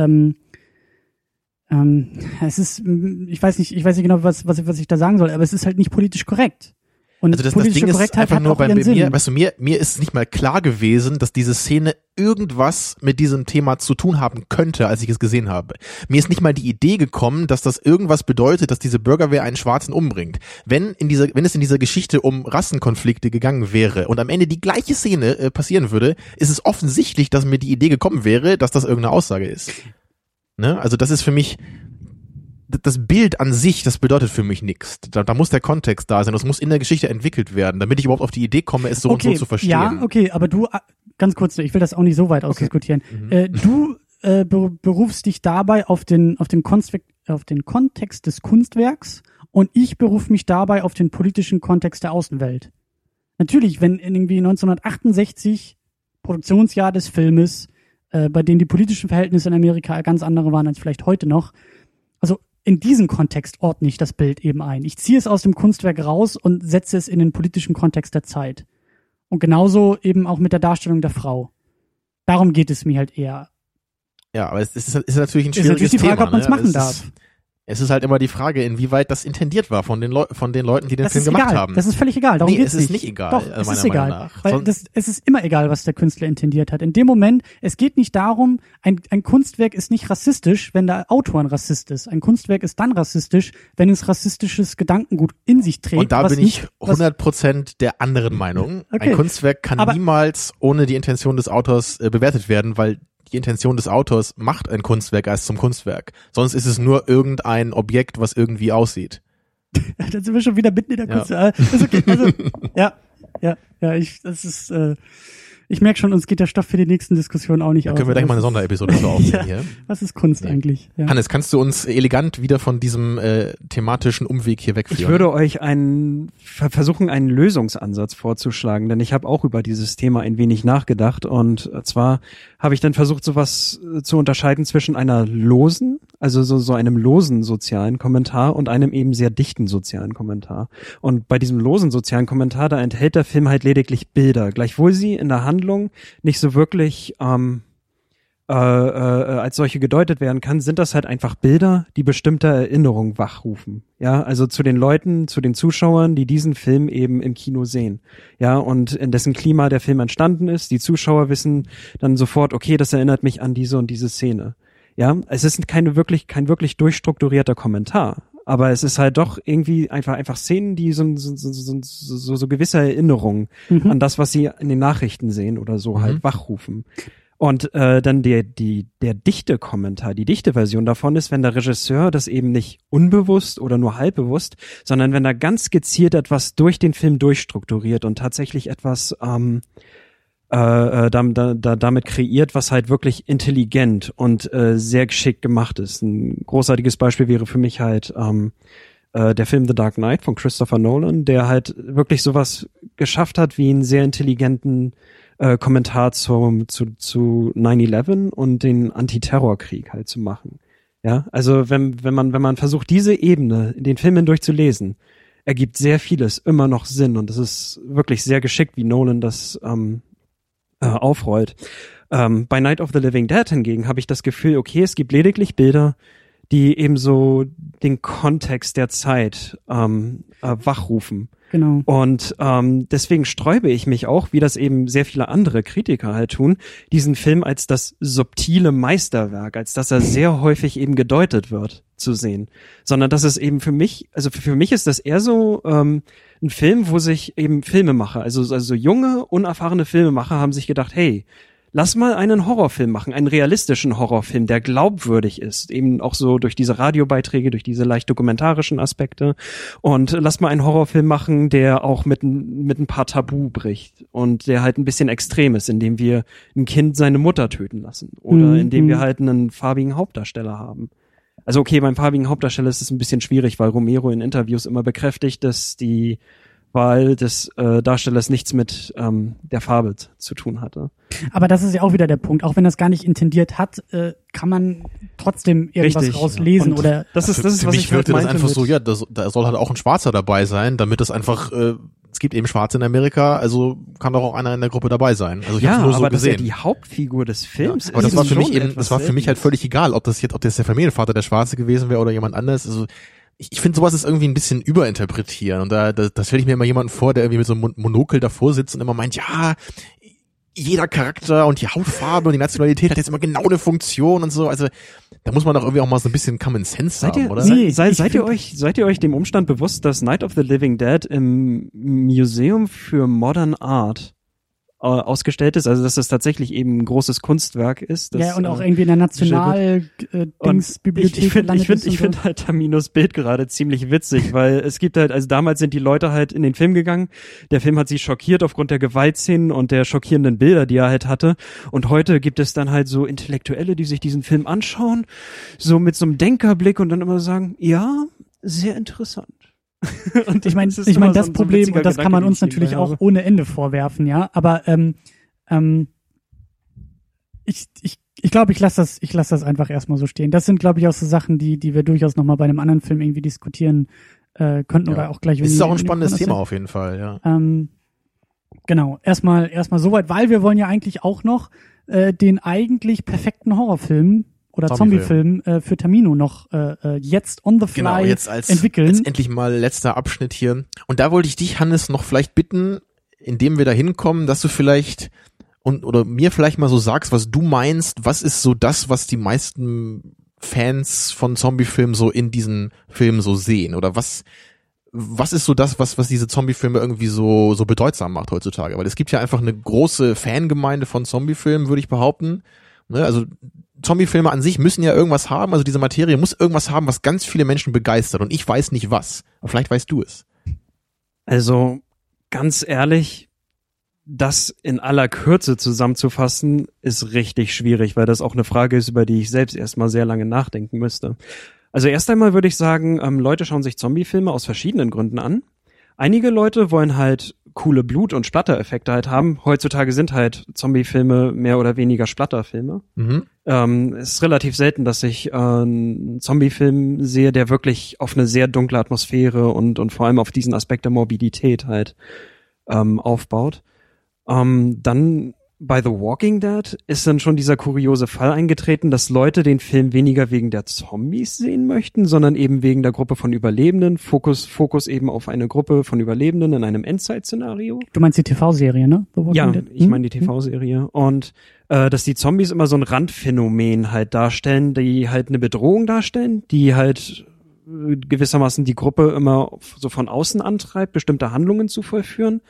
ich weiß nicht genau, was ich da sagen soll, aber es ist halt nicht politisch korrekt. Und also das Ding ist einfach nur bei mir, weißt du, mir ist es nicht mal klar gewesen, dass diese Szene irgendwas mit diesem Thema zu tun haben könnte, als ich es gesehen habe. Mir ist nicht mal die Idee gekommen, dass das irgendwas bedeutet, dass diese Bürgerwehr einen Schwarzen umbringt. Wenn es in dieser Geschichte um Rassenkonflikte gegangen wäre und am Ende die gleiche Szene passieren würde, ist es offensichtlich, dass mir die Idee gekommen wäre, dass das irgendeine Aussage ist. Ne? Also das ist für mich, das Bild an sich, das bedeutet für mich nichts. Da muss der Kontext da sein, das muss in der Geschichte entwickelt werden, damit ich überhaupt auf die Idee komme, es so und so zu verstehen. Ja, okay, aber du, ganz kurz, ich will das auch nicht so weit ausdiskutieren. Du berufst dich dabei auf den Kontext des Kunstwerks und ich berufe mich dabei auf den politischen Kontext der Außenwelt. Natürlich, wenn irgendwie 1968 Produktionsjahr des Filmes, bei dem die politischen Verhältnisse in Amerika ganz andere waren als vielleicht heute noch, also in diesem Kontext ordne ich das Bild eben ein. Ich ziehe es aus dem Kunstwerk raus und setze es in den politischen Kontext der Zeit. Und genauso eben auch mit der Darstellung der Frau. Darum geht es mir halt eher. Ja, aber es ist natürlich ein schwieriges Thema. Es ist natürlich die Frage, ob man es machen darf. Es ist halt immer die Frage, inwieweit das intendiert war von den Leuten, die den Film gemacht haben. Das ist völlig egal. Darum geht's es ist nicht egal. Doch, es ist egal. Weil es ist immer egal, was der Künstler intendiert hat. In dem Moment, es geht nicht darum, ein Kunstwerk ist nicht rassistisch, wenn der Autor ein Rassist ist. Ein Kunstwerk ist dann rassistisch, wenn es rassistisches Gedankengut in sich trägt. Und da bin ich 100% der anderen Meinung. Okay. Ein Kunstwerk kann niemals ohne die Intention des Autors bewertet werden, weil die Intention des Autors macht ein Kunstwerk erst zum Kunstwerk. Sonst ist es nur irgendein Objekt, was irgendwie aussieht. Dann sind wir schon wieder mitten in der Kunst. Ja. Ist okay. Also, ich merke schon, uns geht der Stoff für die nächsten Diskussionen auch nicht aus. Da können wir gleich mal eine Sonderepisode so aufnehmen hier. Was ist Kunst eigentlich? Ja. Hannes, kannst du uns elegant wieder von diesem thematischen Umweg hier wegführen? Ich würde euch versuchen, einen Lösungsansatz vorzuschlagen, denn ich habe auch über dieses Thema ein wenig nachgedacht und zwar habe ich dann versucht, sowas zu unterscheiden zwischen einer losen, also so einem losen sozialen Kommentar und einem eben sehr dichten sozialen Kommentar. Und bei diesem losen sozialen Kommentar, da enthält der Film halt lediglich Bilder, gleichwohl sie in der Handlung nicht so wirklich als solche gedeutet werden kann, sind das halt einfach Bilder, die bestimmte Erinnerungen wachrufen. Ja, also zu den Leuten, zu den Zuschauern, die diesen Film eben im Kino sehen. Ja, und in dessen Klima der Film entstanden ist. Die Zuschauer wissen dann sofort, okay, das erinnert mich an diese und diese Szene. Ja, es ist kein wirklich durchstrukturierter Kommentar. Aber es ist halt doch irgendwie einfach Szenen, die so gewisse Erinnerungen an das, was sie in den Nachrichten sehen oder so halt wachrufen. Und dann der dichte Kommentar, die dichte Version davon ist, wenn der Regisseur das eben nicht unbewusst oder nur halbbewusst, sondern wenn er ganz gezielt etwas durch den Film durchstrukturiert und tatsächlich etwas damit kreiert, was halt wirklich intelligent und sehr geschickt gemacht ist. Ein großartiges Beispiel wäre für mich halt der Film The Dark Knight von Christopher Nolan, der halt wirklich sowas geschafft hat wie einen sehr intelligenten Kommentar zu 9/11 und den Antiterrorkrieg halt zu machen. Ja, also wenn man versucht, diese Ebene in den Film hindurch zu lesen, ergibt sehr vieles immer noch Sinn und es ist wirklich sehr geschickt, wie Nolan das aufrollt. Bei Night of the Living Dead hingegen habe ich das Gefühl, okay, es gibt lediglich Bilder, die eben so den Kontext der Zeit wachrufen. Genau. Und deswegen sträube ich mich auch, wie das eben sehr viele andere Kritiker halt tun, diesen Film als das subtile Meisterwerk, als dass er sehr häufig eben gedeutet wird, zu sehen. Sondern dass es eben für mich ist das eher so ein Film, wo sich eben Filmemacher, also junge, unerfahrene Filmemacher haben sich gedacht, hey, lass mal einen Horrorfilm machen, einen realistischen Horrorfilm, der glaubwürdig ist, eben auch so durch diese Radiobeiträge, durch diese leicht dokumentarischen Aspekte. Und lass mal einen Horrorfilm machen, der auch mit ein paar Tabu bricht und der halt ein bisschen extrem ist, indem wir ein Kind seine Mutter töten lassen oder indem wir halt einen farbigen Hauptdarsteller haben. Also okay, beim farbigen Hauptdarsteller ist es ein bisschen schwierig, weil Romero in Interviews immer bekräftigt, dass die Wahl des Darstellers nichts mit der Farbe zu tun hatte. Aber das ist ja auch wieder der Punkt. Auch wenn das gar nicht intendiert hat, kann man trotzdem irgendwas rauslesen. Und oder das ist für was mich ich halt wirkte das meinte einfach so, ja, da soll halt auch ein Schwarzer dabei sein, damit es einfach, es gibt eben Schwarze in Amerika, also kann doch auch einer in der Gruppe dabei sein. Also ich ja, hab's nur so aber gesehen. dass er die Hauptfigur des Films ist. Aber das war für mich schon das war für mich halt völlig egal, ob das der Familienvater der Schwarze gewesen wäre oder jemand anderes. Also ich finde, sowas ist irgendwie ein bisschen überinterpretieren. Und da stelle ich mir immer jemanden vor, der irgendwie mit so einem Monokel davor sitzt und immer meint, ja, jeder Charakter und die Hautfarbe und die Nationalität hat jetzt immer genau eine Funktion und so. Also da muss man doch irgendwie auch mal so ein bisschen Common Sense haben, oder? Nee, seid ihr euch dem Umstand bewusst, dass Night of the Living Dead im Museum für Modern Art ausgestellt ist, also dass das tatsächlich eben ein großes Kunstwerk ist. Das, ja, und auch irgendwie in der National-Bibliothek ich finde halt Taminos Bild gerade ziemlich witzig, weil es gibt halt, also damals sind die Leute halt in den Film gegangen, der Film hat sie schockiert aufgrund der Gewaltszenen und der schockierenden Bilder, die er halt hatte, und heute gibt es dann halt so Intellektuelle, die sich diesen Film anschauen, so mit so einem Denkerblick und dann immer sagen, ja, sehr interessant. Und ich meine, das Problem, und das kann man uns natürlich auch ohne Ende vorwerfen, ja, aber ich glaube, ich lasse das einfach erstmal so stehen. Das sind, glaube ich, auch so Sachen, die wir durchaus nochmal bei einem anderen Film irgendwie diskutieren könnten oder auch gleich. Es ist auch ein spannendes Thema auf jeden Fall, ja. Genau, erstmal soweit, weil wir wollen ja eigentlich auch noch den eigentlich perfekten Horrorfilm oder Zombiefilm für Tamino noch jetzt on the fly entwickeln. Als endlich mal letzter Abschnitt hier. Und da wollte ich dich, Hannes, noch vielleicht bitten, indem wir da hinkommen, dass du vielleicht oder mir vielleicht mal so sagst, was du meinst, was ist so das, was die meisten Fans von Zombiefilmen so in diesen Filmen so sehen? Oder was ist so das, was diese Zombiefilme irgendwie so bedeutsam macht heutzutage? Weil es gibt ja einfach eine große Fangemeinde von Zombiefilmen, würde ich behaupten, Ne? Also Zombie-Filme an sich müssen ja irgendwas haben, also diese Materie muss irgendwas haben, was ganz viele Menschen begeistert und ich weiß nicht was. Aber vielleicht weißt du es. Also ganz ehrlich, das in aller Kürze zusammenzufassen, ist richtig schwierig, weil das auch eine Frage ist, über die ich selbst erstmal sehr lange nachdenken müsste. Also erst einmal würde ich sagen, Leute schauen sich Zombie-Filme aus verschiedenen Gründen an. Einige Leute wollen halt coole Blut- und Splatter-Effekte halt haben. Heutzutage sind halt Zombie-Filme mehr oder weniger Splatter-Filme. Es ist relativ selten, dass ich einen Zombie-Film sehe, der wirklich auf eine sehr dunkle Atmosphäre und vor allem auf diesen Aspekt der Morbidität halt aufbaut. Dann bei The Walking Dead ist dann schon dieser kuriose Fall eingetreten, dass Leute den Film weniger wegen der Zombies sehen möchten, sondern eben wegen der Gruppe von Überlebenden. Fokus eben auf eine Gruppe von Überlebenden in einem Endzeit-Szenario. Du meinst die TV-Serie, ne? The Walking Ja, Dead? ich meine die TV-Serie. Und dass die Zombies immer so ein Randphänomen halt darstellen, die halt eine Bedrohung darstellen, die halt gewissermaßen die Gruppe immer so von außen antreibt, bestimmte Handlungen zu vollführen.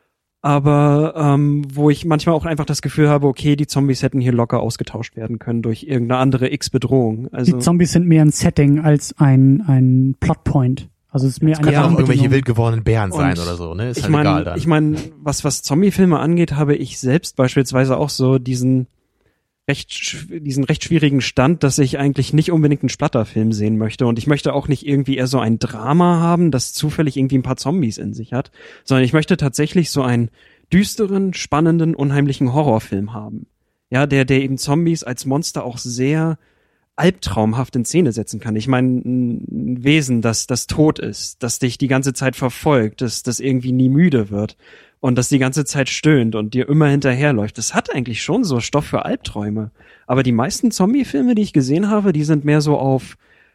Aber wo ich manchmal auch einfach das Gefühl habe, okay, die Zombies hätten hier locker ausgetauscht werden können durch irgendeine andere X-Bedrohung. Also die Zombies sind mehr ein Setting als ein Plotpoint. Also es ist mehr Es können auch irgendwelche wild gewordenen Bären sein oder so, ne? Ist halt egal dann. Ich meine, was Zombie-Filme angeht, habe ich selbst beispielsweise auch so diesen recht schwierigen Stand, dass ich eigentlich nicht unbedingt einen Splatterfilm sehen möchte. Und ich möchte auch nicht irgendwie eher so ein Drama haben, das zufällig irgendwie ein paar Zombies in sich hat, sondern ich möchte tatsächlich so einen düsteren, spannenden, unheimlichen Horrorfilm haben. Ja, der eben Zombies als Monster auch sehr albtraumhaft in Szene setzen kann. Ich meine, ein Wesen, das tot ist, das dich die ganze Zeit verfolgt, das irgendwie nie müde wird und das die ganze Zeit stöhnt und dir immer hinterherläuft. Das hat eigentlich schon so Stoff für Albträume. Aber die meisten Zombie-Filme, die ich gesehen habe, die sind mehr so auf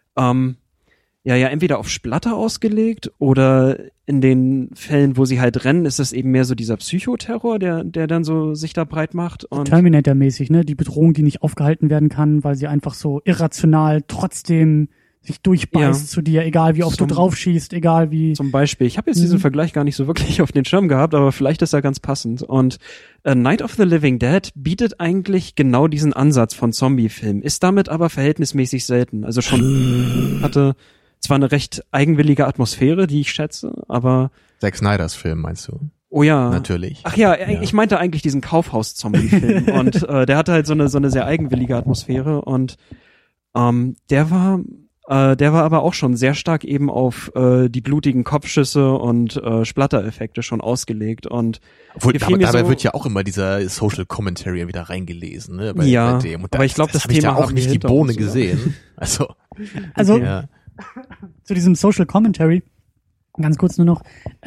entweder auf Splatter ausgelegt oder in den Fällen, wo sie halt rennen, ist es eben mehr so dieser Psychoterror, der dann so sich da breit macht. Und Terminator-mäßig, ne? Die Bedrohung, die nicht aufgehalten werden kann, weil sie einfach so irrational trotzdem sich durchbeißt zu dir, egal wie oft du drauf schießt, egal wie... Zum Beispiel. Ich habe jetzt diesen Vergleich gar nicht so wirklich auf den Schirm gehabt, aber vielleicht ist er ganz passend. Und Night of the Living Dead bietet eigentlich genau diesen Ansatz von Zombie-Film, ist damit aber verhältnismäßig selten. Also schon hatte zwar eine recht eigenwillige Atmosphäre, die ich schätze, aber... Zack Snyders Film, meinst du? Oh ja. Natürlich. Ach ja, ich meinte eigentlich diesen Kaufhaus-Zombie-Film. Und der hatte halt so eine sehr eigenwillige Atmosphäre und der war aber auch schon sehr stark eben auf die blutigen Kopfschüsse und Splatter-Effekte schon ausgelegt. Und dabei wird ja auch immer dieser Social Commentary wieder reingelesen, ne? Bei dem. Und aber ich glaube, das Thema Thema ich da auch nicht die Bohne gesehen. Also ja. Zu diesem Social Commentary, ganz kurz nur noch,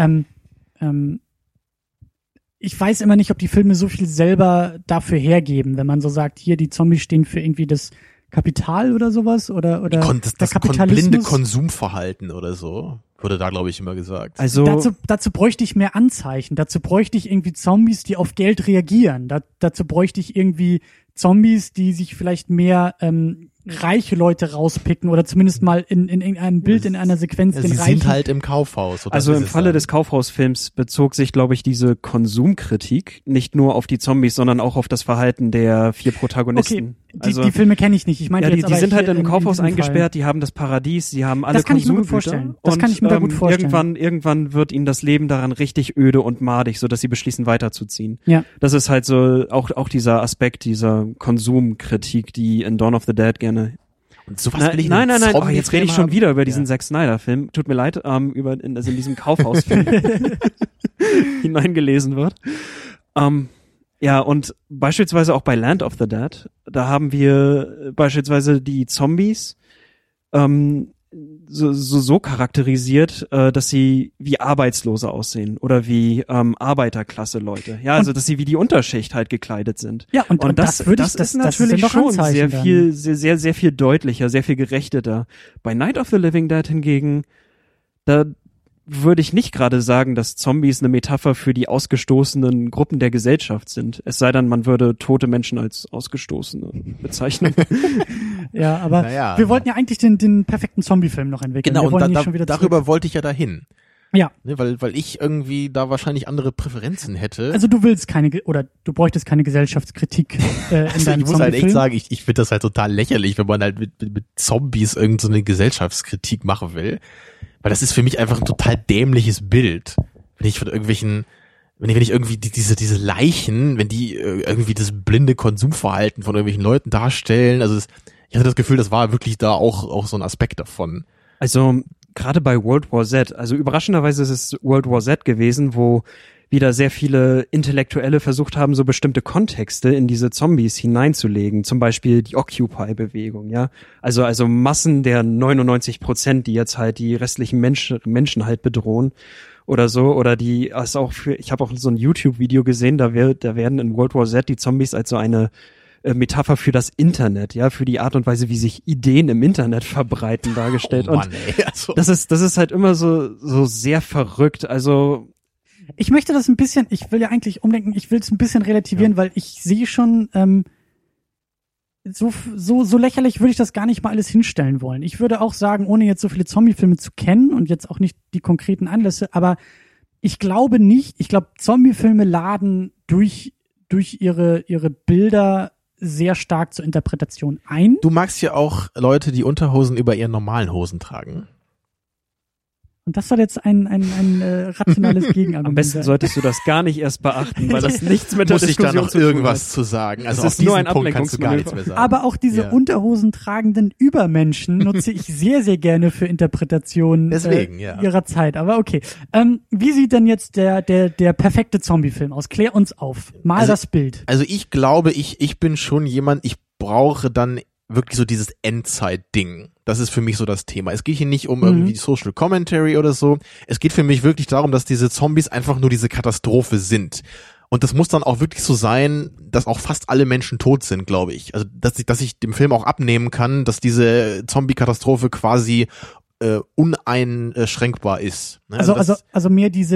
ich weiß immer nicht, ob die Filme so viel selber dafür hergeben, wenn man so sagt, hier, die Zombies stehen für irgendwie das Kapital oder sowas oder das blinde Konsumverhalten oder so, wurde da, glaube ich, immer gesagt. Also dazu bräuchte ich mehr Anzeichen, dazu bräuchte ich irgendwie Zombies, die auf Geld reagieren, dazu bräuchte ich irgendwie Zombies, die sich vielleicht mehr reiche Leute rauspicken oder zumindest mal in einem Bild, in einer Sequenz den Reichen. Sie sind halt im Kaufhaus. Also im Falle des Kaufhausfilms bezog sich, glaube ich, diese Konsumkritik nicht nur auf die Zombies, sondern auch auf das Verhalten der 4 Protagonisten. Okay, die Filme kenne ich nicht. Ich meine, die sind halt in einem Kaufhaus eingesperrt, die haben das Paradies, die haben alle Konsumgüter. Das kann ich mir da gut vorstellen. Irgendwann wird ihnen das Leben daran richtig öde und madig, so dass sie beschließen, weiterzuziehen. Ja. Das ist halt so auch dieser Aspekt dieser Konsumkritik, die in Dawn of the Dead gerne. Und sowas will ich nein. Oh, jetzt rede ich schon wieder über diesen Zack Snyder-Film. Tut mir leid, in diesem Kaufhausfilm hineingelesen wird. Ja, und beispielsweise auch bei Land of the Dead, da haben wir beispielsweise die Zombies so charakterisiert, dass sie wie Arbeitslose aussehen oder wie Arbeiterklasse Leute. Ja, also dass sie wie die Unterschicht halt gekleidet sind. Ja, und das ist natürlich schon sehr viel deutlicher, sehr viel gerechterter. Bei Night of the Living Dead hingegen, da würde ich nicht gerade sagen, dass Zombies eine Metapher für die ausgestoßenen Gruppen der Gesellschaft sind. Es sei denn, man würde tote Menschen als Ausgestoßene bezeichnen. Ja, aber wir wollten ja eigentlich den perfekten Zombie-Film noch entwickeln. Genau, wir wollen und nicht schon wieder darüber wollte ich ja dahin. Ja. Ne, weil ich irgendwie da wahrscheinlich andere Präferenzen hätte. Also du willst du bräuchtest keine Gesellschaftskritik in Also deinem ich muss halt echt Zombie-Film. sagen, ich finde das halt total lächerlich, wenn man halt mit Zombies irgend so eine Gesellschaftskritik machen will. Weil das ist für mich einfach ein total dämliches Bild. Wenn ich irgendwie diese Leichen, wenn die irgendwie das blinde Konsumverhalten von irgendwelchen Leuten darstellen, also ich hatte das Gefühl, das war wirklich da auch so ein Aspekt davon. Also gerade bei World War Z, also überraschenderweise ist es World War Z gewesen, wo wieder sehr viele Intellektuelle versucht haben, so bestimmte Kontexte in diese Zombies hineinzulegen. Zum Beispiel die Occupy-Bewegung, ja. Also Massen der 99%, die jetzt halt die restlichen Menschen halt bedrohen oder so. Oder ich habe auch so ein YouTube-Video gesehen, da werden in World War Z die Zombies als so eine Metapher für das Internet, ja, für die Art und Weise, wie sich Ideen im Internet verbreiten, dargestellt. Oh Mann, und ey, also. das ist halt immer so sehr verrückt. Also Ich möchte das ein bisschen, ich will ja eigentlich umdenken, ich will es ein bisschen relativieren, weil ich sehe schon, so lächerlich würde ich das gar nicht mal alles hinstellen wollen. Ich würde auch sagen, ohne jetzt so viele Zombie-Filme zu kennen und jetzt auch nicht die konkreten Anlässe, aber ich glaube, Zombie-Filme laden durch ihre Bilder sehr stark zur Interpretation ein. Du magst ja auch Leute, die Unterhosen über ihren normalen Hosen tragen. Und das soll jetzt ein rationales Gegenargument am besten sein. solltest du das gar nicht erst beachten, weil das nichts mit der Muss ich da Diskussion noch zu tun irgendwas hat. zu sagen? Also Das auf ist nur diesen ein Punkt kannst du gar nichts mehr sagen. Aber auch diese Ja. Unterhosen tragenden Übermenschen nutze ich sehr, sehr gerne für Interpretationen Deswegen, ja. ihrer Zeit. Aber okay. Wie sieht denn jetzt der perfekte Zombie-Film aus? Klär uns auf. Mal Also- das Bild. Also ich glaube, ich bin schon jemand, ich brauche dann wirklich so dieses Endzeit-Ding. Das ist für mich so das Thema. Es geht hier nicht um irgendwie Social Commentary oder so. Es geht für mich wirklich darum, dass diese Zombies einfach nur diese Katastrophe sind. Und das muss dann auch wirklich so sein, dass auch fast alle Menschen tot sind, glaube ich. Also dass ich dem Film auch abnehmen kann, dass diese Zombie-Katastrophe quasi uneinschränkbar ist. Ne? Also mehr die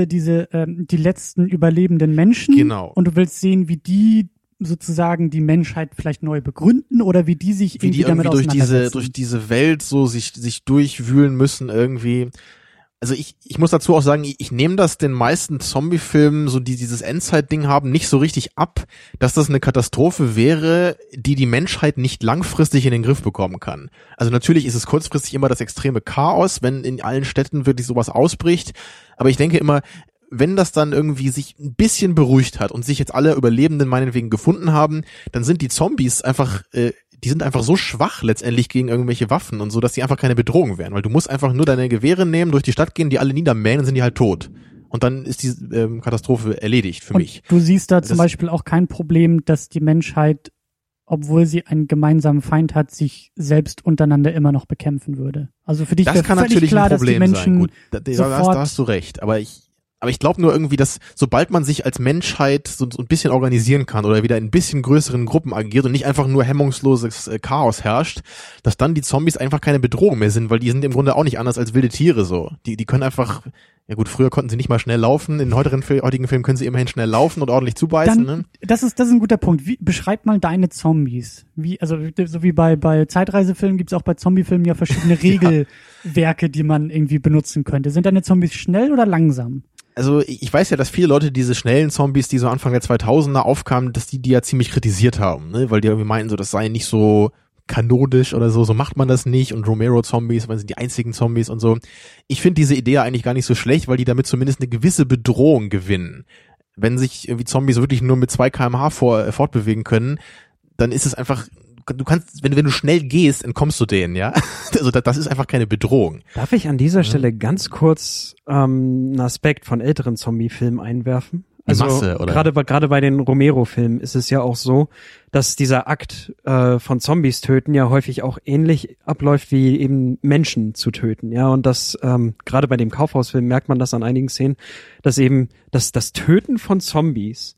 letzten überlebenden Menschen. Genau. Und du willst sehen, wie die sozusagen die Menschheit vielleicht neu begründen oder wie die sich wie die damit irgendwie auseinandersetzen. durch diese Welt so sich durchwühlen müssen irgendwie. Also ich muss dazu auch sagen, ich nehme das den meisten Zombie-Filmen, so die dieses Endzeit-Ding haben, nicht so richtig ab, dass das eine Katastrophe wäre, die Menschheit nicht langfristig in den Griff bekommen kann. Also natürlich ist es kurzfristig immer das extreme Chaos, wenn in allen Städten wirklich sowas ausbricht, aber ich denke immer, wenn das dann irgendwie sich ein bisschen beruhigt hat und sich jetzt alle Überlebenden meinetwegen gefunden haben, dann sind die Zombies einfach, die sind einfach so schwach letztendlich gegen irgendwelche Waffen und so, dass die einfach keine Bedrohung wären. Weil du musst einfach nur deine Gewehre nehmen, durch die Stadt gehen, die alle niedermähen, dann sind die halt tot. Und dann ist die Katastrophe erledigt für mich. Und du siehst da zum Beispiel auch kein Problem, dass die Menschheit, obwohl sie einen gemeinsamen Feind hat, sich selbst untereinander immer noch bekämpfen würde. Also für dich wäre Das kann völlig natürlich klar, ein dass die Problem Menschen sein. Gut, da sofort hast du recht. Aber ich glaube nur irgendwie, dass sobald man sich als Menschheit so ein bisschen organisieren kann oder wieder in ein bisschen größeren Gruppen agiert und nicht einfach nur hemmungsloses Chaos herrscht, dass dann die Zombies einfach keine Bedrohung mehr sind, weil die sind im Grunde auch nicht anders als wilde Tiere so. Die können einfach, ja gut, früher konnten sie nicht mal schnell laufen, in heutigen Filmen können sie immerhin schnell laufen und ordentlich zubeißen. Dann, Ne? das ist ein guter Punkt. Beschreib mal deine Zombies. So wie bei Zeitreisefilmen gibt's auch bei Zombiefilmen ja verschiedene Regelwerke, die man irgendwie benutzen könnte. Sind deine Zombies schnell oder langsam? Also ich weiß ja, dass viele Leute diese schnellen Zombies, die so Anfang der 2000er aufkamen, dass die ja ziemlich kritisiert haben, ne? Weil die irgendwie meinten, so das sei nicht so kanonisch oder so macht man das nicht und Romero-Zombies, weil sind die einzigen Zombies und so. Ich finde diese Idee eigentlich gar nicht so schlecht, weil die damit zumindest eine gewisse Bedrohung gewinnen. Wenn sich irgendwie Zombies wirklich nur mit 2 km/h fortbewegen können, dann ist es einfach, du kannst, wenn du schnell gehst, entkommst du denen, ja. Also das ist einfach keine Bedrohung. Darf ich an dieser Stelle ganz kurz einen Aspekt von älteren Zombie-Filmen einwerfen? Also Masse, oder? gerade bei den Romero-Filmen ist es ja auch so, dass dieser Akt von Zombies töten ja häufig auch ähnlich abläuft wie eben Menschen zu töten, ja, und das gerade bei dem Kaufhausfilm merkt man das an einigen Szenen, dass eben das Töten von Zombies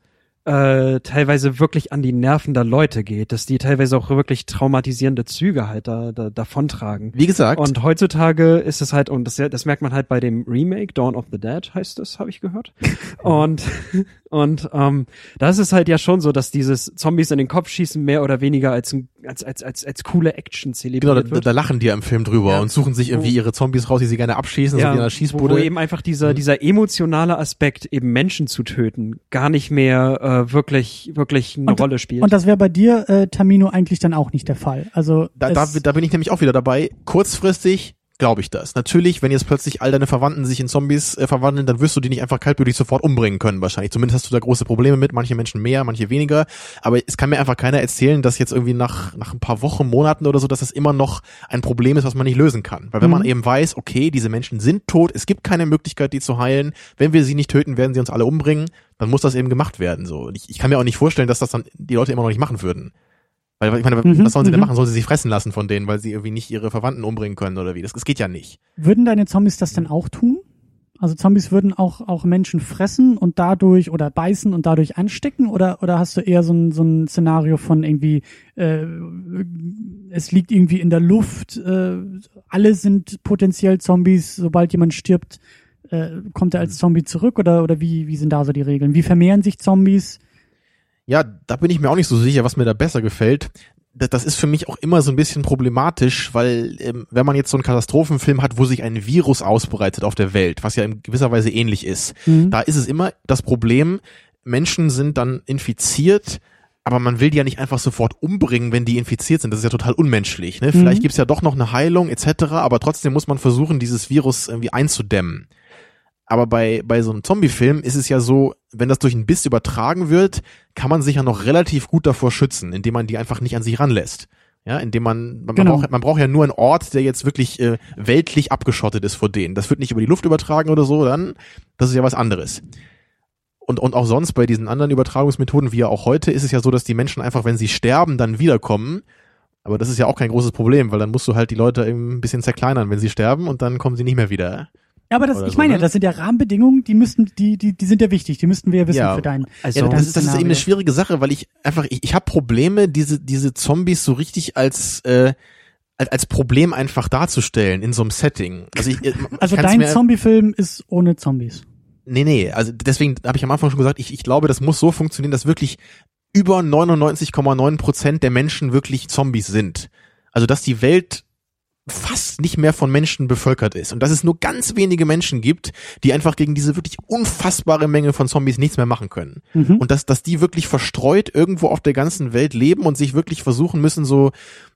teilweise wirklich an die Nerven der Leute geht, dass die teilweise auch wirklich traumatisierende Züge halt davontragen. Wie gesagt. Und heutzutage ist es halt, und das merkt man halt bei dem Remake, Dawn of the Dead heißt es, habe ich gehört. und da ist es halt ja schon so, dass dieses Zombies in den Kopf schießen mehr oder weniger als coole Action zelebriert wird. Da lachen die ja im Film drüber und suchen sich irgendwie ihre Zombies raus, die sie gerne abschießen, so wie in einer Schießbude. Wo eben einfach dieser emotionale Aspekt, eben Menschen zu töten, gar nicht mehr wirklich eine Rolle spielt. Und das wäre bei dir, Tamino, eigentlich dann auch nicht der Fall. Also da bin ich nämlich auch wieder dabei. Kurzfristig glaube ich das. Natürlich, wenn jetzt plötzlich all deine Verwandten sich in Zombies verwandeln, dann wirst du die nicht einfach kaltblütig sofort umbringen können wahrscheinlich. Zumindest hast du da große Probleme mit, manche Menschen mehr, manche weniger. Aber es kann mir einfach keiner erzählen, dass jetzt irgendwie nach ein paar Wochen, Monaten oder so, dass das immer noch ein Problem ist, was man nicht lösen kann. Weil wenn man eben weiß, okay, diese Menschen sind tot, es gibt keine Möglichkeit, die zu heilen, wenn wir sie nicht töten, werden sie uns alle umbringen, dann muss das eben gemacht werden. So. Ich kann mir auch nicht vorstellen, dass das dann die Leute immer noch nicht machen würden. Weil ich meine, was sollen sie denn machen? Sollen sie sich fressen lassen von denen, weil sie irgendwie nicht ihre Verwandten umbringen können oder wie? Das geht ja nicht. Würden deine Zombies das denn auch tun? Also Zombies würden auch Menschen fressen und dadurch oder beißen und dadurch anstecken? Oder hast du eher so ein Szenario von irgendwie, es liegt irgendwie in der Luft, alle sind potenziell Zombies, sobald jemand stirbt, kommt er als Zombie zurück? Oder wie sind da so die Regeln? Wie vermehren sich Zombies? Ja, da bin ich mir auch nicht so sicher, was mir da besser gefällt. Das ist für mich auch immer so ein bisschen problematisch, weil wenn man jetzt so einen Katastrophenfilm hat, wo sich ein Virus ausbreitet auf der Welt, was ja in gewisser Weise ähnlich ist, da ist es immer das Problem, Menschen sind dann infiziert, aber man will die ja nicht einfach sofort umbringen, wenn die infiziert sind. Das ist ja total unmenschlich. Ne? Vielleicht gibt's ja doch noch eine Heilung etc., aber trotzdem muss man versuchen, dieses Virus irgendwie einzudämmen. Aber bei so einem Zombie-Film ist es ja so, wenn das durch einen Biss übertragen wird, kann man sich ja noch relativ gut davor schützen, indem man die einfach nicht an sich ranlässt. Ja, indem man braucht ja nur einen Ort, der jetzt wirklich weltlich abgeschottet ist vor denen. Das wird nicht über die Luft übertragen oder so, dann, das ist ja was anderes. Und auch sonst bei diesen anderen Übertragungsmethoden, wie ja auch heute, ist es ja so, dass die Menschen einfach, wenn sie sterben, dann wiederkommen. Aber das ist ja auch kein großes Problem, weil dann musst du halt die Leute eben ein bisschen zerkleinern, wenn sie sterben und dann kommen sie nicht mehr wieder. Ja, aber ich meine ja, das sind ja Rahmenbedingungen, die sind ja wichtig, die müssten wir ja wissen für deinen. Also das ist eben eine schwierige Sache, weil ich habe Probleme, diese Zombies so richtig als Problem einfach darzustellen in so einem Setting. Also dein Zombie-Film ist ohne Zombies. Nee, also deswegen habe ich am Anfang schon gesagt, ich glaube, das muss so funktionieren, dass wirklich über 99,9% der Menschen wirklich Zombies sind. Also dass die Welt fast nicht mehr von Menschen bevölkert ist und dass es nur ganz wenige Menschen gibt, die einfach gegen diese wirklich unfassbare Menge von Zombies nichts mehr machen können. Und dass die wirklich verstreut irgendwo auf der ganzen Welt leben und sich wirklich versuchen müssen, so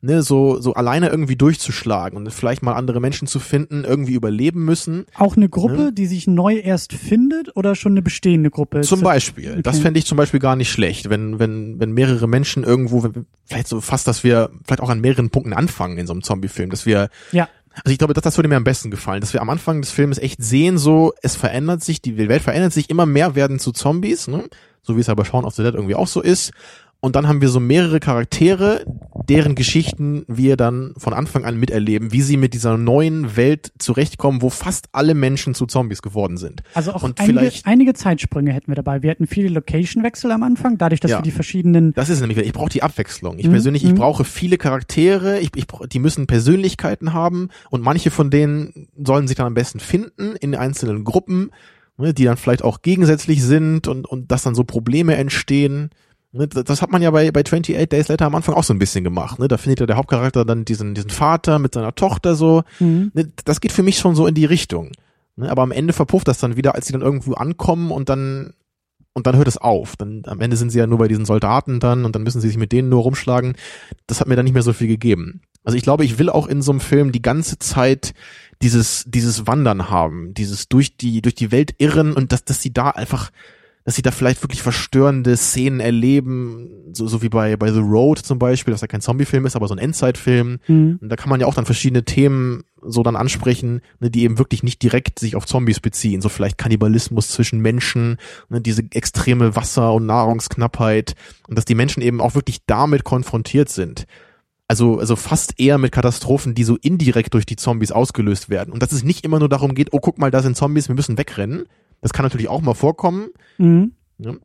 alleine irgendwie durchzuschlagen und vielleicht mal andere Menschen zu finden, irgendwie überleben müssen. Auch eine Gruppe, die sich neu erst findet oder schon eine bestehende Gruppe? Zum Beispiel. Okay. Das fände ich zum Beispiel gar nicht schlecht, wenn mehrere Menschen irgendwo, vielleicht so fast, dass wir vielleicht auch an mehreren Punkten anfangen in so einem Zombie-Film, dass wir also ich glaube, das würde mir am besten gefallen, dass wir am Anfang des Films echt sehen, so, es verändert sich, die Welt verändert sich, immer mehr werden zu Zombies, ne? So wie es ja bei Shaun of the Dead irgendwie auch so ist. Und dann haben wir so mehrere Charaktere, deren Geschichten wir dann von Anfang an miterleben, wie sie mit dieser neuen Welt zurechtkommen, wo fast alle Menschen zu Zombies geworden sind. Also auch einige Zeitsprünge hätten wir dabei. Wir hätten viele Location-Wechsel am Anfang, dadurch, dass wir die verschiedenen... Das ist nämlich, ich brauche die Abwechslung. Ich persönlich, ich brauche viele Charaktere, die müssen Persönlichkeiten haben und manche von denen sollen sich dann am besten finden in einzelnen Gruppen, die dann vielleicht auch gegensätzlich sind und dass dann so Probleme entstehen. Das hat man ja bei 28 Days Later am Anfang auch so ein bisschen gemacht. Da findet ja der Hauptcharakter dann diesen Vater mit seiner Tochter so. Das geht für mich schon so in die Richtung. Aber am Ende verpufft das dann wieder, als sie dann irgendwo ankommen und dann hört es auf. Dann am Ende sind sie ja nur bei diesen Soldaten dann und dann müssen sie sich mit denen nur rumschlagen. Das hat mir dann nicht mehr so viel gegeben. Also ich glaube, ich will auch in so einem Film die ganze Zeit dieses Wandern haben, dieses durch die Welt irren und dass sie da vielleicht wirklich verstörende Szenen erleben, so wie bei The Road zum Beispiel, dass ja kein Zombie-Film ist, aber so ein Endzeitfilm. Und da kann man ja auch dann verschiedene Themen so dann ansprechen, die eben wirklich nicht direkt sich auf Zombies beziehen, so vielleicht Kannibalismus zwischen Menschen, diese extreme Wasser- und Nahrungsknappheit und dass die Menschen eben auch wirklich damit konfrontiert sind. Also fast eher mit Katastrophen, die so indirekt durch die Zombies ausgelöst werden. Und dass es nicht immer nur darum geht, oh, guck mal, da sind Zombies, wir müssen wegrennen. Das kann natürlich auch mal vorkommen. Ja.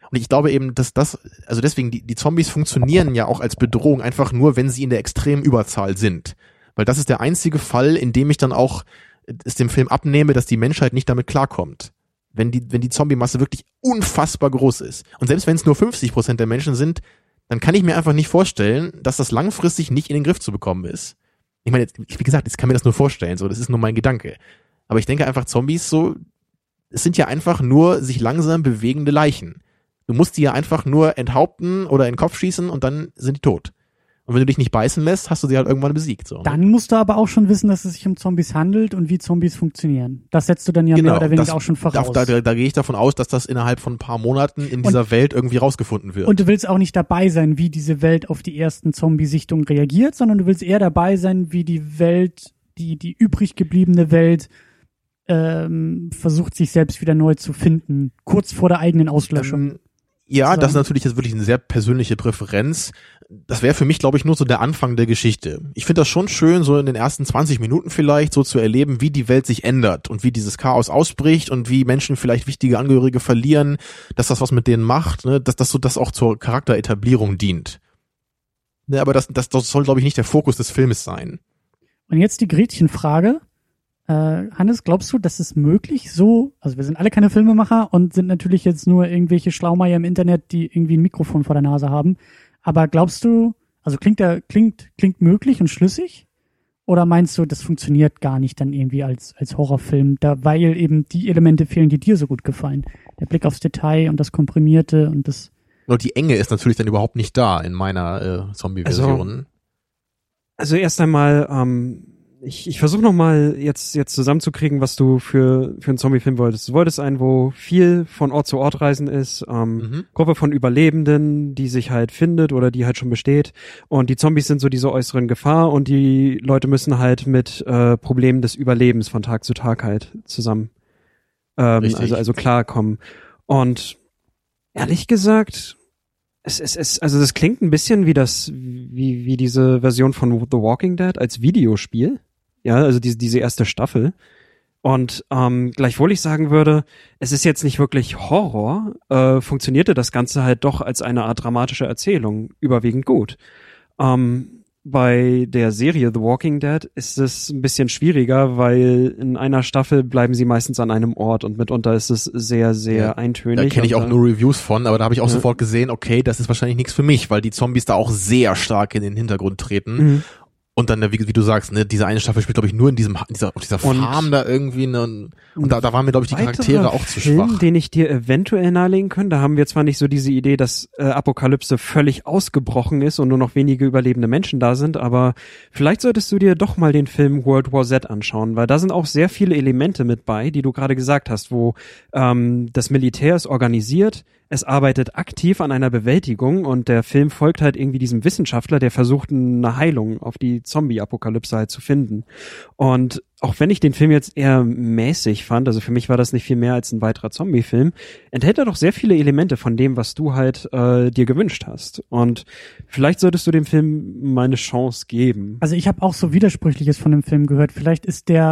Und ich glaube eben, dass also deswegen, die Zombies funktionieren ja auch als Bedrohung einfach nur, wenn sie in der extremen Überzahl sind. Weil das ist der einzige Fall, in dem ich dann auch es dem Film abnehme, dass die Menschheit nicht damit klarkommt. Wenn die Zombie-Masse wirklich unfassbar groß ist. Und selbst wenn es nur 50% der Menschen sind, dann kann ich mir einfach nicht vorstellen, dass das langfristig nicht in den Griff zu bekommen ist. Ich meine, wie gesagt, ich kann mir das nur vorstellen, so, das ist nur mein Gedanke. Aber ich denke einfach, Zombies so, es sind ja einfach nur sich langsam bewegende Leichen. Du musst die ja einfach nur enthaupten oder in den Kopf schießen und dann sind die tot. Und wenn du dich nicht beißen lässt, hast du sie halt irgendwann besiegt. So, ne? Dann musst du aber auch schon wissen, dass es sich um Zombies handelt und wie Zombies funktionieren. Das setzt du dann ja mehr oder weniger auch schon voraus. Da gehe ich davon aus, dass das innerhalb von ein paar Monaten in dieser Welt irgendwie rausgefunden wird. Und du willst auch nicht dabei sein, wie diese Welt auf die ersten Zombie-Sichtungen reagiert, sondern du willst eher dabei sein, wie die Welt, die übrig gebliebene Welt versucht, sich selbst wieder neu zu finden, kurz vor der eigenen Auslöschung. Ja, das ist natürlich jetzt wirklich eine sehr persönliche Präferenz. Das wäre für mich, glaube ich, nur so der Anfang der Geschichte. Ich finde das schon schön, so in den ersten 20 Minuten vielleicht so zu erleben, wie die Welt sich ändert und wie dieses Chaos ausbricht und wie Menschen vielleicht wichtige Angehörige verlieren, dass das was mit denen macht, ne, dass das auch zur Charakteretablierung dient. Ne, aber das soll, glaube ich, nicht der Fokus des Filmes sein. Und jetzt die Gretchenfrage. Hannes, glaubst du, das ist möglich so? Also wir sind alle keine Filmemacher und sind natürlich jetzt nur irgendwelche Schlaumeier im Internet, die irgendwie ein Mikrofon vor der Nase haben. Aber glaubst du, also klingt möglich und schlüssig? Oder meinst du, das funktioniert gar nicht dann irgendwie als Horrorfilm, weil eben die Elemente fehlen, die dir so gut gefallen? Der Blick aufs Detail und das Komprimierte und das. Nur die Enge ist natürlich dann überhaupt nicht da in meiner Zombie-Version. Also erst einmal, ich versuche nochmal jetzt zusammenzukriegen, was du für einen Zombie-Film wolltest. Du wolltest einen, wo viel von Ort zu Ort reisen ist, Gruppe von Überlebenden, die sich halt findet oder die halt schon besteht. Und die Zombies sind so diese äußeren Gefahr und die Leute müssen halt mit Problemen des Überlebens von Tag zu Tag halt zusammen also klarkommen. Und ehrlich gesagt, also das klingt ein bisschen wie diese Version von The Walking Dead als Videospiel. Ja, also diese erste Staffel. Und gleichwohl ich sagen würde, es ist jetzt nicht wirklich Horror, funktionierte das Ganze halt doch als eine Art dramatische Erzählung überwiegend gut. Bei der Serie The Walking Dead ist es ein bisschen schwieriger, weil in einer Staffel bleiben sie meistens an einem Ort und mitunter ist es sehr, sehr eintönig. Da kenne ich auch nur Reviews von, aber da habe ich auch sofort gesehen, okay, das ist wahrscheinlich nichts für mich, weil die Zombies da auch sehr stark in den Hintergrund treten. Mhm. Und dann, wie du sagst, ne, diese eine Staffel spielt, glaube ich, nur in dieser Farm da irgendwie, ne, und da waren mir, glaube ich, die Charaktere auch zu schwach. Den ich dir eventuell nahelegen könnte, da haben wir zwar nicht so diese Idee, dass Apokalypse völlig ausgebrochen ist und nur noch wenige überlebende Menschen da sind, aber vielleicht solltest du dir doch mal den Film World War Z anschauen, weil da sind auch sehr viele Elemente mit bei, die du gerade gesagt hast, wo das Militär ist organisiert, es arbeitet aktiv an einer Bewältigung und der Film folgt halt irgendwie diesem Wissenschaftler, der versucht, eine Heilung auf die Zombie-Apokalypse halt zu finden. Und auch wenn ich den Film jetzt eher mäßig fand, also für mich war das nicht viel mehr als ein weiterer Zombie-Film, enthält er doch sehr viele Elemente von dem, was du halt dir gewünscht hast. Und vielleicht solltest du dem Film mal eine Chance geben. Also ich habe auch so Widersprüchliches von dem Film gehört. Vielleicht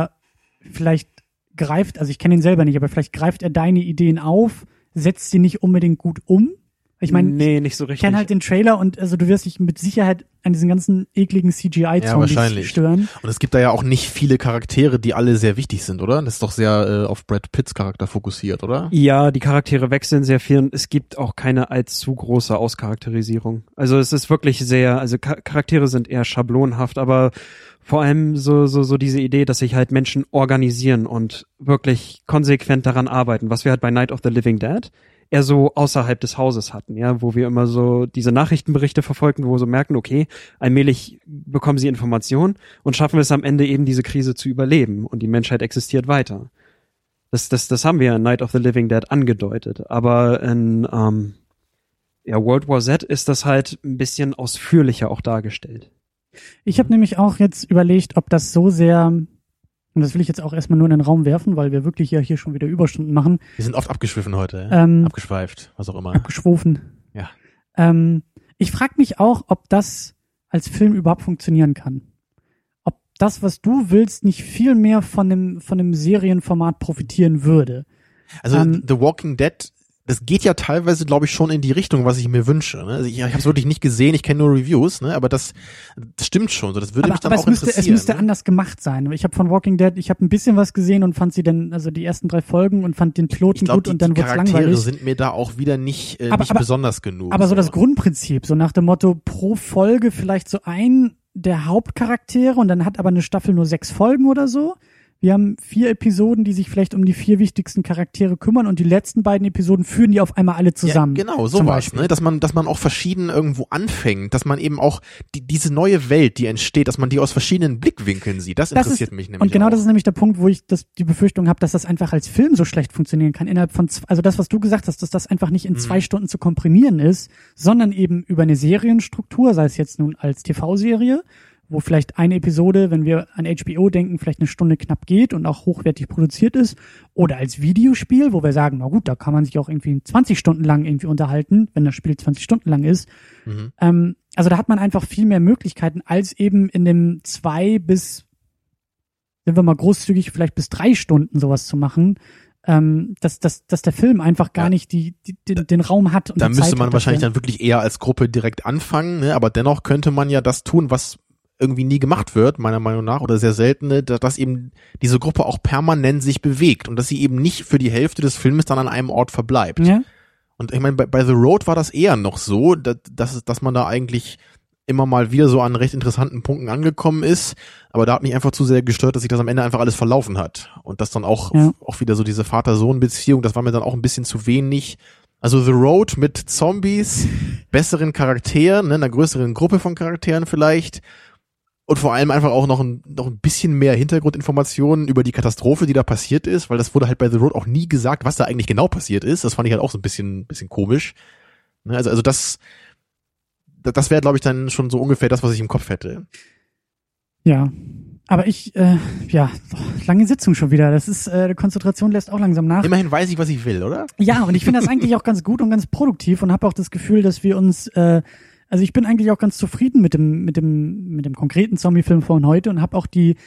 greift, also ich kenne ihn selber nicht, aber vielleicht greift er deine Ideen auf, setzt sie nicht unbedingt gut um. Ich meine, nee, nicht so richtig. Ich kenne halt den Trailer und also du wirst dich mit Sicherheit an diesen ganzen ekligen CGI-Zombies stören. Und es gibt da ja auch nicht viele Charaktere, die alle sehr wichtig sind, oder? Das ist doch sehr auf Brad Pitts Charakter fokussiert, oder? Ja, die Charaktere wechseln sehr viel und es gibt auch keine allzu große Auscharakterisierung. Also es ist wirklich sehr, also Charaktere sind eher schablonhaft, aber vor allem so diese Idee, dass sich halt Menschen organisieren und wirklich konsequent daran arbeiten, was wir halt bei Night of the Living Dead eher so außerhalb des Hauses hatten, ja, wo wir immer so diese Nachrichtenberichte verfolgten, wo wir so merken, okay, allmählich bekommen sie Informationen und schaffen es am Ende eben diese Krise zu überleben und die Menschheit existiert weiter. Das haben wir in Night of the Living Dead angedeutet, aber in World War Z ist das halt ein bisschen ausführlicher auch dargestellt. Ich habe nämlich auch jetzt überlegt, ob das so sehr, und das will ich jetzt auch erstmal nur in den Raum werfen, weil wir wirklich ja hier schon wieder Überstunden machen. Wir sind oft abgeschwiffen heute, abgeschweift, was auch immer. Abgeschwofen. Ja. Ich frage mich auch, ob das als Film überhaupt funktionieren kann. Ob das, was du willst, nicht viel mehr von dem Serienformat profitieren würde. Also The Walking Dead das geht ja teilweise, glaube ich, schon in die Richtung, was ich mir wünsche. Ne? Also ich habe es wirklich nicht gesehen, ich kenne nur Reviews, ne? Aber das stimmt schon. So, das würde mich dann auch interessieren. Es müsste anders gemacht sein. Ich habe von Walking Dead, ich habe ein bisschen was gesehen und fand sie dann, also die ersten 3 Folgen und fand den Piloten gut und dann wurde es langweilig. Die Charaktere sind mir da auch wieder nicht besonders genug. Aber so das Grundprinzip, so nach dem Motto, pro Folge vielleicht so ein der Hauptcharaktere und dann hat aber eine Staffel nur 6 Folgen oder so. Wir haben 4 Episoden, die sich vielleicht um die 4 wichtigsten Charaktere kümmern und die letzten beiden Episoden führen die auf einmal alle zusammen. Ja, genau, sowas, ne? Dass man auch verschieden irgendwo anfängt, dass man eben auch diese neue Welt, die entsteht, dass man die aus verschiedenen Blickwinkeln sieht. Das interessiert mich nämlich. Und genau auch. Das ist nämlich der Punkt, wo ich die Befürchtung habe, dass das einfach als Film so schlecht funktionieren kann. Innerhalb von, also das, was du gesagt hast, dass das einfach nicht in 2 Stunden zu komprimieren ist, sondern eben über eine Serienstruktur, sei es jetzt nun als TV-Serie, wo vielleicht eine Episode, wenn wir an HBO denken, vielleicht eine Stunde knapp geht und auch hochwertig produziert ist, oder als Videospiel, wo wir sagen, na gut, da kann man sich auch irgendwie 20 Stunden lang irgendwie unterhalten, wenn das Spiel 20 Stunden lang ist. Also da hat man einfach viel mehr Möglichkeiten, als eben in dem 2 bis, sind wir mal großzügig, vielleicht bis 3 Stunden sowas zu machen, dass der Film einfach gar nicht den Raum hat. Und da müsste man wahrscheinlich dann wirklich eher als Gruppe direkt anfangen, ne? Aber dennoch könnte man ja das tun, was irgendwie nie gemacht wird, meiner Meinung nach, oder sehr selten, dass eben diese Gruppe auch permanent sich bewegt und dass sie eben nicht für die Hälfte des Filmes dann an einem Ort verbleibt. Ja. Und ich meine, bei The Road war das eher noch so, dass man da eigentlich immer mal wieder so an recht interessanten Punkten angekommen ist, aber da hat mich einfach zu sehr gestört, dass sich das am Ende einfach alles verlaufen hat. Und das dann auch wieder so diese Vater-Sohn-Beziehung, das war mir dann auch ein bisschen zu wenig. Also The Road mit Zombies, besseren Charakteren, ne, einer größeren Gruppe von Charakteren vielleicht, und vor allem einfach auch noch ein bisschen mehr Hintergrundinformationen über die Katastrophe, die da passiert ist, weil das wurde halt bei The Road auch nie gesagt, was da eigentlich genau passiert ist. Das fand ich halt auch so ein bisschen komisch. Also das wäre, glaube ich, dann schon so ungefähr das, was ich im Kopf hätte. Ja, aber lange Sitzung schon wieder. Das ist, die Konzentration lässt auch langsam nach. Immerhin weiß ich, was ich will, oder? Ja, und ich finde das eigentlich auch ganz gut und ganz produktiv und habe auch das Gefühl, dass wir uns also ich bin eigentlich auch ganz zufrieden mit dem konkreten Zombie-Film von heute und habe auch die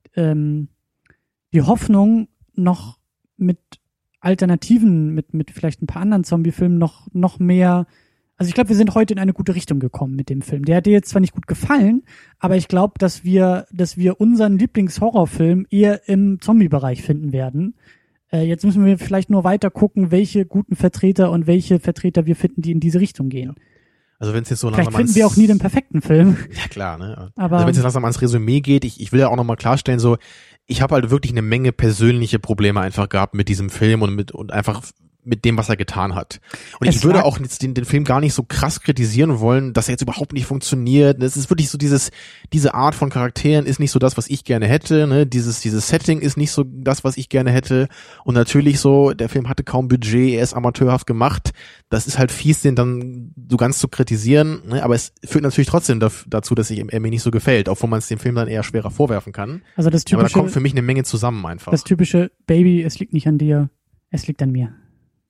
Hoffnung, noch mit Alternativen, mit vielleicht ein paar anderen Zombie-Filmen noch mehr. Also ich glaube, wir sind heute in eine gute Richtung gekommen mit dem Film. Der hat dir jetzt zwar nicht gut gefallen, aber ich glaube, dass wir unseren Lieblingshorrorfilm eher im Zombie-Bereich finden werden. Jetzt müssen wir vielleicht nur weiter gucken, welche guten Vertreter und welche Vertreter wir finden, die in diese Richtung gehen. Also wenn es jetzt so langsam finden wir auch nie den perfekten Film. Ja klar, ne? Aber also wenn es jetzt langsam ans Resümee geht, ich will ja auch nochmal klarstellen, so, ich habe halt wirklich eine Menge persönliche Probleme einfach gehabt mit diesem Film und einfach mit dem, was er getan hat. Und ich würde auch jetzt den Film gar nicht so krass kritisieren wollen, dass er jetzt überhaupt nicht funktioniert. Es ist wirklich so diese Art von Charakteren ist nicht so das, was ich gerne hätte, ne? Dieses Setting ist nicht so das, was ich gerne hätte. Und natürlich so, der Film hatte kaum Budget, er ist amateurhaft gemacht. Das ist halt fies, den dann so ganz zu kritisieren, ne? Aber es führt natürlich trotzdem dazu, dass er mir nicht so gefällt, obwohl man es dem Film dann eher schwerer vorwerfen kann. Also das typische, aber da kommt für mich eine Menge zusammen einfach. Das typische Baby, es liegt nicht an dir, es liegt an mir.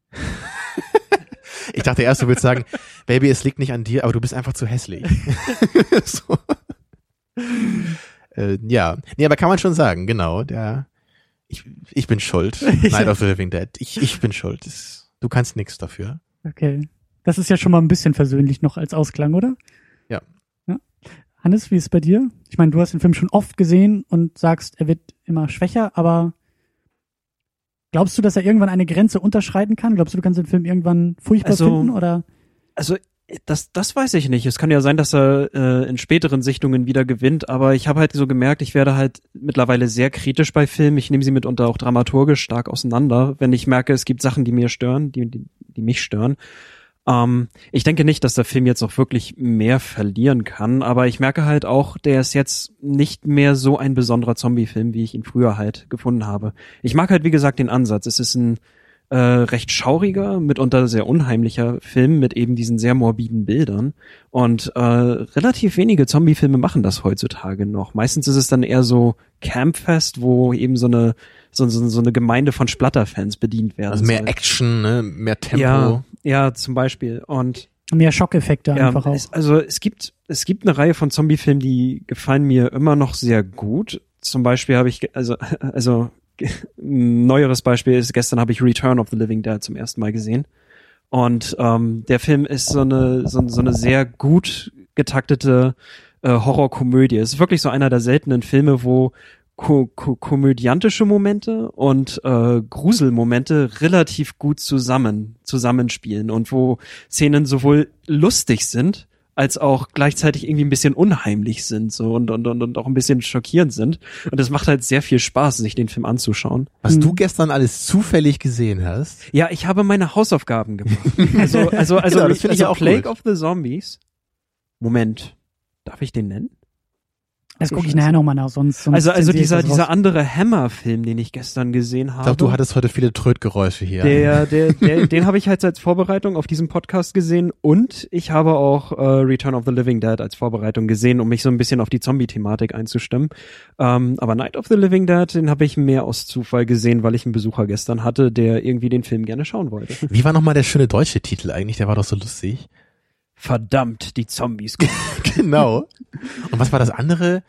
Ich dachte erst, du willst sagen, Baby, es liegt nicht an dir, aber du bist einfach zu hässlich. So. Ja, nee, aber kann man schon sagen, genau. Ich bin schuld. Night of the Living Dead. Ich bin schuld. Du kannst nichts dafür. Okay, das ist ja schon mal ein bisschen versöhnlich noch als Ausklang, oder? Ja. Hannes, wie ist es bei dir? Ich meine, du hast den Film schon oft gesehen und sagst, er wird immer schwächer, aber glaubst du, dass er irgendwann eine Grenze unterschreiten kann? Glaubst du, du kannst den Film irgendwann furchtbar finden? Oder? Also das weiß ich nicht. Es kann ja sein, dass er in späteren Sichtungen wieder gewinnt, aber ich habe halt so gemerkt, ich werde halt mittlerweile sehr kritisch bei Filmen. Ich nehme sie mitunter auch dramaturgisch stark auseinander, wenn ich merke, es gibt Sachen, die mir stören, die mich stören. Ich denke nicht, dass der Film jetzt auch wirklich mehr verlieren kann, aber ich merke halt auch, der ist jetzt nicht mehr so ein besonderer Zombie-Film, wie ich ihn früher halt gefunden habe. Ich mag halt, wie gesagt, den Ansatz. Es ist ein recht schauriger, mitunter sehr unheimlicher Film mit eben diesen sehr morbiden Bildern und relativ wenige Zombie-Filme machen das heutzutage noch. Meistens ist es dann eher so Campfest, wo eben so eine Gemeinde von Splatter-Fans bedient werden. Also mehr Action, ne? Mehr Tempo. Ja, zum Beispiel. Und mehr Schockeffekte einfach auch. Es gibt eine Reihe von Zombie-Filmen, die gefallen mir immer noch sehr gut. Zum Beispiel habe ich, also ein neueres Beispiel ist, gestern habe ich Return of the Living Dead zum ersten Mal gesehen. Und der Film ist so eine sehr gut getaktete Horrorkomödie. Es ist wirklich so einer der seltenen Filme, wo komödiantische Momente und Gruselmomente relativ gut zusammenspielen und wo Szenen sowohl lustig sind, als auch gleichzeitig irgendwie ein bisschen unheimlich sind so und auch ein bisschen schockierend sind. Und es macht halt sehr viel Spaß, sich den Film anzuschauen. Was du gestern alles zufällig gesehen hast. Ja, ich habe meine Hausaufgaben gemacht. Also Genau, das finde ich ja auch Plague gut. of the Zombies. Moment, darf ich den nennen? Das gucke ich nachher nochmal nach, sonst Also zensiere ich das raus. dieser andere Hammer-Film, den ich gestern gesehen habe. Ich glaube, du hattest heute viele Trötgeräusche hier. Den habe ich halt als Vorbereitung auf diesen Podcast gesehen und ich habe auch Return of the Living Dead als Vorbereitung gesehen, um mich so ein bisschen auf die Zombie-Thematik einzustimmen. Aber Night of the Living Dead, den habe ich mehr aus Zufall gesehen, weil ich einen Besucher gestern hatte, der irgendwie den Film gerne schauen wollte. Wie war nochmal der schöne deutsche Titel eigentlich? Der war doch so lustig. Verdammt, die Zombies. Genau. Und was war das andere?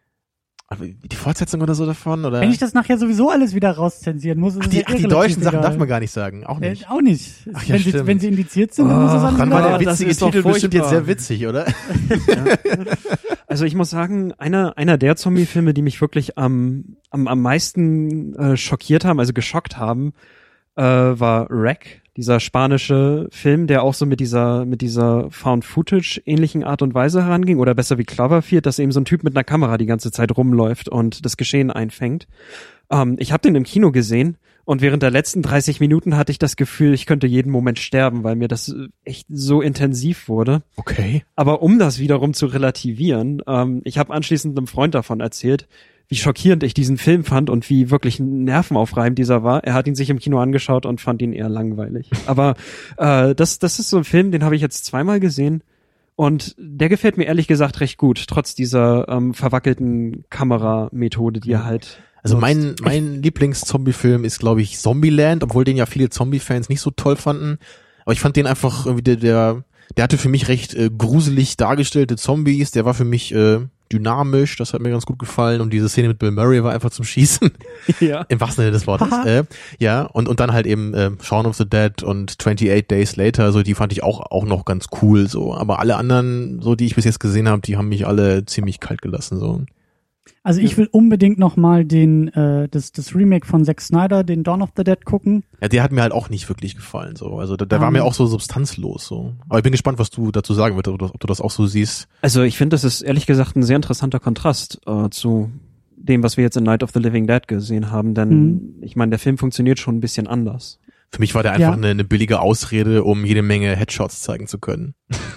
Die Fortsetzung oder so davon? Oder? Wenn ich das nachher sowieso alles wieder rauszensieren muss, ist es ja Ach, die deutschen Sachen darf man gar nicht sagen. Auch nicht. Auch nicht. Ach ja, wenn stimmt. sie indiziert sind, dann muss es alles Dann wieder war der raus. das witzige ist doch Titel bestimmt jetzt furchtbar. sehr witzig, oder? Ja. Also ich muss sagen, einer der Zombie-Filme, die mich wirklich am meisten schockiert haben, also geschockt haben, war Wreck, dieser spanische Film, der auch so mit dieser Found-Footage-ähnlichen Art und Weise heranging, oder besser wie Cloverfield, dass eben so ein Typ mit einer Kamera die ganze Zeit rumläuft und das Geschehen einfängt. Ich habe den im Kino gesehen und während der letzten 30 Minuten hatte ich das Gefühl, ich könnte jeden Moment sterben, weil mir das echt so intensiv wurde. Okay. Aber um das wiederum zu relativieren, ich habe anschließend einem Freund davon erzählt, wie schockierend ich diesen Film fand und wie wirklich nervenaufreibend dieser war. Er hat ihn sich im Kino angeschaut und fand ihn eher langweilig. Aber das ist so ein Film, den habe ich jetzt zweimal gesehen und der gefällt mir ehrlich gesagt recht gut, trotz dieser verwackelten Kameramethode, die er halt Also nutzt. mein Lieblings-Zombie-Film ist, glaube ich, Zombieland, obwohl den ja viele Zombie-Fans nicht so toll fanden. Aber ich fand den einfach irgendwie, der hatte für mich recht gruselig dargestellte Zombies. Der war für mich dynamisch, das hat mir ganz gut gefallen. Und diese Szene mit Bill Murray war einfach zum Schießen. Ja. Im wahrsten Sinne des Wortes. Ja, und dann halt eben Shaun of the Dead und 28 Days Later, so die fand ich auch noch ganz cool. So, aber alle anderen, so die ich bis jetzt gesehen habe, die haben mich alle ziemlich kalt gelassen. So. Also ich will unbedingt nochmal das Remake von Zack Snyder, den Dawn of the Dead, gucken. Ja, der hat mir halt auch nicht wirklich gefallen. So, also der war mir auch so substanzlos. So, aber ich bin gespannt, was du dazu sagen wirst, ob du das auch so siehst. Also ich finde, das ist ehrlich gesagt ein sehr interessanter Kontrast zu dem, was wir jetzt in Night of the Living Dead gesehen haben, denn ich meine, der Film funktioniert schon ein bisschen anders. Für mich war der einfach eine billige Ausrede, um jede Menge Headshots zeigen zu können.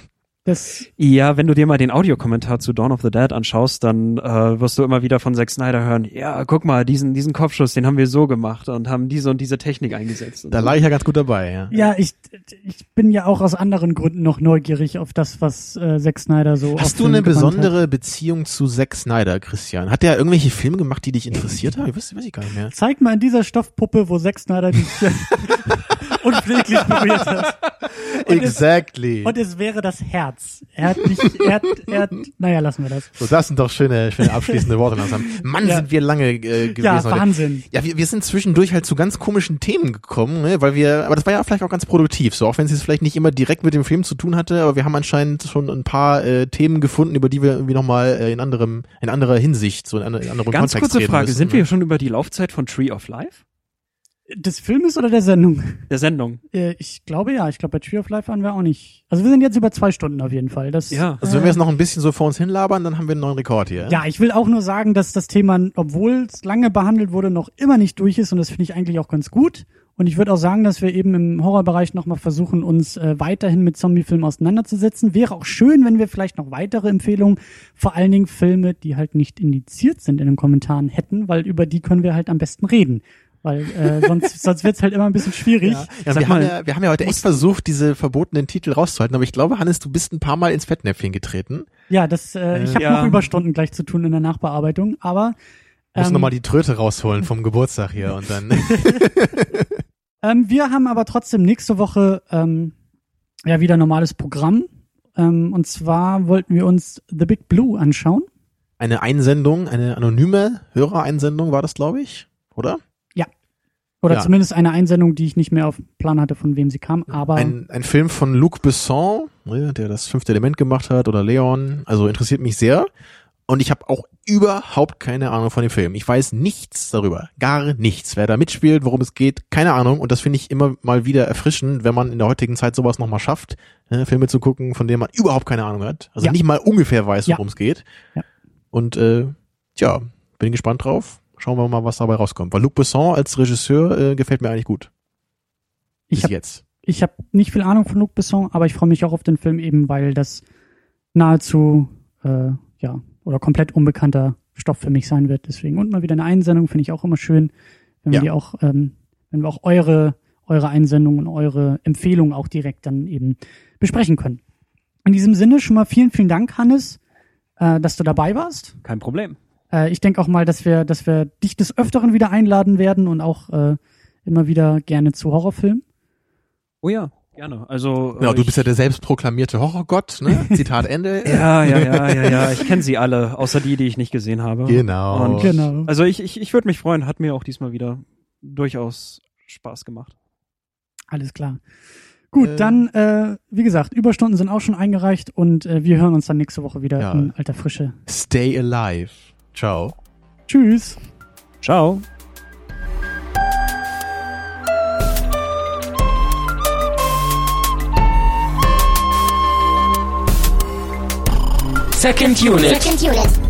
Ja, wenn du dir mal den Audiokommentar zu Dawn of the Dead anschaust, dann wirst du immer wieder von Zack Snyder hören, ja, guck mal, diesen Kopfschuss, den haben wir so gemacht und haben diese und diese Technik eingesetzt. Da lag ich ja ganz gut dabei, ja. Ja, ich bin ja auch aus anderen Gründen noch neugierig auf das, was Zack Snyder so Hast du eine besondere Beziehung zu Zack Snyder, Christian? Hat der irgendwelche Filme gemacht, die dich interessiert haben? Weiß ich gar nicht mehr. Zeig mal in dieser Stoffpuppe, wo Zack Snyder dich unpfleglich berührt hat. Und es wäre das Herz. Naja, lassen wir das. So, das sind doch schöne abschließende Worte langsam. Mann, sind wir lange gewesen ja, heute. Wahnsinn. Ja, wir sind zwischendurch halt zu ganz komischen Themen gekommen, ne? Aber das war ja vielleicht auch ganz produktiv, so auch wenn es jetzt vielleicht nicht immer direkt mit dem Film zu tun hatte, aber wir haben anscheinend schon ein paar Themen gefunden, über die wir irgendwie nochmal in anderer Hinsicht, so in anderem Ganz Kontext kurze reden Frage, müssen, sind ne? wir schon über die Laufzeit von Tree of Life? Des Filmes oder der Sendung? Der Sendung. Ich glaube ja. Ich glaube, bei Tree of Life waren wir auch nicht. Also wir sind jetzt über 2 Stunden auf jeden Fall. Ja. Also wenn wir jetzt noch ein bisschen so vor uns hinlabern, dann haben wir einen neuen Rekord hier. Ja, ich will auch nur sagen, dass das Thema, obwohl es lange behandelt wurde, noch immer nicht durch ist und das finde ich eigentlich auch ganz gut. Und ich würde auch sagen, dass wir eben im Horrorbereich nochmal versuchen, uns weiterhin mit Zombiefilmen auseinanderzusetzen. Wäre auch schön, wenn wir vielleicht noch weitere Empfehlungen, vor allen Dingen Filme, die halt nicht indiziert sind, in den Kommentaren hätten, weil über die können wir halt am besten reden. Weil sonst wird's halt immer ein bisschen schwierig. Ja, wir haben ja heute echt versucht, diese verbotenen Titel rauszuhalten, aber ich glaube, Hannes, du bist ein paar Mal ins Fettnäpfchen getreten. Ja, ich habe noch Überstunden gleich zu tun in der Nachbearbeitung, aber Muss nochmal die Tröte rausholen vom Geburtstag hier und dann. Wir haben aber trotzdem nächste Woche wieder normales Programm. Und zwar wollten wir uns The Big Blue anschauen. Eine Einsendung, eine anonyme Hörereinsendung war das, glaube ich, oder? Oder Ja. zumindest eine Einsendung, die ich nicht mehr auf dem Plan hatte, von wem sie kam. Aber Ein Film von Luc Besson, ne, der das 5. Element gemacht hat, oder Leon, also interessiert mich sehr. Und ich habe auch überhaupt keine Ahnung von dem Film. Ich weiß nichts darüber, gar nichts. Wer da mitspielt, worum es geht, keine Ahnung. Und das finde ich immer mal wieder erfrischend, wenn man in der heutigen Zeit sowas nochmal schafft, ne, Filme zu gucken, von denen man überhaupt keine Ahnung hat. Also Ja. nicht mal ungefähr weiß, worum es geht. Ja. Und tja, bin gespannt drauf. Schauen wir mal, was dabei rauskommt. Weil Luc Besson als Regisseur gefällt mir eigentlich gut. Bis jetzt. Ich habe nicht viel Ahnung von Luc Besson, aber ich freue mich auch auf den Film eben, weil das nahezu oder komplett unbekannter Stoff für mich sein wird. Deswegen und mal wieder eine Einsendung finde ich auch immer schön, wenn wir Ja. die auch, wenn wir auch eure Einsendungen und eure Empfehlungen auch direkt dann eben besprechen können. In diesem Sinne schon mal vielen, vielen Dank, Hannes, dass du dabei warst. Kein Problem. Ich denke auch mal, dass wir dich des Öfteren wieder einladen werden und auch immer wieder gerne zu Horrorfilmen. Oh ja, gerne. Also Genau, du bist ja der selbstproklamierte Horrorgott, ne? Zitat Ende. Ja. Ich kenne sie alle, außer die ich nicht gesehen habe. Genau. Und Genau. Also ich würde mich freuen. Hat mir auch diesmal wieder durchaus Spaß gemacht. Alles klar. Gut, dann, wie gesagt, Überstunden sind auch schon eingereicht und wir hören uns dann nächste Woche wieder in alter Frische. Stay alive. Ciao. Tschüss. Ciao. Second Unit.